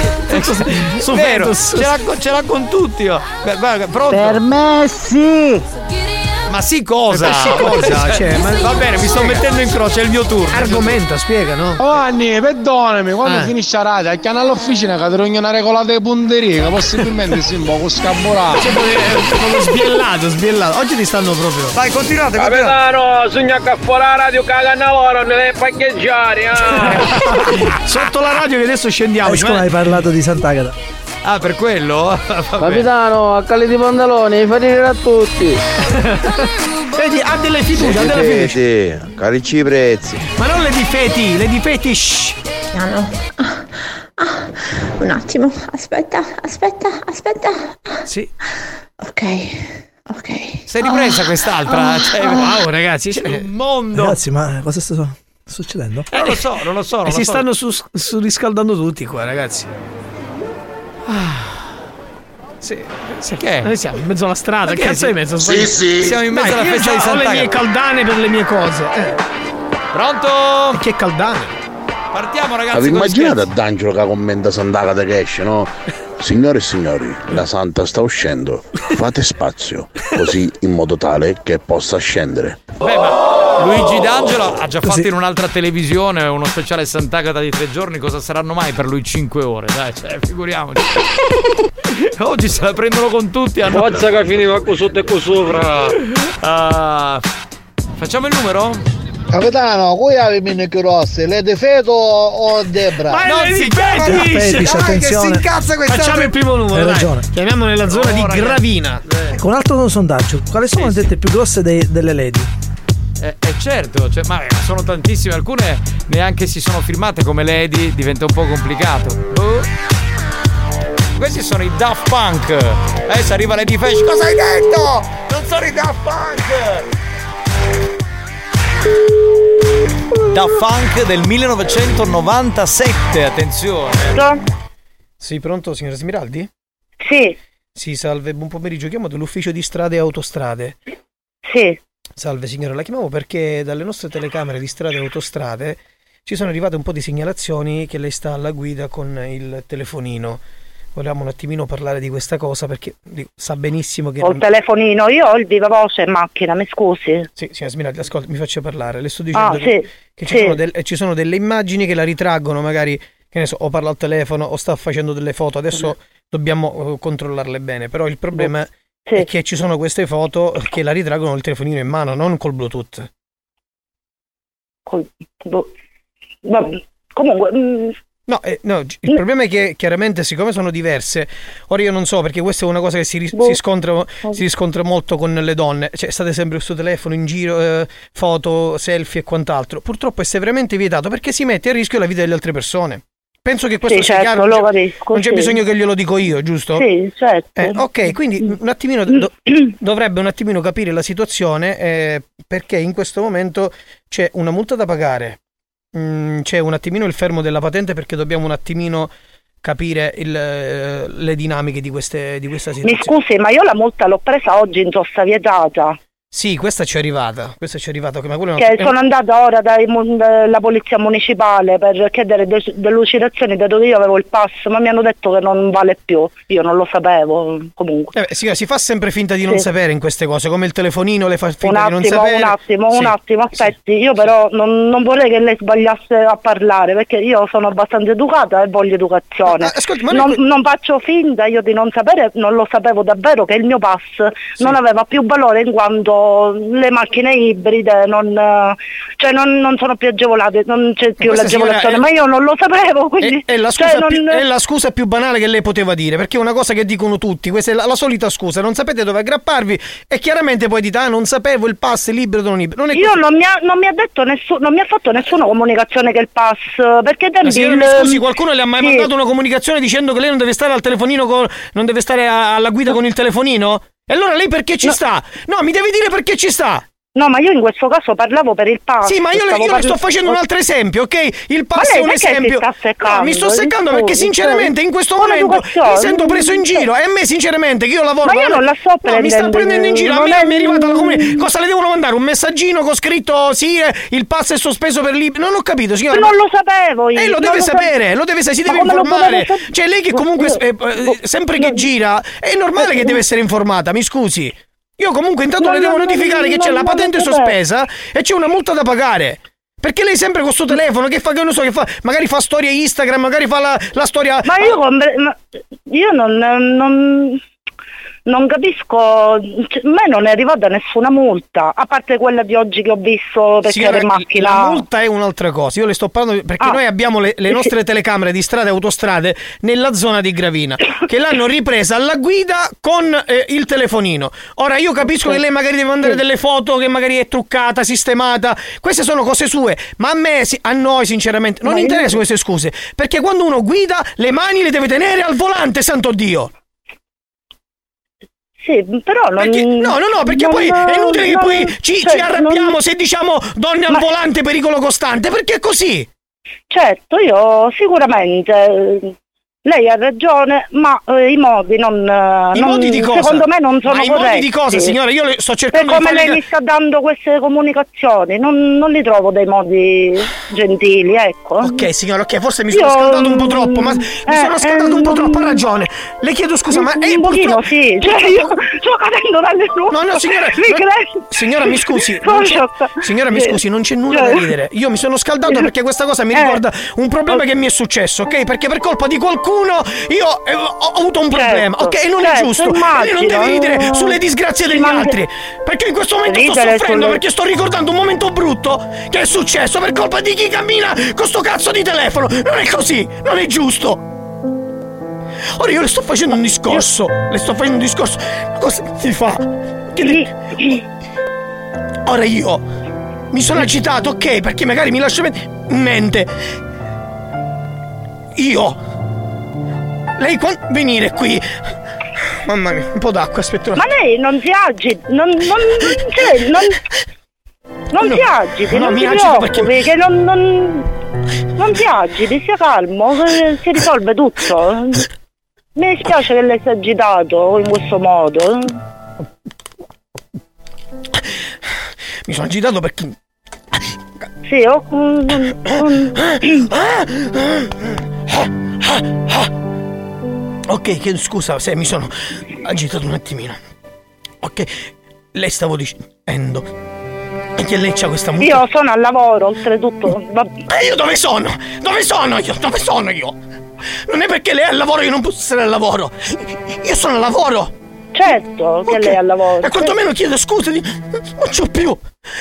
Su Vero, Fetus. ce l'ha, con- ce l'ha con tutti. Oh. Guarda, guarda, pronto? Permessi! Ma sì, cosa? Ma sì, cosa? Cioè, ma- Va bene, mi sto mettendo in croce, è il mio turno. Argomenta, spiega, no? Oh Anni, perdonami, quando Eh. finisce la radio, chiama all'officina che ti una regolata di punteria, che possibilmente si un po' scaburato. Cioè, proprio sbiellato, sbiellato. Oggi ti stanno proprio. Vai, continuate, continuate. Capitano, sogna che fuori la radio cagano ora, ne deve paccheggiare, ah! Sotto la radio che adesso scendiamo. Eh, cioè, siccome hai parlato di Sant'Agata. Ah, per quello? Vabbè. Capitano, a calli di pantaloni, fai ridere a tutti. Vedi, ha delle fiducie, ha delle fiducie. Fede, carici i prezzi. Ma non le di feti, le di fetish. Piano. Ah, ah, un attimo, aspetta, aspetta, aspetta. Sì. Ok, ok. Sei ripresa quest'altra? Cioè, Wow, ragazzi, c'è cioè, un mondo. Ragazzi, ma cosa sta succedendo? Non lo so, non lo so. Non e lo si so. stanno su, su riscaldando tutti qua, ragazzi. Ah. Sì, sì. Che è? Noi siamo in mezzo alla strada, Ma che che cazzo sì? in mezzo? Sì, sì. Siamo in mezzo Dai, alla io festa di già ho le Sant'Agata. mie caldane per le mie cose. Eh. Pronto? E che caldane? Partiamo, ragazzi. Avete con gli immaginato scherzi. a D'Angelo che commenta Sant'Agata che esce, no? Signore e signori, la Santa sta uscendo. Fate spazio, così in modo tale che possa scendere. Beh, ma Luigi D'Angelo ha già Così. fatto in un'altra televisione uno speciale Sant'Agata di tre giorni. Cosa saranno mai per lui cinque ore? Dai, cioè, figuriamoci. Oggi se la prendono con tutti. Hanno... Forza che finiva qua sotto e qua sopra. Ah, facciamo il numero? Capitano, qui avevi minchie rosse, le de Feto o Debra? Ma Non è si di chiama fetish! Fetish, Dai, che attenzione. si incazza questa. Facciamo il primo numero, Hai dai. ragione. Chiamiamo nella zona Oh, di ragazzi. Gravina. Ecco, un altro sondaggio. Quali sono le dette più grosse dei- delle lady? Eh, eh, certo, cioè, ma sono tantissime, alcune neanche si sono firmate come lady, diventa un po' complicato. Oh. Questi sono i Daft Punk. Adesso arriva Lady Flash. Cosa hai detto? Non sono i Daft Punk. Daft Punk del millenovecentonovantasette, attenzione. Sì, pronto, signora Smiraldi? Sì. Sì, salve, buon pomeriggio. Chiamo dall'ufficio di strade e autostrade. Sì. Salve signora, la chiamavo perché dalle nostre telecamere di strade e autostrade ci sono arrivate un po' di segnalazioni che lei sta alla guida con il telefonino. Volevamo un attimino parlare di questa cosa perché sa benissimo che... Col non... telefonino, io ho il viva voce in macchina, mi scusi? Sì, signora Smiraldi, ascolti, mi faccia parlare. Le sto dicendo Ah, che, sì, che ci, sì. sono del- ci sono delle immagini che la ritraggono, magari, che ne so, o parla al telefono o sta facendo delle foto. Adesso dobbiamo eh, controllarle bene, però il problema Sì. è che ci sono queste foto che la ritraggono il telefonino in mano, non col Bluetooth. Col- boh. Vabbè, comunque... mm, No, eh, no, il problema è che chiaramente siccome sono diverse, ora io non so perché questa è una cosa che si, ris- Boh. si, scontra, si riscontra molto con le donne, cioè state sempre sul telefono in giro, eh, foto, selfie e quant'altro, purtroppo è severamente vietato perché si mette a rischio la vita delle altre persone. Penso che questo Sì, sia certo, chiaro, lo non c'è, capisco, non c'è sì. bisogno che glielo dico io, giusto? Sì, certo. Eh, ok, quindi un attimino do- dovrebbe un attimino capire la situazione eh, perché in questo momento c'è una multa da pagare. Mm, c'è un attimino il fermo della patente perché dobbiamo un attimino capire il, eh, le dinamiche di, queste, di questa Mi situazione. scusi, ma io la multa l'ho presa oggi in sosta vietata. Sì, questa ci è arrivata, questa ci è arrivata, ma quello è Che una- sono andata ora dai mu- dalla polizia municipale per chiedere de- delucidazioni da dove io avevo il pass, ma mi hanno detto che non vale più. Io non lo sapevo, comunque. Eh beh, signora, si fa sempre finta di non Sì. sapere in queste cose, come il telefonino le fa finta Un di non attimo, sapere. un attimo, Sì. un attimo, aspetti, io però non, non vorrei che lei sbagliasse a parlare perché io sono abbastanza educata e voglio educazione. Ah, ascolti, ma non, lei- non faccio finta io di non sapere, non lo sapevo davvero che il mio pass non aveva più valore in quanto le macchine ibride non, eh, cioè non, non sono più agevolate, non c'è più questa l'agevolazione, signora è- ma io non lo sapevo, quindi È la, cioè, scusa più, non- è la scusa più banale che lei poteva dire, perché è una cosa che dicono tutti, questa è la, la solita scusa, non sapete dove aggrapparvi e chiaramente poi dite, ah non sapevo il pass è libero o non libero. Non è io così. non mi, ha, non mi ha detto nessuno, non mi ha fatto nessuna comunicazione che il pass, perché ai tempi Ma signora, il- mi scusi, qualcuno le ha mai sì. mandato una comunicazione dicendo che lei non deve stare al telefonino con, non deve stare a- alla guida con il telefonino? E allora lei perché ci No. sta? No, mi devi dire perché ci sta. No, ma io in questo caso parlavo per il pass. Sì, ma io, le, stavo io le sto parla- facendo un altro esempio, ok? Il Ma pass lei è un perché si esempio. sta seccando? No, mi sto seccando perché Scusi, sinceramente cioè, in questo con momento educazione, mi sento preso in non- giro e a me sinceramente che io lavoro Ma io non la sto no, mi prendendo sta prendendo in giro, a non me è- mi è arrivata la comunicazione. Cosa le devono mandare? Un messaggino con scritto sì, eh, il pass è sospeso per libero. Non ho capito, signora. Non lo sapevo io. Eh, lo non deve lo sapere, sapevo. lo deve sapere, si Ma deve come lo informare. potevo sap- Cioè, lei che Ma comunque io- eh, eh, sempre che gira, è normale che deve essere informata, mi scusi. Io comunque intanto Non le devo lo- notificare che non- c'è la non lo patente sapevo. sospesa e c'è una multa da pagare. Perché lei sempre con sto telefono che fa, che non so, che fa, magari fa storia Instagram, magari fa la, la storia. Ma io, compre- ma io non, non, non capisco, cioè, a me non è arrivata nessuna multa, a parte quella di oggi che ho visto perché Signora, ero in macchina. la multa è un'altra cosa. Io le sto parlando perché Ah. noi abbiamo le, le nostre telecamere di strade e autostrade nella zona di Gravina che l'hanno ripresa alla guida con eh, il telefonino. Ora io capisco che lei magari deve mandare delle foto che magari è truccata, sistemata. Queste sono cose sue, ma a me, si- a noi sinceramente non Ma io- interessano queste scuse, perché quando uno guida le mani le deve tenere al volante, santo Dio. Sì, però non... Perché- no, no, no, perché non- poi è inutile che non- poi ci, cioè, ci arrabbiamo non- se diciamo donne al Ma- volante, pericolo costante, perché è così. Certo, io sicuramente eh, lei ha ragione, ma eh, i modi non, eh, I non- modi di cosa? secondo me non sono Ma i corretti. modi di cosa, signora? Io le sto Per cercando come di lei farle... mi sta dando queste comunicazioni, non, non li trovo dei modi gentili, ecco. Ok, signora, ok, forse mi sono Io- scaldato un po' troppo, ma mi eh, sono scaldato eh, un po' non- troppo, ha ragione. Le chiedo scusa, ma un è pochino purtroppo... sì, cioè io sto cadendo dalle nuvole. No, no, signora, mi no, credi? signora, mi scusi, Sono non c'è- scioccata. signora, mi Sì. scusi, non c'è nulla Cioè- da ridere. Io mi sono scaldato perché questa cosa mi Eh. ricorda un problema che mi è successo, ok? Perché per colpa di qualcuno io eh, ho avuto un problema, Certo, ok? E non è certo, giusto. immagino. Lei non deve ridere sulle disgrazie Ci degli manca- altri, perché in questo momento sto Ridere soffrendo sulle- perché sto ricordando un momento brutto che è successo per colpa di chi cammina con sto cazzo di telefono. Non è così, non è giusto. Ora io le sto facendo un discorso, le sto facendo un discorso. Cosa si fa? Che de- Ora io mi sono agitato, ok, perché magari mi lascio in mente. Io. Lei quando venire qui. Mamma mia, un po' d'acqua, aspetta. Ma lei non si agiti, non, non, cioè, non, non No, si agiti, no, non mi si agito preoccupi, perché- che non, non, non si agiti, sia calmo, che si risolve tutto. Mi dispiace che lei sia agitato in questo modo. Mi sono agitato perché... Sì, ho... Ok, chiedo scusa se mi sono agitato un attimino. Ok, lei stavo dicendo che lei c'ha questa multa. Io sono al lavoro, oltretutto. E io dove sono? Dove sono io? Dove sono io? Non è perché lei è al lavoro io non posso essere al lavoro. Io sono al lavoro. Certo che okay. Lei è al lavoro. E quantomeno chiedo scusa di... Non c'ho più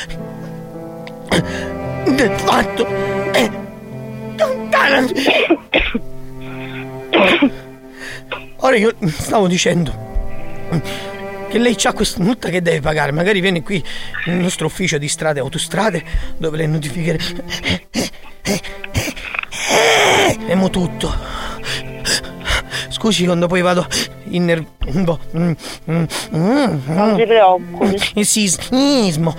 del fatto è... Ora io stavo dicendo che lei c'ha questa multa che deve pagare. Magari viene qui nel nostro ufficio di strade e autostrade dove le notificheremo e mo tutto. Scusi quando poi vado in ner... un po'. Non si preoccupi. Il sismismo.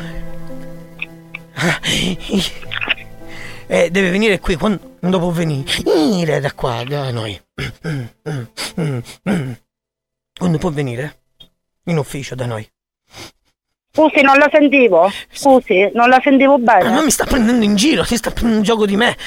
Eh, deve venire qui quando può venire da qua da noi. Quando può venire? In ufficio da noi. Scusi, non la sentivo. Scusi, non la sentivo bene. Ma mi sta prendendo in giro, si sta prendendo un gioco di me.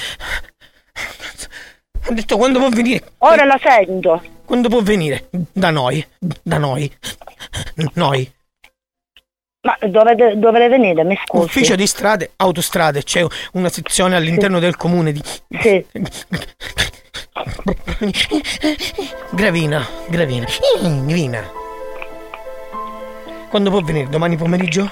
Ho detto quando può venire. Ora la sento. Quando può venire? Da noi. Da noi. Noi. Ma dovete, dovete venire, mi scusi. Ufficio di strade, autostrade, c'è una sezione all'interno sì. del comune di... Sì. Gravina, Gravina, Gravina. Quando può venire? Domani pomeriggio?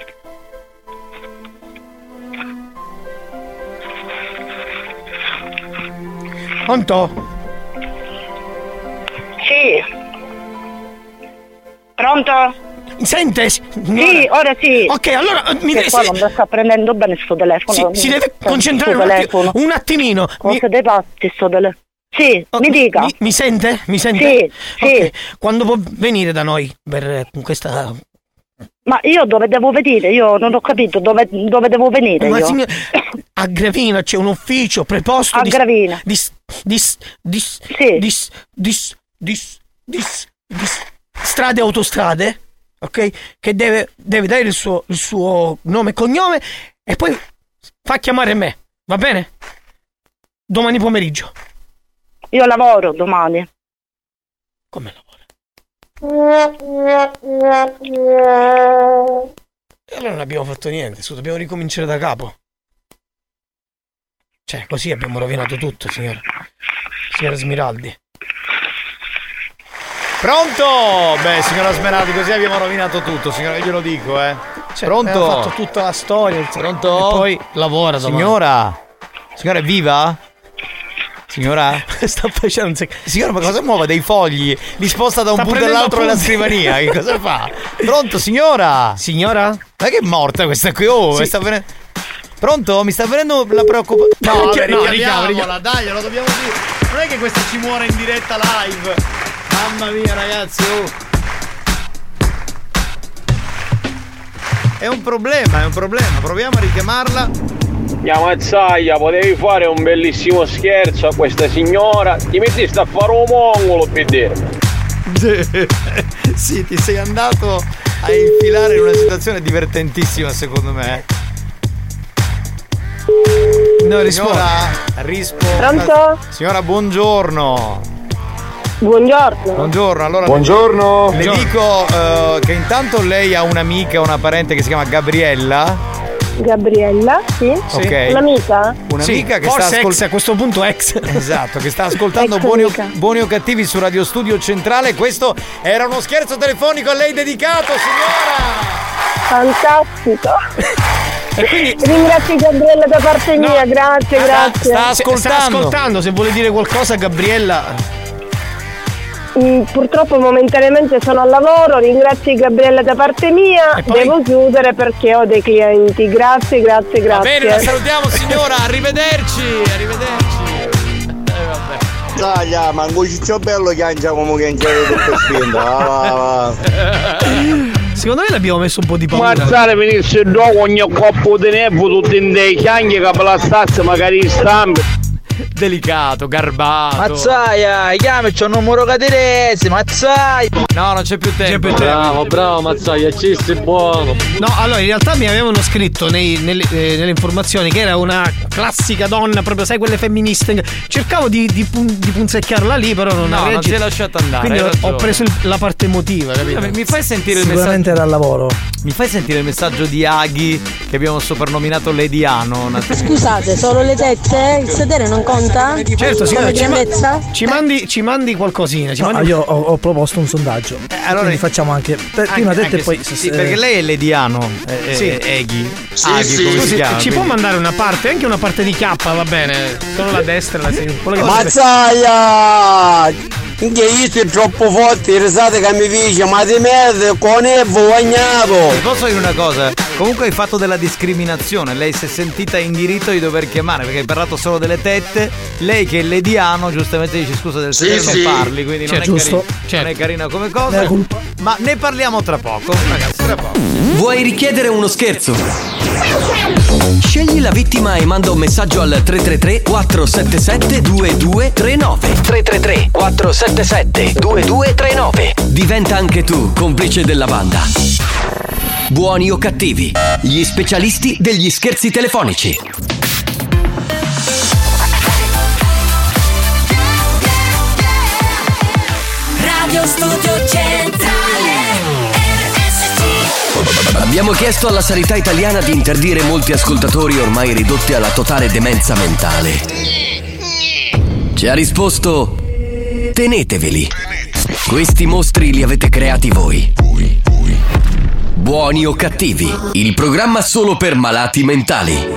Pronto? Sì. Pronto? Sente? Sì, ora sì. Ok, allora mi deve... Qua non mi sta prendendo bene sto telefono. Si, si deve concentrare un, attimo, un attimino. Cosa mi... dei pazzi sto telefono? Sì, oh, mi dica. Mi, mi sente? Mi sente? Sì, okay. Sì. Quando può venire da noi per questa... Ma io dove devo venire? Io non ho capito dove, dove devo venire. Ma io? Signora, a Gravina c'è un ufficio preposto a di, Gravina. Di, di, di, sì. di, di, di, di, di strade e autostrade, ok? Che deve, deve dare il suo, il suo nome e cognome e poi fa chiamare me, va bene? Domani pomeriggio. Io lavoro domani. Come lavoro? E allora non abbiamo fatto niente, su, dobbiamo ricominciare da capo. Cioè, così abbiamo rovinato tutto, signora. Signora Smiraldi. Pronto? Beh, signora Smeraldi, così abbiamo rovinato tutto, signora, io glielo dico, eh. Cioè, Pronto? Abbiamo fatto tutta la storia. Pronto? E poi lavora domani. Signora? Signora è viva? Signora? Sta facendo un sec- Signora, ma cosa muove? Dei fogli? Li sposta da un Sta punto all'altro della punti. scrivania. Che cosa fa? Pronto, signora? Signora? Ma che è morta questa qui? Oh, sì. mi sta venendo... Pronto? Mi sta venendo la preoccupazione. No, no, vabbè, no, richiamiamola, dai, lo dobbiamo dire. Non è che questa ci muore in diretta live. Mamma mia, ragazzi, oh. È un problema, è un problema. Proviamo a richiamarla. Mia mazzaglia, potevi fare un bellissimo scherzo a questa signora. Ti mettiste a fare un mongolo, per dire. Sì, ti sei andato a infilare in una situazione divertentissima, secondo me. No, risposta. Risposta. Pronto? Signora, buongiorno. Buongiorno. Buongiorno, allora Buongiorno. Le dico uh, che intanto lei ha un'amica, una parente che si chiama Gabriella. Gabriella, sì. Ok. Un'amica? Un'amica sì, che forse sta ascoltando. A questo punto ex. Esatto, che sta ascoltando Ex buoni o... buoni o Cattivi su Radio Studio Centrale. Questo era uno scherzo telefonico a lei dedicato, signora. Fantastico. E quindi ringrazio Gabriella da parte no, mia, grazie, sta, grazie. Sta ascoltando. Sta ascoltando, se vuole dire qualcosa, Gabriella. Mm, purtroppo momentaneamente sono al lavoro, ringrazio Gabriella da parte mia, poi... devo chiudere perché ho dei clienti. Grazie, grazie, grazie. Va bene, la salutiamo signora, arrivederci, arrivederci. Eh, vabbè. Dai, ma un cuciccio bello che andiamo che andiamo tutto spinto. Va, va, va. Secondo me l'abbiamo messo un po' di paura. Mazzare venisse il dopo ogni coppo di nevo tutti in dei chianghi che per la stazza magari stampi. delicato, garbato. Mazzaia, chiamici un numero caterese, Mazzaia. No, non c'è più tempo. Bravo, bravo Mazzaia, ci sei buono. No, allora in realtà mi avevano scritto nei, nelle, eh, nelle informazioni che era una classica donna, proprio sai quelle femministe. Cercavo di, di, pun- di punzecchiarla lì, però non No, avrei. non si è lasciata andare. Quindi hai ho, ho ragione. preso il- la parte emotiva, capito? Mi fai sentire il Sicuramente messaggio? era al lavoro. Mi fai sentire il messaggio di Aghi che abbiamo soprannominato Lady Ano? Scusate, solo le tette? Il sedere non conta? Certo, sì, Come ci, ma- grandezza? ci mandi, ci mandi qualcosina. Ci No, mandi... io ho, ho proposto un sondaggio. allora- Quindi facciamo anche te- prima Anche- tette e anche poi sì, sì, perché lei è Lady Ano. Eh, Sì. eh, Aghi. Sì, Aghi, sì. come si Scusi, chiama? ci può Quindi- mandare una parte, anche una parte di K, va bene. Solo la destra e la sinistra. quello che- Mazzaia! Che io sei troppo forte, risate che mi dice, ma di merda, con Evo bagnato! Ti posso dire una cosa? Comunque hai fatto della discriminazione. Lei si è sentita in diritto di dover chiamare perché hai parlato solo delle tette. Lei che è Lady Ano giustamente dice scusa del Sì, sedere sì. non parli, quindi non, Cioè, è giusto. carina, non è carina come cosa. Mea culpa. Ma ne parliamo tra poco, ragazzi, tra poco. Vuoi richiedere uno scherzo? Scegli la vittima e manda un messaggio al tre tre tre quattro sette sette due due tre nove. tre tre tre quattro sette sette due due tre nove. Diventa anche tu complice della banda. Buoni o cattivi, gli specialisti degli scherzi telefonici. Radio Studio Centrale R S C. Abbiamo chiesto alla sanità italiana di interdire molti ascoltatori ormai ridotti alla totale demenza mentale. Ci ha risposto: teneteveli. Questi mostri li avete creati voi. Buoni o cattivi, il programma solo per malati mentali.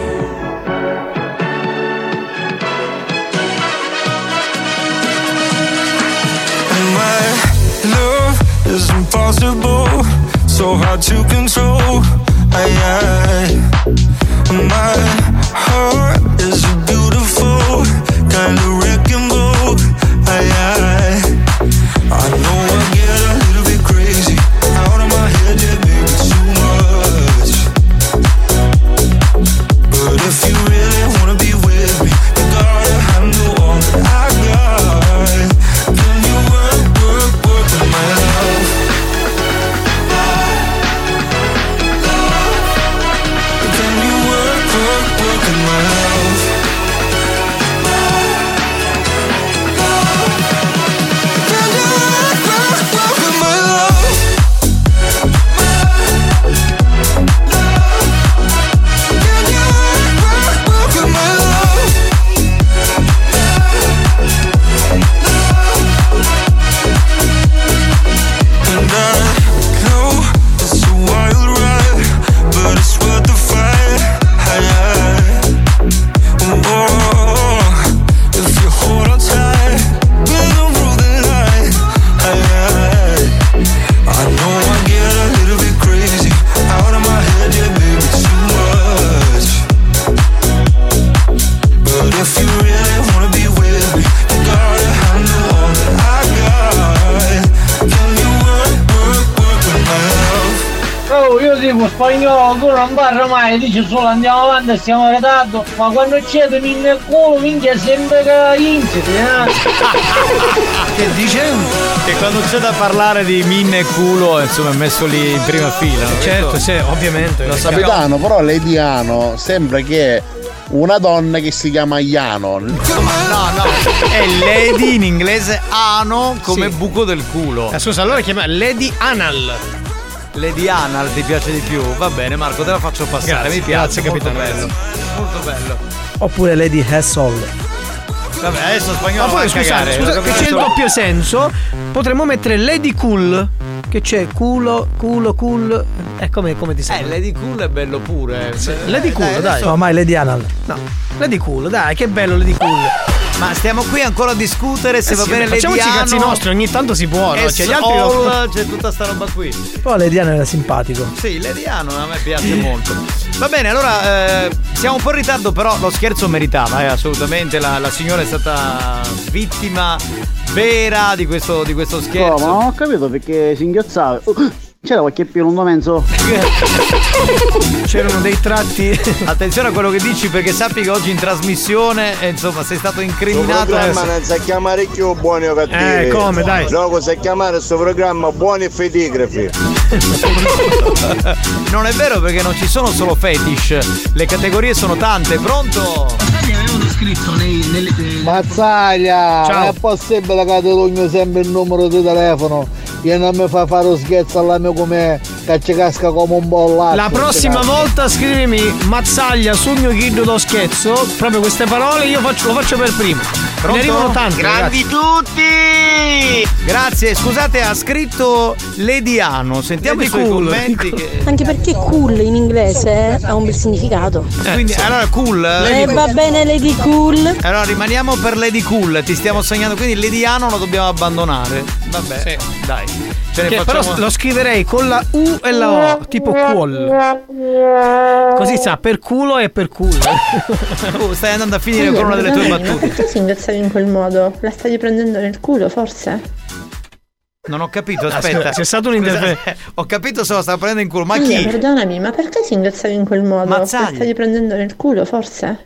Is impossible, so hard to control. I, I, my heart is a beautiful kind of wrecking ball. I, I, I know I get a little bit crazy out of my head, yeah, baby, too much. But if you really wanna be with me, you gotta handle all that I got. Can you work, work, work with my love? Can you work, work, work with my love? Can you work, work, work with my love? Can you work, work, work with my love? And I know it's a wild ride, but it's worth the fight. Aye, aye. Oh, if you hold on tight, we're gonna rule the night. Aye, aye. I know I get a little bit crazy out of my head, yeah, baby, too much. But if you really wanna be with me, you gotta handle all that I got. Can you work, work, work with my love? Oh, io tipo spagnolo, tu non parli mai, dici solo andiamo avanti, stiamo in ritardo, ma quando c'è nel culo minchia sempre che inciti, eh? Che dice? Che quando c'è da parlare di minne e culo, insomma, è messo lì in prima fila. no? Certo, Questo- sì, ovviamente. Lo sappiamo. Capitano, però Lady Ano sembra che è una donna che si chiama Iano. No, no, è lady in inglese ano come Sì. buco del culo. Eh, scusa, allora chiama Lady Anal. Lady Anal ti piace di più? Va bene, Marco, te la faccio passare. Grazie, Mi piace, grazie, molto capitano. bello. Molto bello. Oppure Lady Hassol. Vabbè, adesso Ma spagnolo va poi a scusa, cagare. scusa lo che capisco c'è il solo. doppio senso, potremmo mettere Lady Cool. Che c'è culo, culo, cool. Eh, come, come ti Eh, sembra? Lady Cool è bello pure. Sì, Eh, Lady Cool, dai. adesso- No, mai Lady Anal. No, Lady Cool, dai, che bello Lady Cool. Ma stiamo qui ancora a discutere se Eh va sì, bene Lady facciamoci i cazzi Ano nostri, ogni tanto si può, no? e Cioè, gli altri Soul, lo- c'è tutta sta roba qui. Però Lady Anal era simpatico. Sì, Lady Ano a me piace molto. Va bene, allora eh, siamo un po' in ritardo, però lo scherzo meritava, eh, assolutamente. La, la signora è stata vittima vera di questo, di questo Oh, scherzo. ma non ho capito perché si inghiozzava. C'era qualche pilondo mezzo? C'erano dei tratti. Attenzione a quello che dici, perché sappi che oggi in trasmissione eh, insomma sei stato incriminato. Il programma non sa chiamare più buoni o cattivi. Eh, come, dai. Gioco sa chiamare questo programma buoni e fetigrafi. Non è vero, perché non ci sono solo fetish, le categorie sono tante. Pronto? Avevano scritto nei, nelle, nelle... Mazzaglia, Ciao. non è possibile che ti rugno sempre il numero di telefono e non mi fa fare lo scherzo all'amico come che ci casca come un bollato. La prossima volta scrivimi Mazzaglia sugno kid do scherzo, proprio queste parole io faccio, lo faccio per primo. Pronto? Ne arrivano tanti. Grandi tutti! Grazie, scusate, ha scritto Lediano. Sentiamo Lady i suoi cool. commenti che... Anche perché cool in inglese ha un bel significato. Quindi allora cool. E va bene Lady Cool. Allora rimaniamo per Lady Cool, ti stiamo segnando, quindi Lediano lo dobbiamo abbandonare. Vabbè, dai. Ce ne Che facciamo... però lo scriverei con la U e la O, tipo cool. Così sa, per culo e per culo. Oh, stai andando a finire Sì, con una delle tue ma battute. perché si ingazzavi in quel modo? La stavi prendendo nel culo, forse? Non ho capito, Ah, aspetta. c'è stato un Scusa, intervento. Ho capito se lo stava prendendo in culo, ma Scusa, chi? perdonami, ma perché si ingazzavi in quel modo? Mazzaglia. La stavi prendendo nel culo, forse?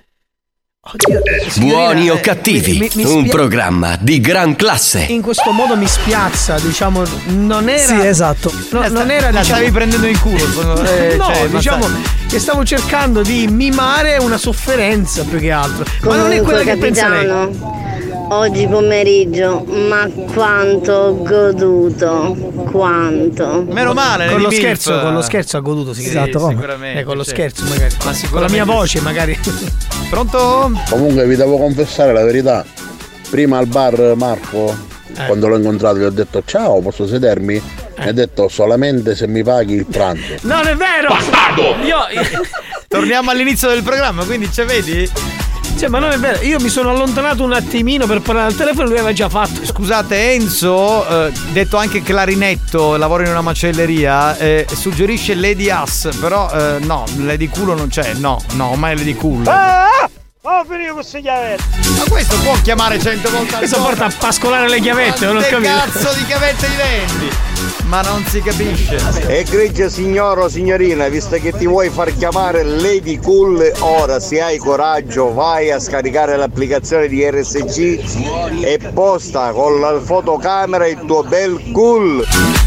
Buoni o cattivi, mi- mi un spia- programma di gran classe. In questo modo mi spiazza, diciamo, non era. Sì, esatto. No, La non sta- era. la diciamo- stavi prendendo in culo. eh, no, cioè, diciamo Mazzaglia. che stavo cercando di mimare una sofferenza più che altro. Ma non è quella che pensa lei. Oggi pomeriggio, ma quanto ho goduto, quanto. Meno male, Con lo Lady scherzo, Milf. con lo scherzo ha goduto, sì, Sì, esatto, come? sicuramente, Eh, con lo sì. scherzo magari. Ma Con la sicuramente mia sì. voce magari. Pronto? Comunque vi devo confessare la verità. Prima al bar Marco, Eh. quando l'ho incontrato, gli ho detto ciao, posso sedermi? Mi ha detto solamente se mi paghi il pranzo. Non è vero! Bastardo! Io, Torniamo all'inizio del programma, quindi ce vedi? Cioè, ma non è vero, io mi sono allontanato un attimino per parlare al telefono e lui aveva già fatto. Scusate, Enzo, eh, detto anche clarinetto, lavora in una macelleria, eh, suggerisce Lady Ass, però eh, no, Lady Culo non c'è, no, no, ormai Lady Cool. Ah! Ho finito queste chiavette! Ma questo può chiamare cento volte al Questo giorno? porta a pascolare le chiavette, non ho Quante capito. cazzo di chiavette li vendi? Ma non si capisce. Egregia signora o signorina, visto che ti vuoi far chiamare Lady Cool, ora se hai coraggio vai a scaricare l'applicazione di R S C e posta con la fotocamera il tuo bel cool.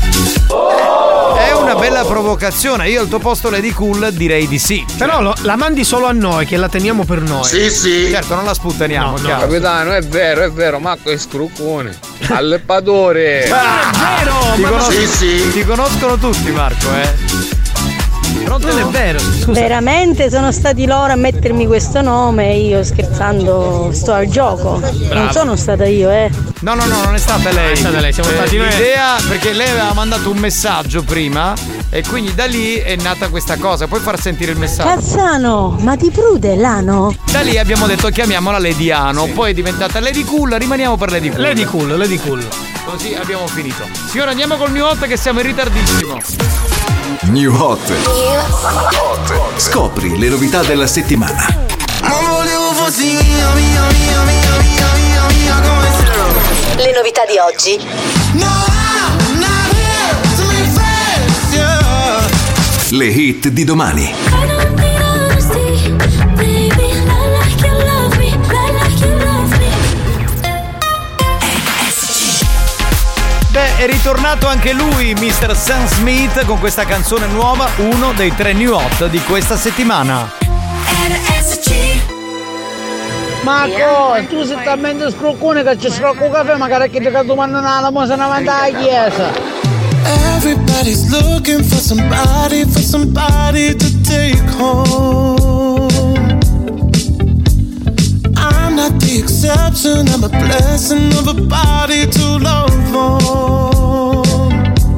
È una bella provocazione, io al tuo posto Lady Cool direi di sì. Però lo- la mandi solo a noi, che la teniamo per noi. Sì, sì. Certo, non la sputtaniamo, No, no. chiaro. Capitano, è vero, è vero, Marco è scruccone. Alleppatore. Ma è vero! Ti, ma conos- Sì, sì. ti conoscono tutti, Marco, eh. Pronto? non è vero, scusa. Veramente sono stati loro a mettermi questo nome e io scherzando sto al gioco. Non sono stata io, eh. No, no, no, non è stata lei. Non è stata lei, siamo Eh, stati noi. L'idea, perché lei aveva mandato un messaggio prima e quindi da lì è nata questa cosa. Puoi far sentire il messaggio? Cazzano, ma ti prude l'ano? Da lì abbiamo detto chiamiamola Lady Ano, poi è diventata Lady Cool, rimaniamo per Lady Cool. Lady Cool, Lady Cool. Così abbiamo finito. Signora, andiamo col New Hot che siamo in ritardissimo. New Hot. Scopri le novità della settimana. Ma volevo fossi mia, mia, mia, mia, mia, mia, mia, come se... Le novità di oggi. No, I'm not here to make friends, yeah. Le hit di domani. Beh, è ritornato anche lui, mister Sam Smith, con questa canzone nuova, uno dei tre New Hot di questa settimana. Marco, tu sei talmente scroccone che ci scrocco caffè, magari che ti domandano la mosa davanti alla chiesa. Everybody's looking for somebody, for somebody to take home. I'm not the exception, I'm a blessing of a body to love on.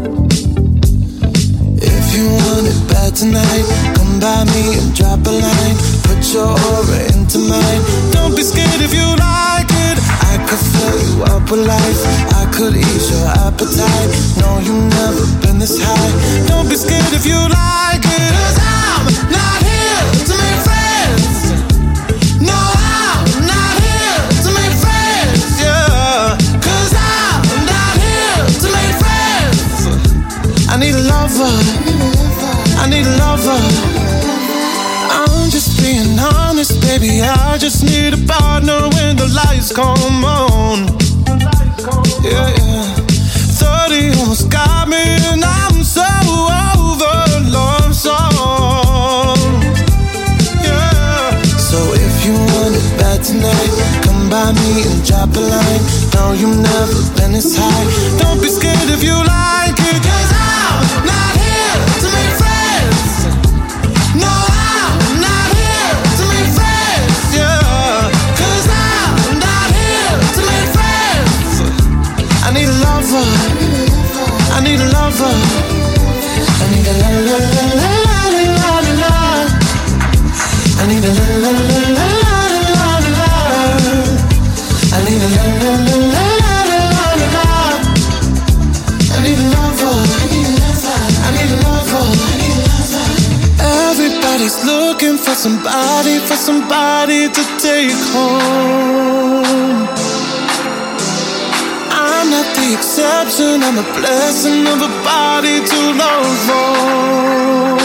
If you want it bad tonight, come by me and drop a line. Put your aura into mine. Don't be scared if you like it. I could fill you up with life. I could ease your appetite. No, you've never been this high. Don't be scared if you like it. 'Cause I'm not here to make friends. No, I'm not here to make friends. Yeah. 'Cause I'm not here to make friends. I need a lover. I need a lover. I'm just being honest, baby. I just need a partner when the lights come on. Yeah, yeah. thirty almost got me, and I'm so over love song. Yeah. So if you want it bad tonight, come by me and drop a line. No, you've never been this high. Don't be scared if you like it, 'cause I'm not here to make friends. No, I'm not here to make friends. Yeah, 'cause I'm not here to make friends. I need a lover. I need a lover. I need a la la la la la la la la. I need a la la la la la la la. I need a la la la la la la la. I need a lover. I need a lover. Everybody's looking for somebody, for somebody to take home. I'm not the exception, I'm a blessing of a body to love for.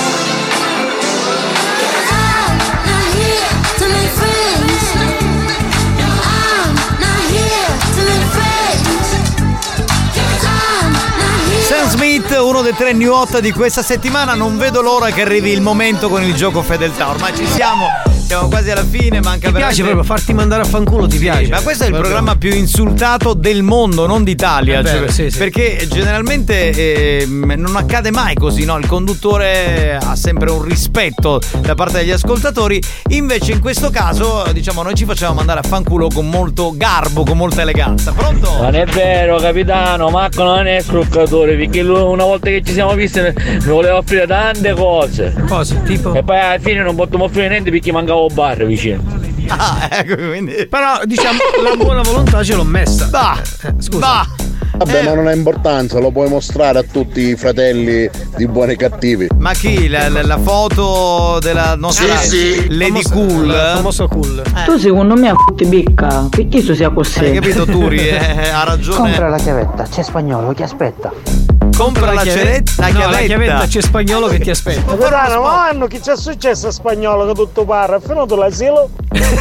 I'm not here to make friends. I'm not here to make friends. I'm not here. Sam Smith, uno dei tre new hot di questa settimana. Non vedo l'ora che arrivi il momento con il gioco fedeltà. Ormai ci siamo. Siamo quasi alla fine, manca ti veramente... piace proprio farti mandare a fanculo, ti Sì, piace? ma questo è il Proprio. programma più insultato del mondo, non d'Italia. È vero, cioè, sì, sì. Perché generalmente eh, non accade mai così, no? Il conduttore ha sempre un rispetto da parte degli ascoltatori. Invece in questo caso, diciamo, noi ci facciamo mandare a fanculo con molto garbo, con molta eleganza. Pronto? Non è vero, capitano, Marco non è scroccatore, perché lui una volta che ci siamo visti mi voleva offrire tante cose. Cose, tipo? E poi alla fine non potevo offrire niente perché mancava un bar vicino. Ah, ecco, quindi. Però diciamo la buona volontà ce l'ho messa. Bah, eh, scusa. bah. Vabbè, Eh. ma non ha importanza, lo puoi mostrare a tutti i fratelli di buoni e cattivi. Ma chi? La, la- la foto della nostra Sì, sì. Lady Famosa- Cool? la famosa Cool. Tu secondo me a ti bicca, perché tu sia così? Hai capito Turi? Eh, ha ragione. Compra la chiavetta, c'è Spagnolo che aspetta. Compra la chiavetta, la No, chiavetta. la chiavetta c'è Spagnolo che ti aspetta. Capitano, ma hanno che c'è successo a Spagnolo che tutto parla? È finito l'asilo?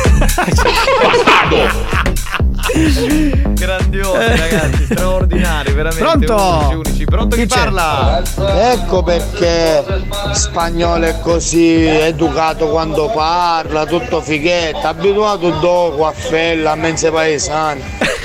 Grandiosi ragazzi, straordinari, veramente. Pronto? Unici, unici. Pronto chi, Chi c'è? parla? Ecco perché Spagnolo è così educato quando parla, tutto fighetto, abituato dopo a fella, a mense paesani.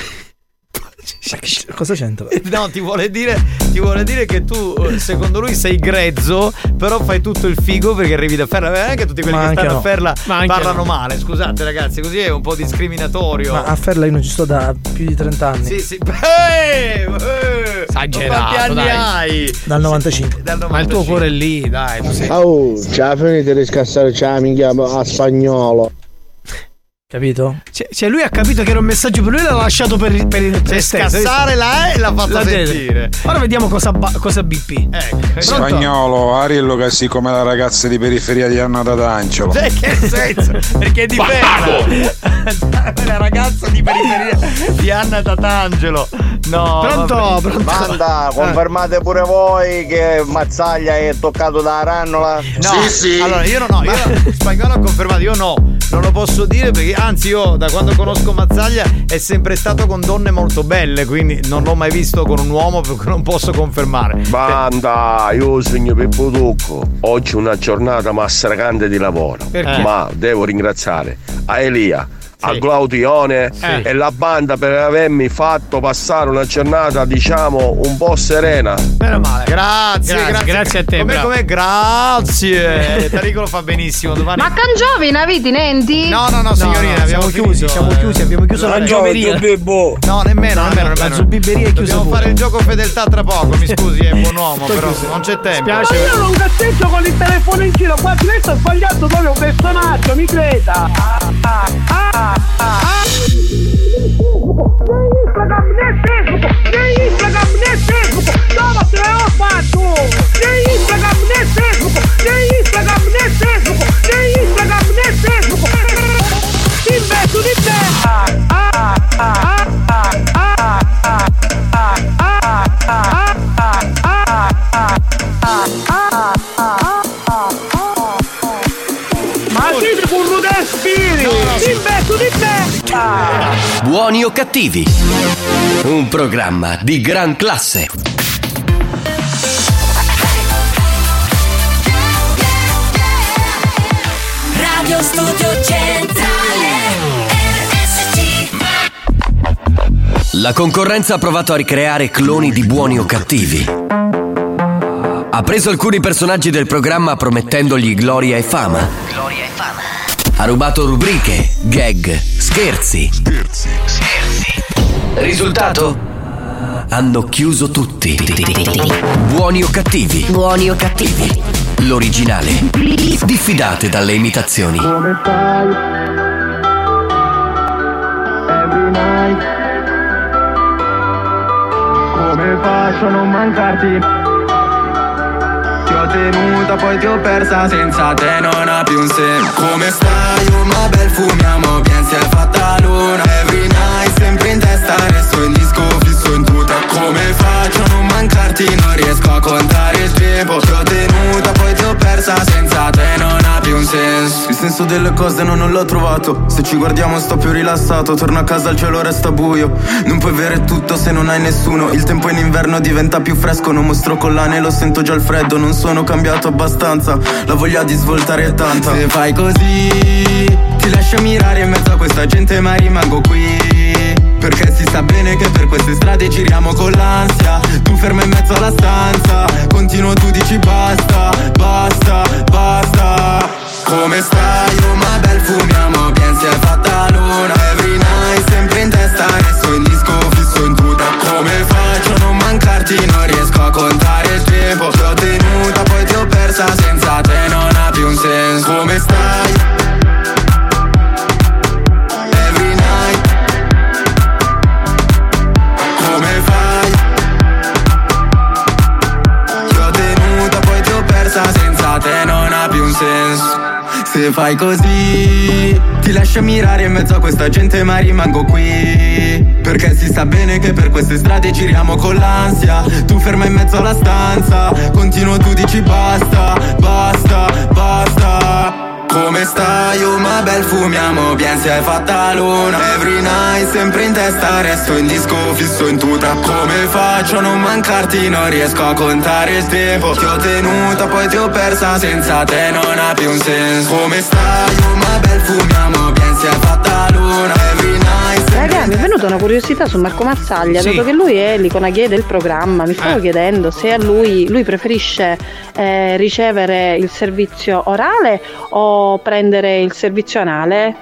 Cosa c'entra? No, ti vuole dire ti vuole dire che tu, secondo lui, sei grezzo, però fai tutto il figo perché arrivi da Ferla. Non è che tutti quelli Ma che anche stanno no. a Ferla Ma anche parlano no. male. Scusate ragazzi, così è un po' discriminatorio. Ma a Ferla io non ci sto da più di trenta anni. Sì, sì. Eh, eh. Esagerato, Quanti anni dai. hai? Dal novantacinque. Dal Ma il tuo novantacinque. cuore è lì, dai, tu sei. Oh, già finite di scassare, c'è la minchia a Spagnolo. Capito? Cioè, cioè lui ha capito che era un messaggio per lui e l'ha lasciato per, per, per Cioè, stesso. scassare la E e l'ha fatto La dede. sentire. Ora vediamo cosa, ba- cosa B P. Ecco. Spagnolo, Ariello che si come la ragazza di periferia di Anna Tatangelo. Cioè, che senso? Perché è di Ferla. La ragazza di periferia di Anna Tatangelo. No. Pronto, vabbè. pronto. Banda, confermate pure voi che Mazzaglia è toccato da rannola? No, allora io no, no, io Spagnolo ha confermato, io no, non lo posso dire perché anzi io da quando conosco Mazzaglia è sempre stato con donne molto belle, quindi non l'ho mai visto con un uomo perché non posso confermare. Banda, io sogno Pippo Tucco. Oggi è una giornata massacrante di lavoro. Perché? Ma devo ringraziare a Elia, a Sì. Claudione Sì. e la banda per avermi fatto passare una giornata, diciamo, un po' serena. Meno male. Grazie, Grazie, grazie, grazie a te, Com'è, bravo. com'è? Grazie. Tarico lo fa benissimo. Domani. Ma Cangiovi, ne avete nenti? No, no, no, signorina, no, abbiamo siamo chiusi, finito, siamo eh. chiusi, abbiamo chiuso la gioveria. No, nemmeno, No, nemmeno, no, nemmeno. la zubibberia è chiusa Dobbiamo pure. fare il gioco fedeltà tra poco, mi scusi, è buon uomo, Sto però chiuso. non c'è tempo. Spiace. Ma io non cazzeggio con il telefono in giro, qua questo ho sbagliato proprio un personaggio, mi creda. Ah, ah, ah, ah. Instagram, nel Facebook, nel Instagram, nel Facebook, dove te l'ho fatto? Nel Instagram, nel Facebook, nel Instagram, nel Facebook, nel Instagram, nel Facebook. Investo di te. Ah, ah, ah, ah, ah, ah, ah, ah, ah, ah, ah, ah. Buoni o cattivi? Un programma di gran classe. Radio Studio Centrale R S C. La concorrenza ha provato a ricreare cloni di Buoni o cattivi. Ha preso alcuni personaggi del programma promettendogli gloria e fama. Gloria e fama. Ha rubato rubriche, gag, scherzi. Scherzi. Scherzi. Risultato? Hanno chiuso tutti. Buoni o cattivi? Buoni o cattivi? L'originale. Diffidate dalle imitazioni. Come stai? Every night. Come faccio a non mancarti? Ti ho tenuta, poi ti ho persa, senza te non ha più un senso. Come stai? Oh ma bel, fumiamo bien, si è fatta luna. Every night, sempre in testa, resto in disco, fisso in tuta. Come faccio a non mancarti? Non riesco a contare il tempo. Ti ho tenuta, poi ti ho persa, senza te non ha più un senso. Il senso delle cose no, non l'ho trovato. Se ci guardiamo sto più rilassato. Torno a casa, il cielo resta buio. Non puoi avere tutto se non hai nessuno. Il tempo in inverno diventa più fresco. Non mostro collane, lo sento già il freddo. Non sono cambiato abbastanza. La voglia di svoltare è tanta. Se fai così ti lascio mirare in mezzo a questa gente, ma rimango qui perché si sa bene che per queste strade giriamo con l'ansia. Tu ferma in mezzo alla stanza. Continuo, tu dici basta, basta, basta. Come stai? Oh ma bel, fumiamo bien, si è fatta luna. Every night, sempre in testa, resto in disco, fisso in tuta. Come faccio a non mancarti? Non riesco a contare il tempo. Ti ho tenuta, poi ti ho persa, senza te non ha più un senso. Come stai? Every night. Come fai? Ti ho tenuta, poi ti ho persa, senza te non ha più un senso. Se fai così ti lascio mirare in mezzo a questa gente, ma rimango qui perché si sa bene che per queste strade giriamo con l'ansia. Tu ferma in mezzo alla stanza. Continuo, tu dici basta, basta, basta. Come stai? Oh ma bel, fumiamo bien, si è fatta luna. Every night, sempre in testa, resto in disco, fisso in tuta. Come faccio a non mancarti? Non riesco a contare il tempo. Ti ho tenuta, poi ti ho persa, senza te non ha più un senso. Come stai? Oh ma bel, fumiamo bien, si è fatta luna. Every night. Raga, mi è venuta una curiosità su Marco Mazzaglia, Sì. dato che lui è l'icona gay del programma. Mi stavo Eh. chiedendo se a lui lui preferisce eh, ricevere il servizio orale o prendere il servizio anale.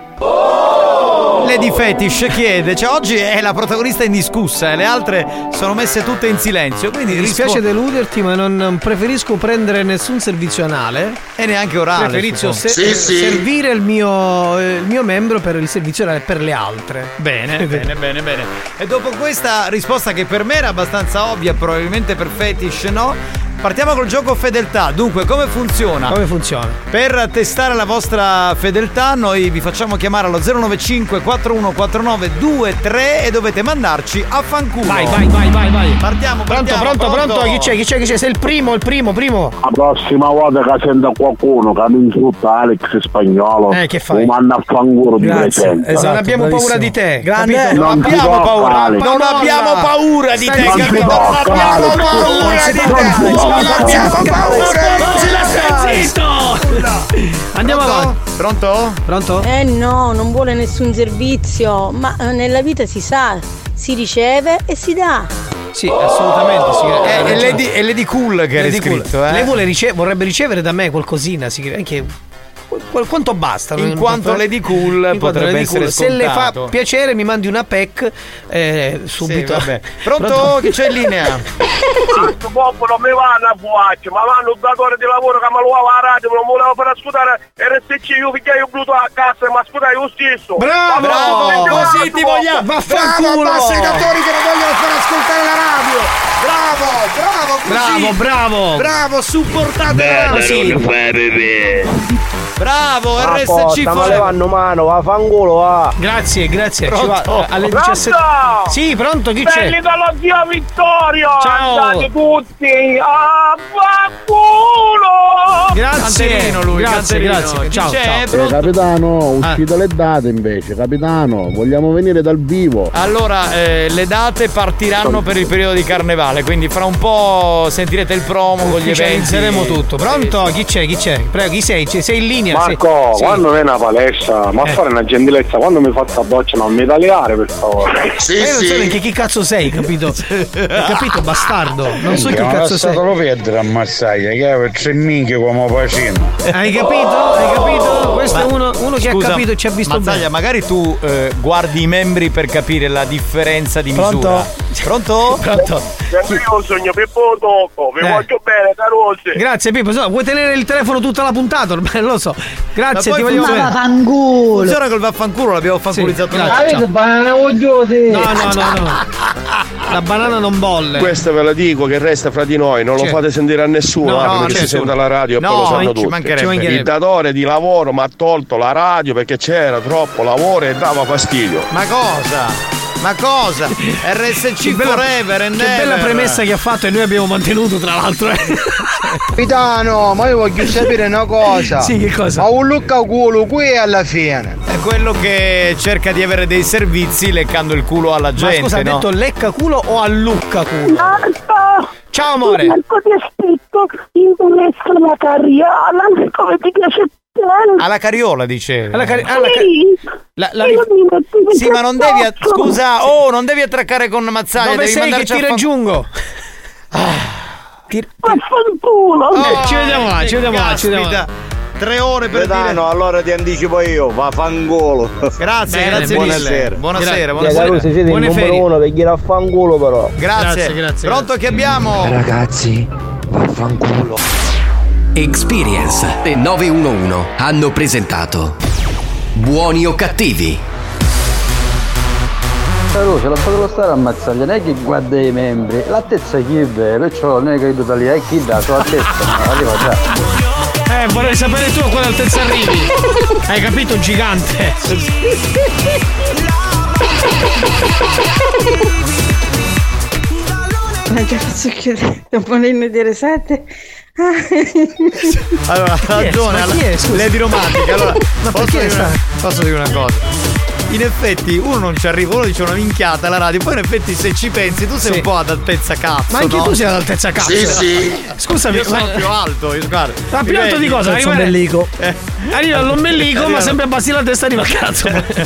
Lady Fetish chiede, cioè oggi è la protagonista indiscussa e le altre sono messe tutte in silenzio, quindi Mi dispiace rispo- deluderti, ma non preferisco prendere nessun servizio anale e neanche orale. Preferisco se- suppongo. Sì, sì. servire il mio, eh, il mio membro per il servizio orale per le altre. Bene, bene, bene, bene. E dopo questa risposta che per me era abbastanza ovvia, probabilmente per Fetish no, partiamo col gioco fedeltà. Dunque, come funziona? Come funziona? Per testare la vostra fedeltà noi vi facciamo chiamare allo zero nove cinque quattro uno quattro nove due tre e dovete mandarci a fanculo. Vai, vai, vai, vai, vai. Partiamo, Pronto, partiamo, pronto, pronto, chi c'è, chi c'è, chi c'è? Sei il primo, il primo, primo. La prossima volta che sento qualcuno che mi insulta Alex Spagnolo, Eh, che fai? lo manda a fanguro di Grazie. presenza. Esatto, non abbiamo bravissimo. paura di te. Grande. Capito? Non Non ti abbiamo tocca, paura. Alex. Non Parola. abbiamo paura di Stai te, zitto. capito? Non tocca, abbiamo Alex. paura di te. Non ti Non tocca, abbiamo Alex. paura Non di si la te. stai zitto. Andiamo Pronto? avanti. Pronto? Pronto? Eh no, non vuole nessun servizio, ma eh, nella vita si sa, si riceve e si dà. Sì, assolutamente. Sì. È, è Lady, è Lady Cool che Lady è scritto, Cool. eh. Lei vuole rice- vorrebbe ricevere da me qualcosina, sì, anche qu- quanto basta. In non- quanto non- Lady Cool in quanto potrebbe Lady essere Cool. Se le fa scontato. piacere mi mandi una P E C eh, subito. Sì, vabbè. Pronto? Chi c'è in linea? Questo popolo non mi vanno a buaccia, ma vanno un datore di lavoro che mi lo va a radio, non voleva far ascoltare R S C, io pigliai un bluetooth a cassa e mi ascoltai io stesso. Bravo! Bravo! Così ti vogliamo! Vaffanculo! Bravo, basta i datori che non vogliono far ascoltare la radio! Bravo! Bravo! Così. Bravo, bravo! Bravo, supportatela così! Bravo, R S C ma Forever. levando mano, va fanculo va. Grazie, grazie. Ci Pronto? va, alle Pronto? diciassette. Sì, pronto, chi c'è? Belli dallo zio Vittorio! Ciao. Andate tutti a fanculo! Grazie, Canterino lui, grazie, Canterino. grazie. Chi Ciao, c'è? ciao. Eh, capitano, uscite le date invece, capitano, vogliamo venire dal vivo. Allora, eh, le date partiranno per il periodo di carnevale, quindi fra un po' sentirete il promo con gli eventi. Ufficializzeremo tutto. Pronto? Chi c'è? Chi c'è? Prego, chi sei? Sei in linea? Marco, sei... quando viene a palestra, ma Eh. fare una gentilezza, quando mi faccio la doccia non mi tagliare per favore. Sì, Ma io non so neanche chi cazzo sei, capito? Hai capito, bastardo? Non so chi cazzo sei. Non perdere a Marsaglia, che per tre minchie come facendo. Hai capito? Hai capito? Questo Ma- è uno, uno che Scusa, ha capito e ci ha visto Mazzaglia, bene. magari tu eh, guardi i membri per capire la differenza di Pronto? misura. Pronto? Pronto? Io sogno Pippo Tocco, vi Eh. voglio bene, carose. Grazie Pippo, so, vuoi tenere il telefono tutta la puntata? Ormai lo so. Grazie, Ma ti poi voglio funziona- bene. Fanculo. Funziona col vaffanculo, l'abbiamo fanculizzato Sì, noi. grazie. Avete banane vogliosi? No, no, no, no. La banana non bolle. Questo ve lo dico che resta fra di noi, non lo Certo. fate sentire a nessuno, No, ah, no, perché si nessuno. sente alla radio e No, poi lo ci sanno tutti. mancherebbe. Ci mancherebbe. Il datore di lavoro mi ha tolto la radio perché c'era troppo lavoro e dava fastidio. Ma cosa? Ma cosa? R S C Che bella- forever and Che bella never. premessa che ha fatto e noi abbiamo mantenuto tra l'altro. eh. Capitano, ma io voglio sapere una cosa. Sì, che cosa? Ma un lucca culo qui alla fine. È quello che cerca di avere dei servizi leccando il culo alla Ma gente, scusa, ha no? detto lecca culo o allucca culo? Marco! Ciao amore. Marco, ti aspetto in palestra la carriola, come ti piace te. Alla carriola, dice. Alla cari- alla ca- Sì. la- la- Io mi metto in Sì, ma non devi. a- cazzo. Scusa, oh, non devi attraccare con Mazzaglia. Dove devi sei che mandarci ti a fan- raggiungo? Ti- Vaffanculo. Oh, ci vediamo là, ci vediamo là, ci vediamo là. caspita. Tre ore per Capitano, dire. allora ti anticipo io, va fangolo. Grazie, Bene, grazie buonasera. mille. Buonasera, Gra- buonasera. siete Buone il numero ferie. uno per chi raffanculo però. Grazie. Grazie, grazie, Pronto che abbiamo? Ragazzi, vaffanculo. Experience e nove uno uno hanno presentato Buoni o cattivi? Caruso, la potevo stare a Mazzaglia, non è che guarda i membri, l'attezza chi è vero, perciò non è che io lì, è chi dà, sua altezza, ma arriva già. Eh, vorrei sapere tu a quale altezza arrivi. Hai capito, gigante? Ma che cazzo chiede? Topolino di Resette? Allora, ha ragione, Ma alla- chi è? Scusa. Lady Romantica. Allora, Ma posso, perché dire una, sta- posso dire una cosa? In effetti uno non ci arriva, uno dice una minchiata alla radio, poi in effetti se ci pensi tu sei Sì. un po' ad altezza cazzo. Ma anche no? tu sei ad altezza cazzo. Sì, sì. Scusami, Io sono ma- più alto, io guarda. Ma più Mi alto di vedi? cosa? Senza Arriva, ombelico. arriva all'ombelico, ma Arriva- sempre abbassi la testa arriva al cazzo.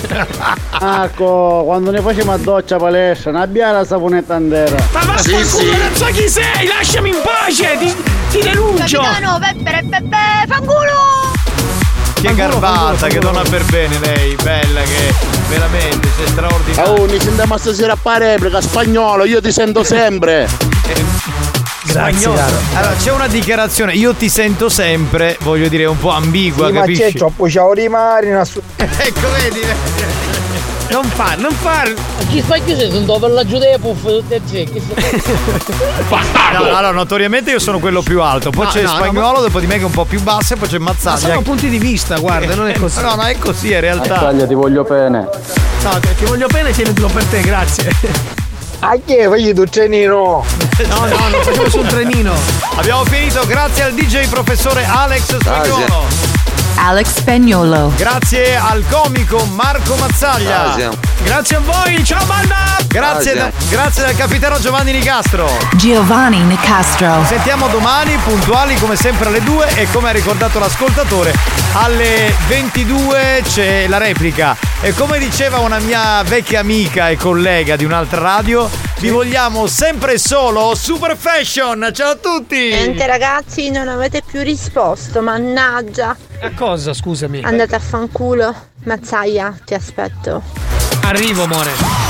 Ecco, quando ne facciamo a doccia palestra, una biara saponetta andera. Ma vaffanculo, Sì, sì. non so chi sei, lasciami in pace, ti, ti denuncio. Capitano, peppere, peppe, fanculo! Che Fanculo, garbata, fanculo, che fanculo. donna per bene lei, bella che veramente sei straordinaria. Oh, mi sentiamo stasera a fare replica, spagnolo, io ti sento sempre. Grazie, Spagnolo. caro. Allora, c'è una dichiarazione, io ti sento sempre, voglio dire, un po' ambigua, Sì, ma capisci? c'è troppo ciao di mare, una su- Ecco, vedi? Non far, non far. Chi sta chiudendo? Sono per la giudea puff tutte e tre. Chi sta... No, allora, notoriamente io sono quello più alto, poi No, c'è no, no, Spagnolo, dopo di me che è un po' più basso e poi c'è Ma Mazzaglia. sono punti di vista, guarda, non è così. No, no, è così, in realtà. Mazzaglia, ti voglio bene. No, ti ti voglio bene, tienitelo per te, grazie. A che fagli tu cenino? No, no, non facciamo su un trenino. Abbiamo finito, grazie al D J professore Alex Spagnolo. Alex Spagnolo. Grazie al comico Marco Mazzaglia. Grazie a voi, ciao banda! Grazie, da- grazie dal capitano Giovanni Nicastro. Giovanni Nicastro. Ci sentiamo domani puntuali come sempre alle due e come ha ricordato l'ascoltatore alle ventidue c'è la replica e come diceva una mia vecchia amica e collega di un'altra radio vi vogliamo sempre solo Super Fashion. Ciao a tutti. Niente ragazzi, non avete più risposto, mannaggia. A cosa, scusami? Andate a fanculo. Mazzaglia, ti aspetto. Arrivo, amore.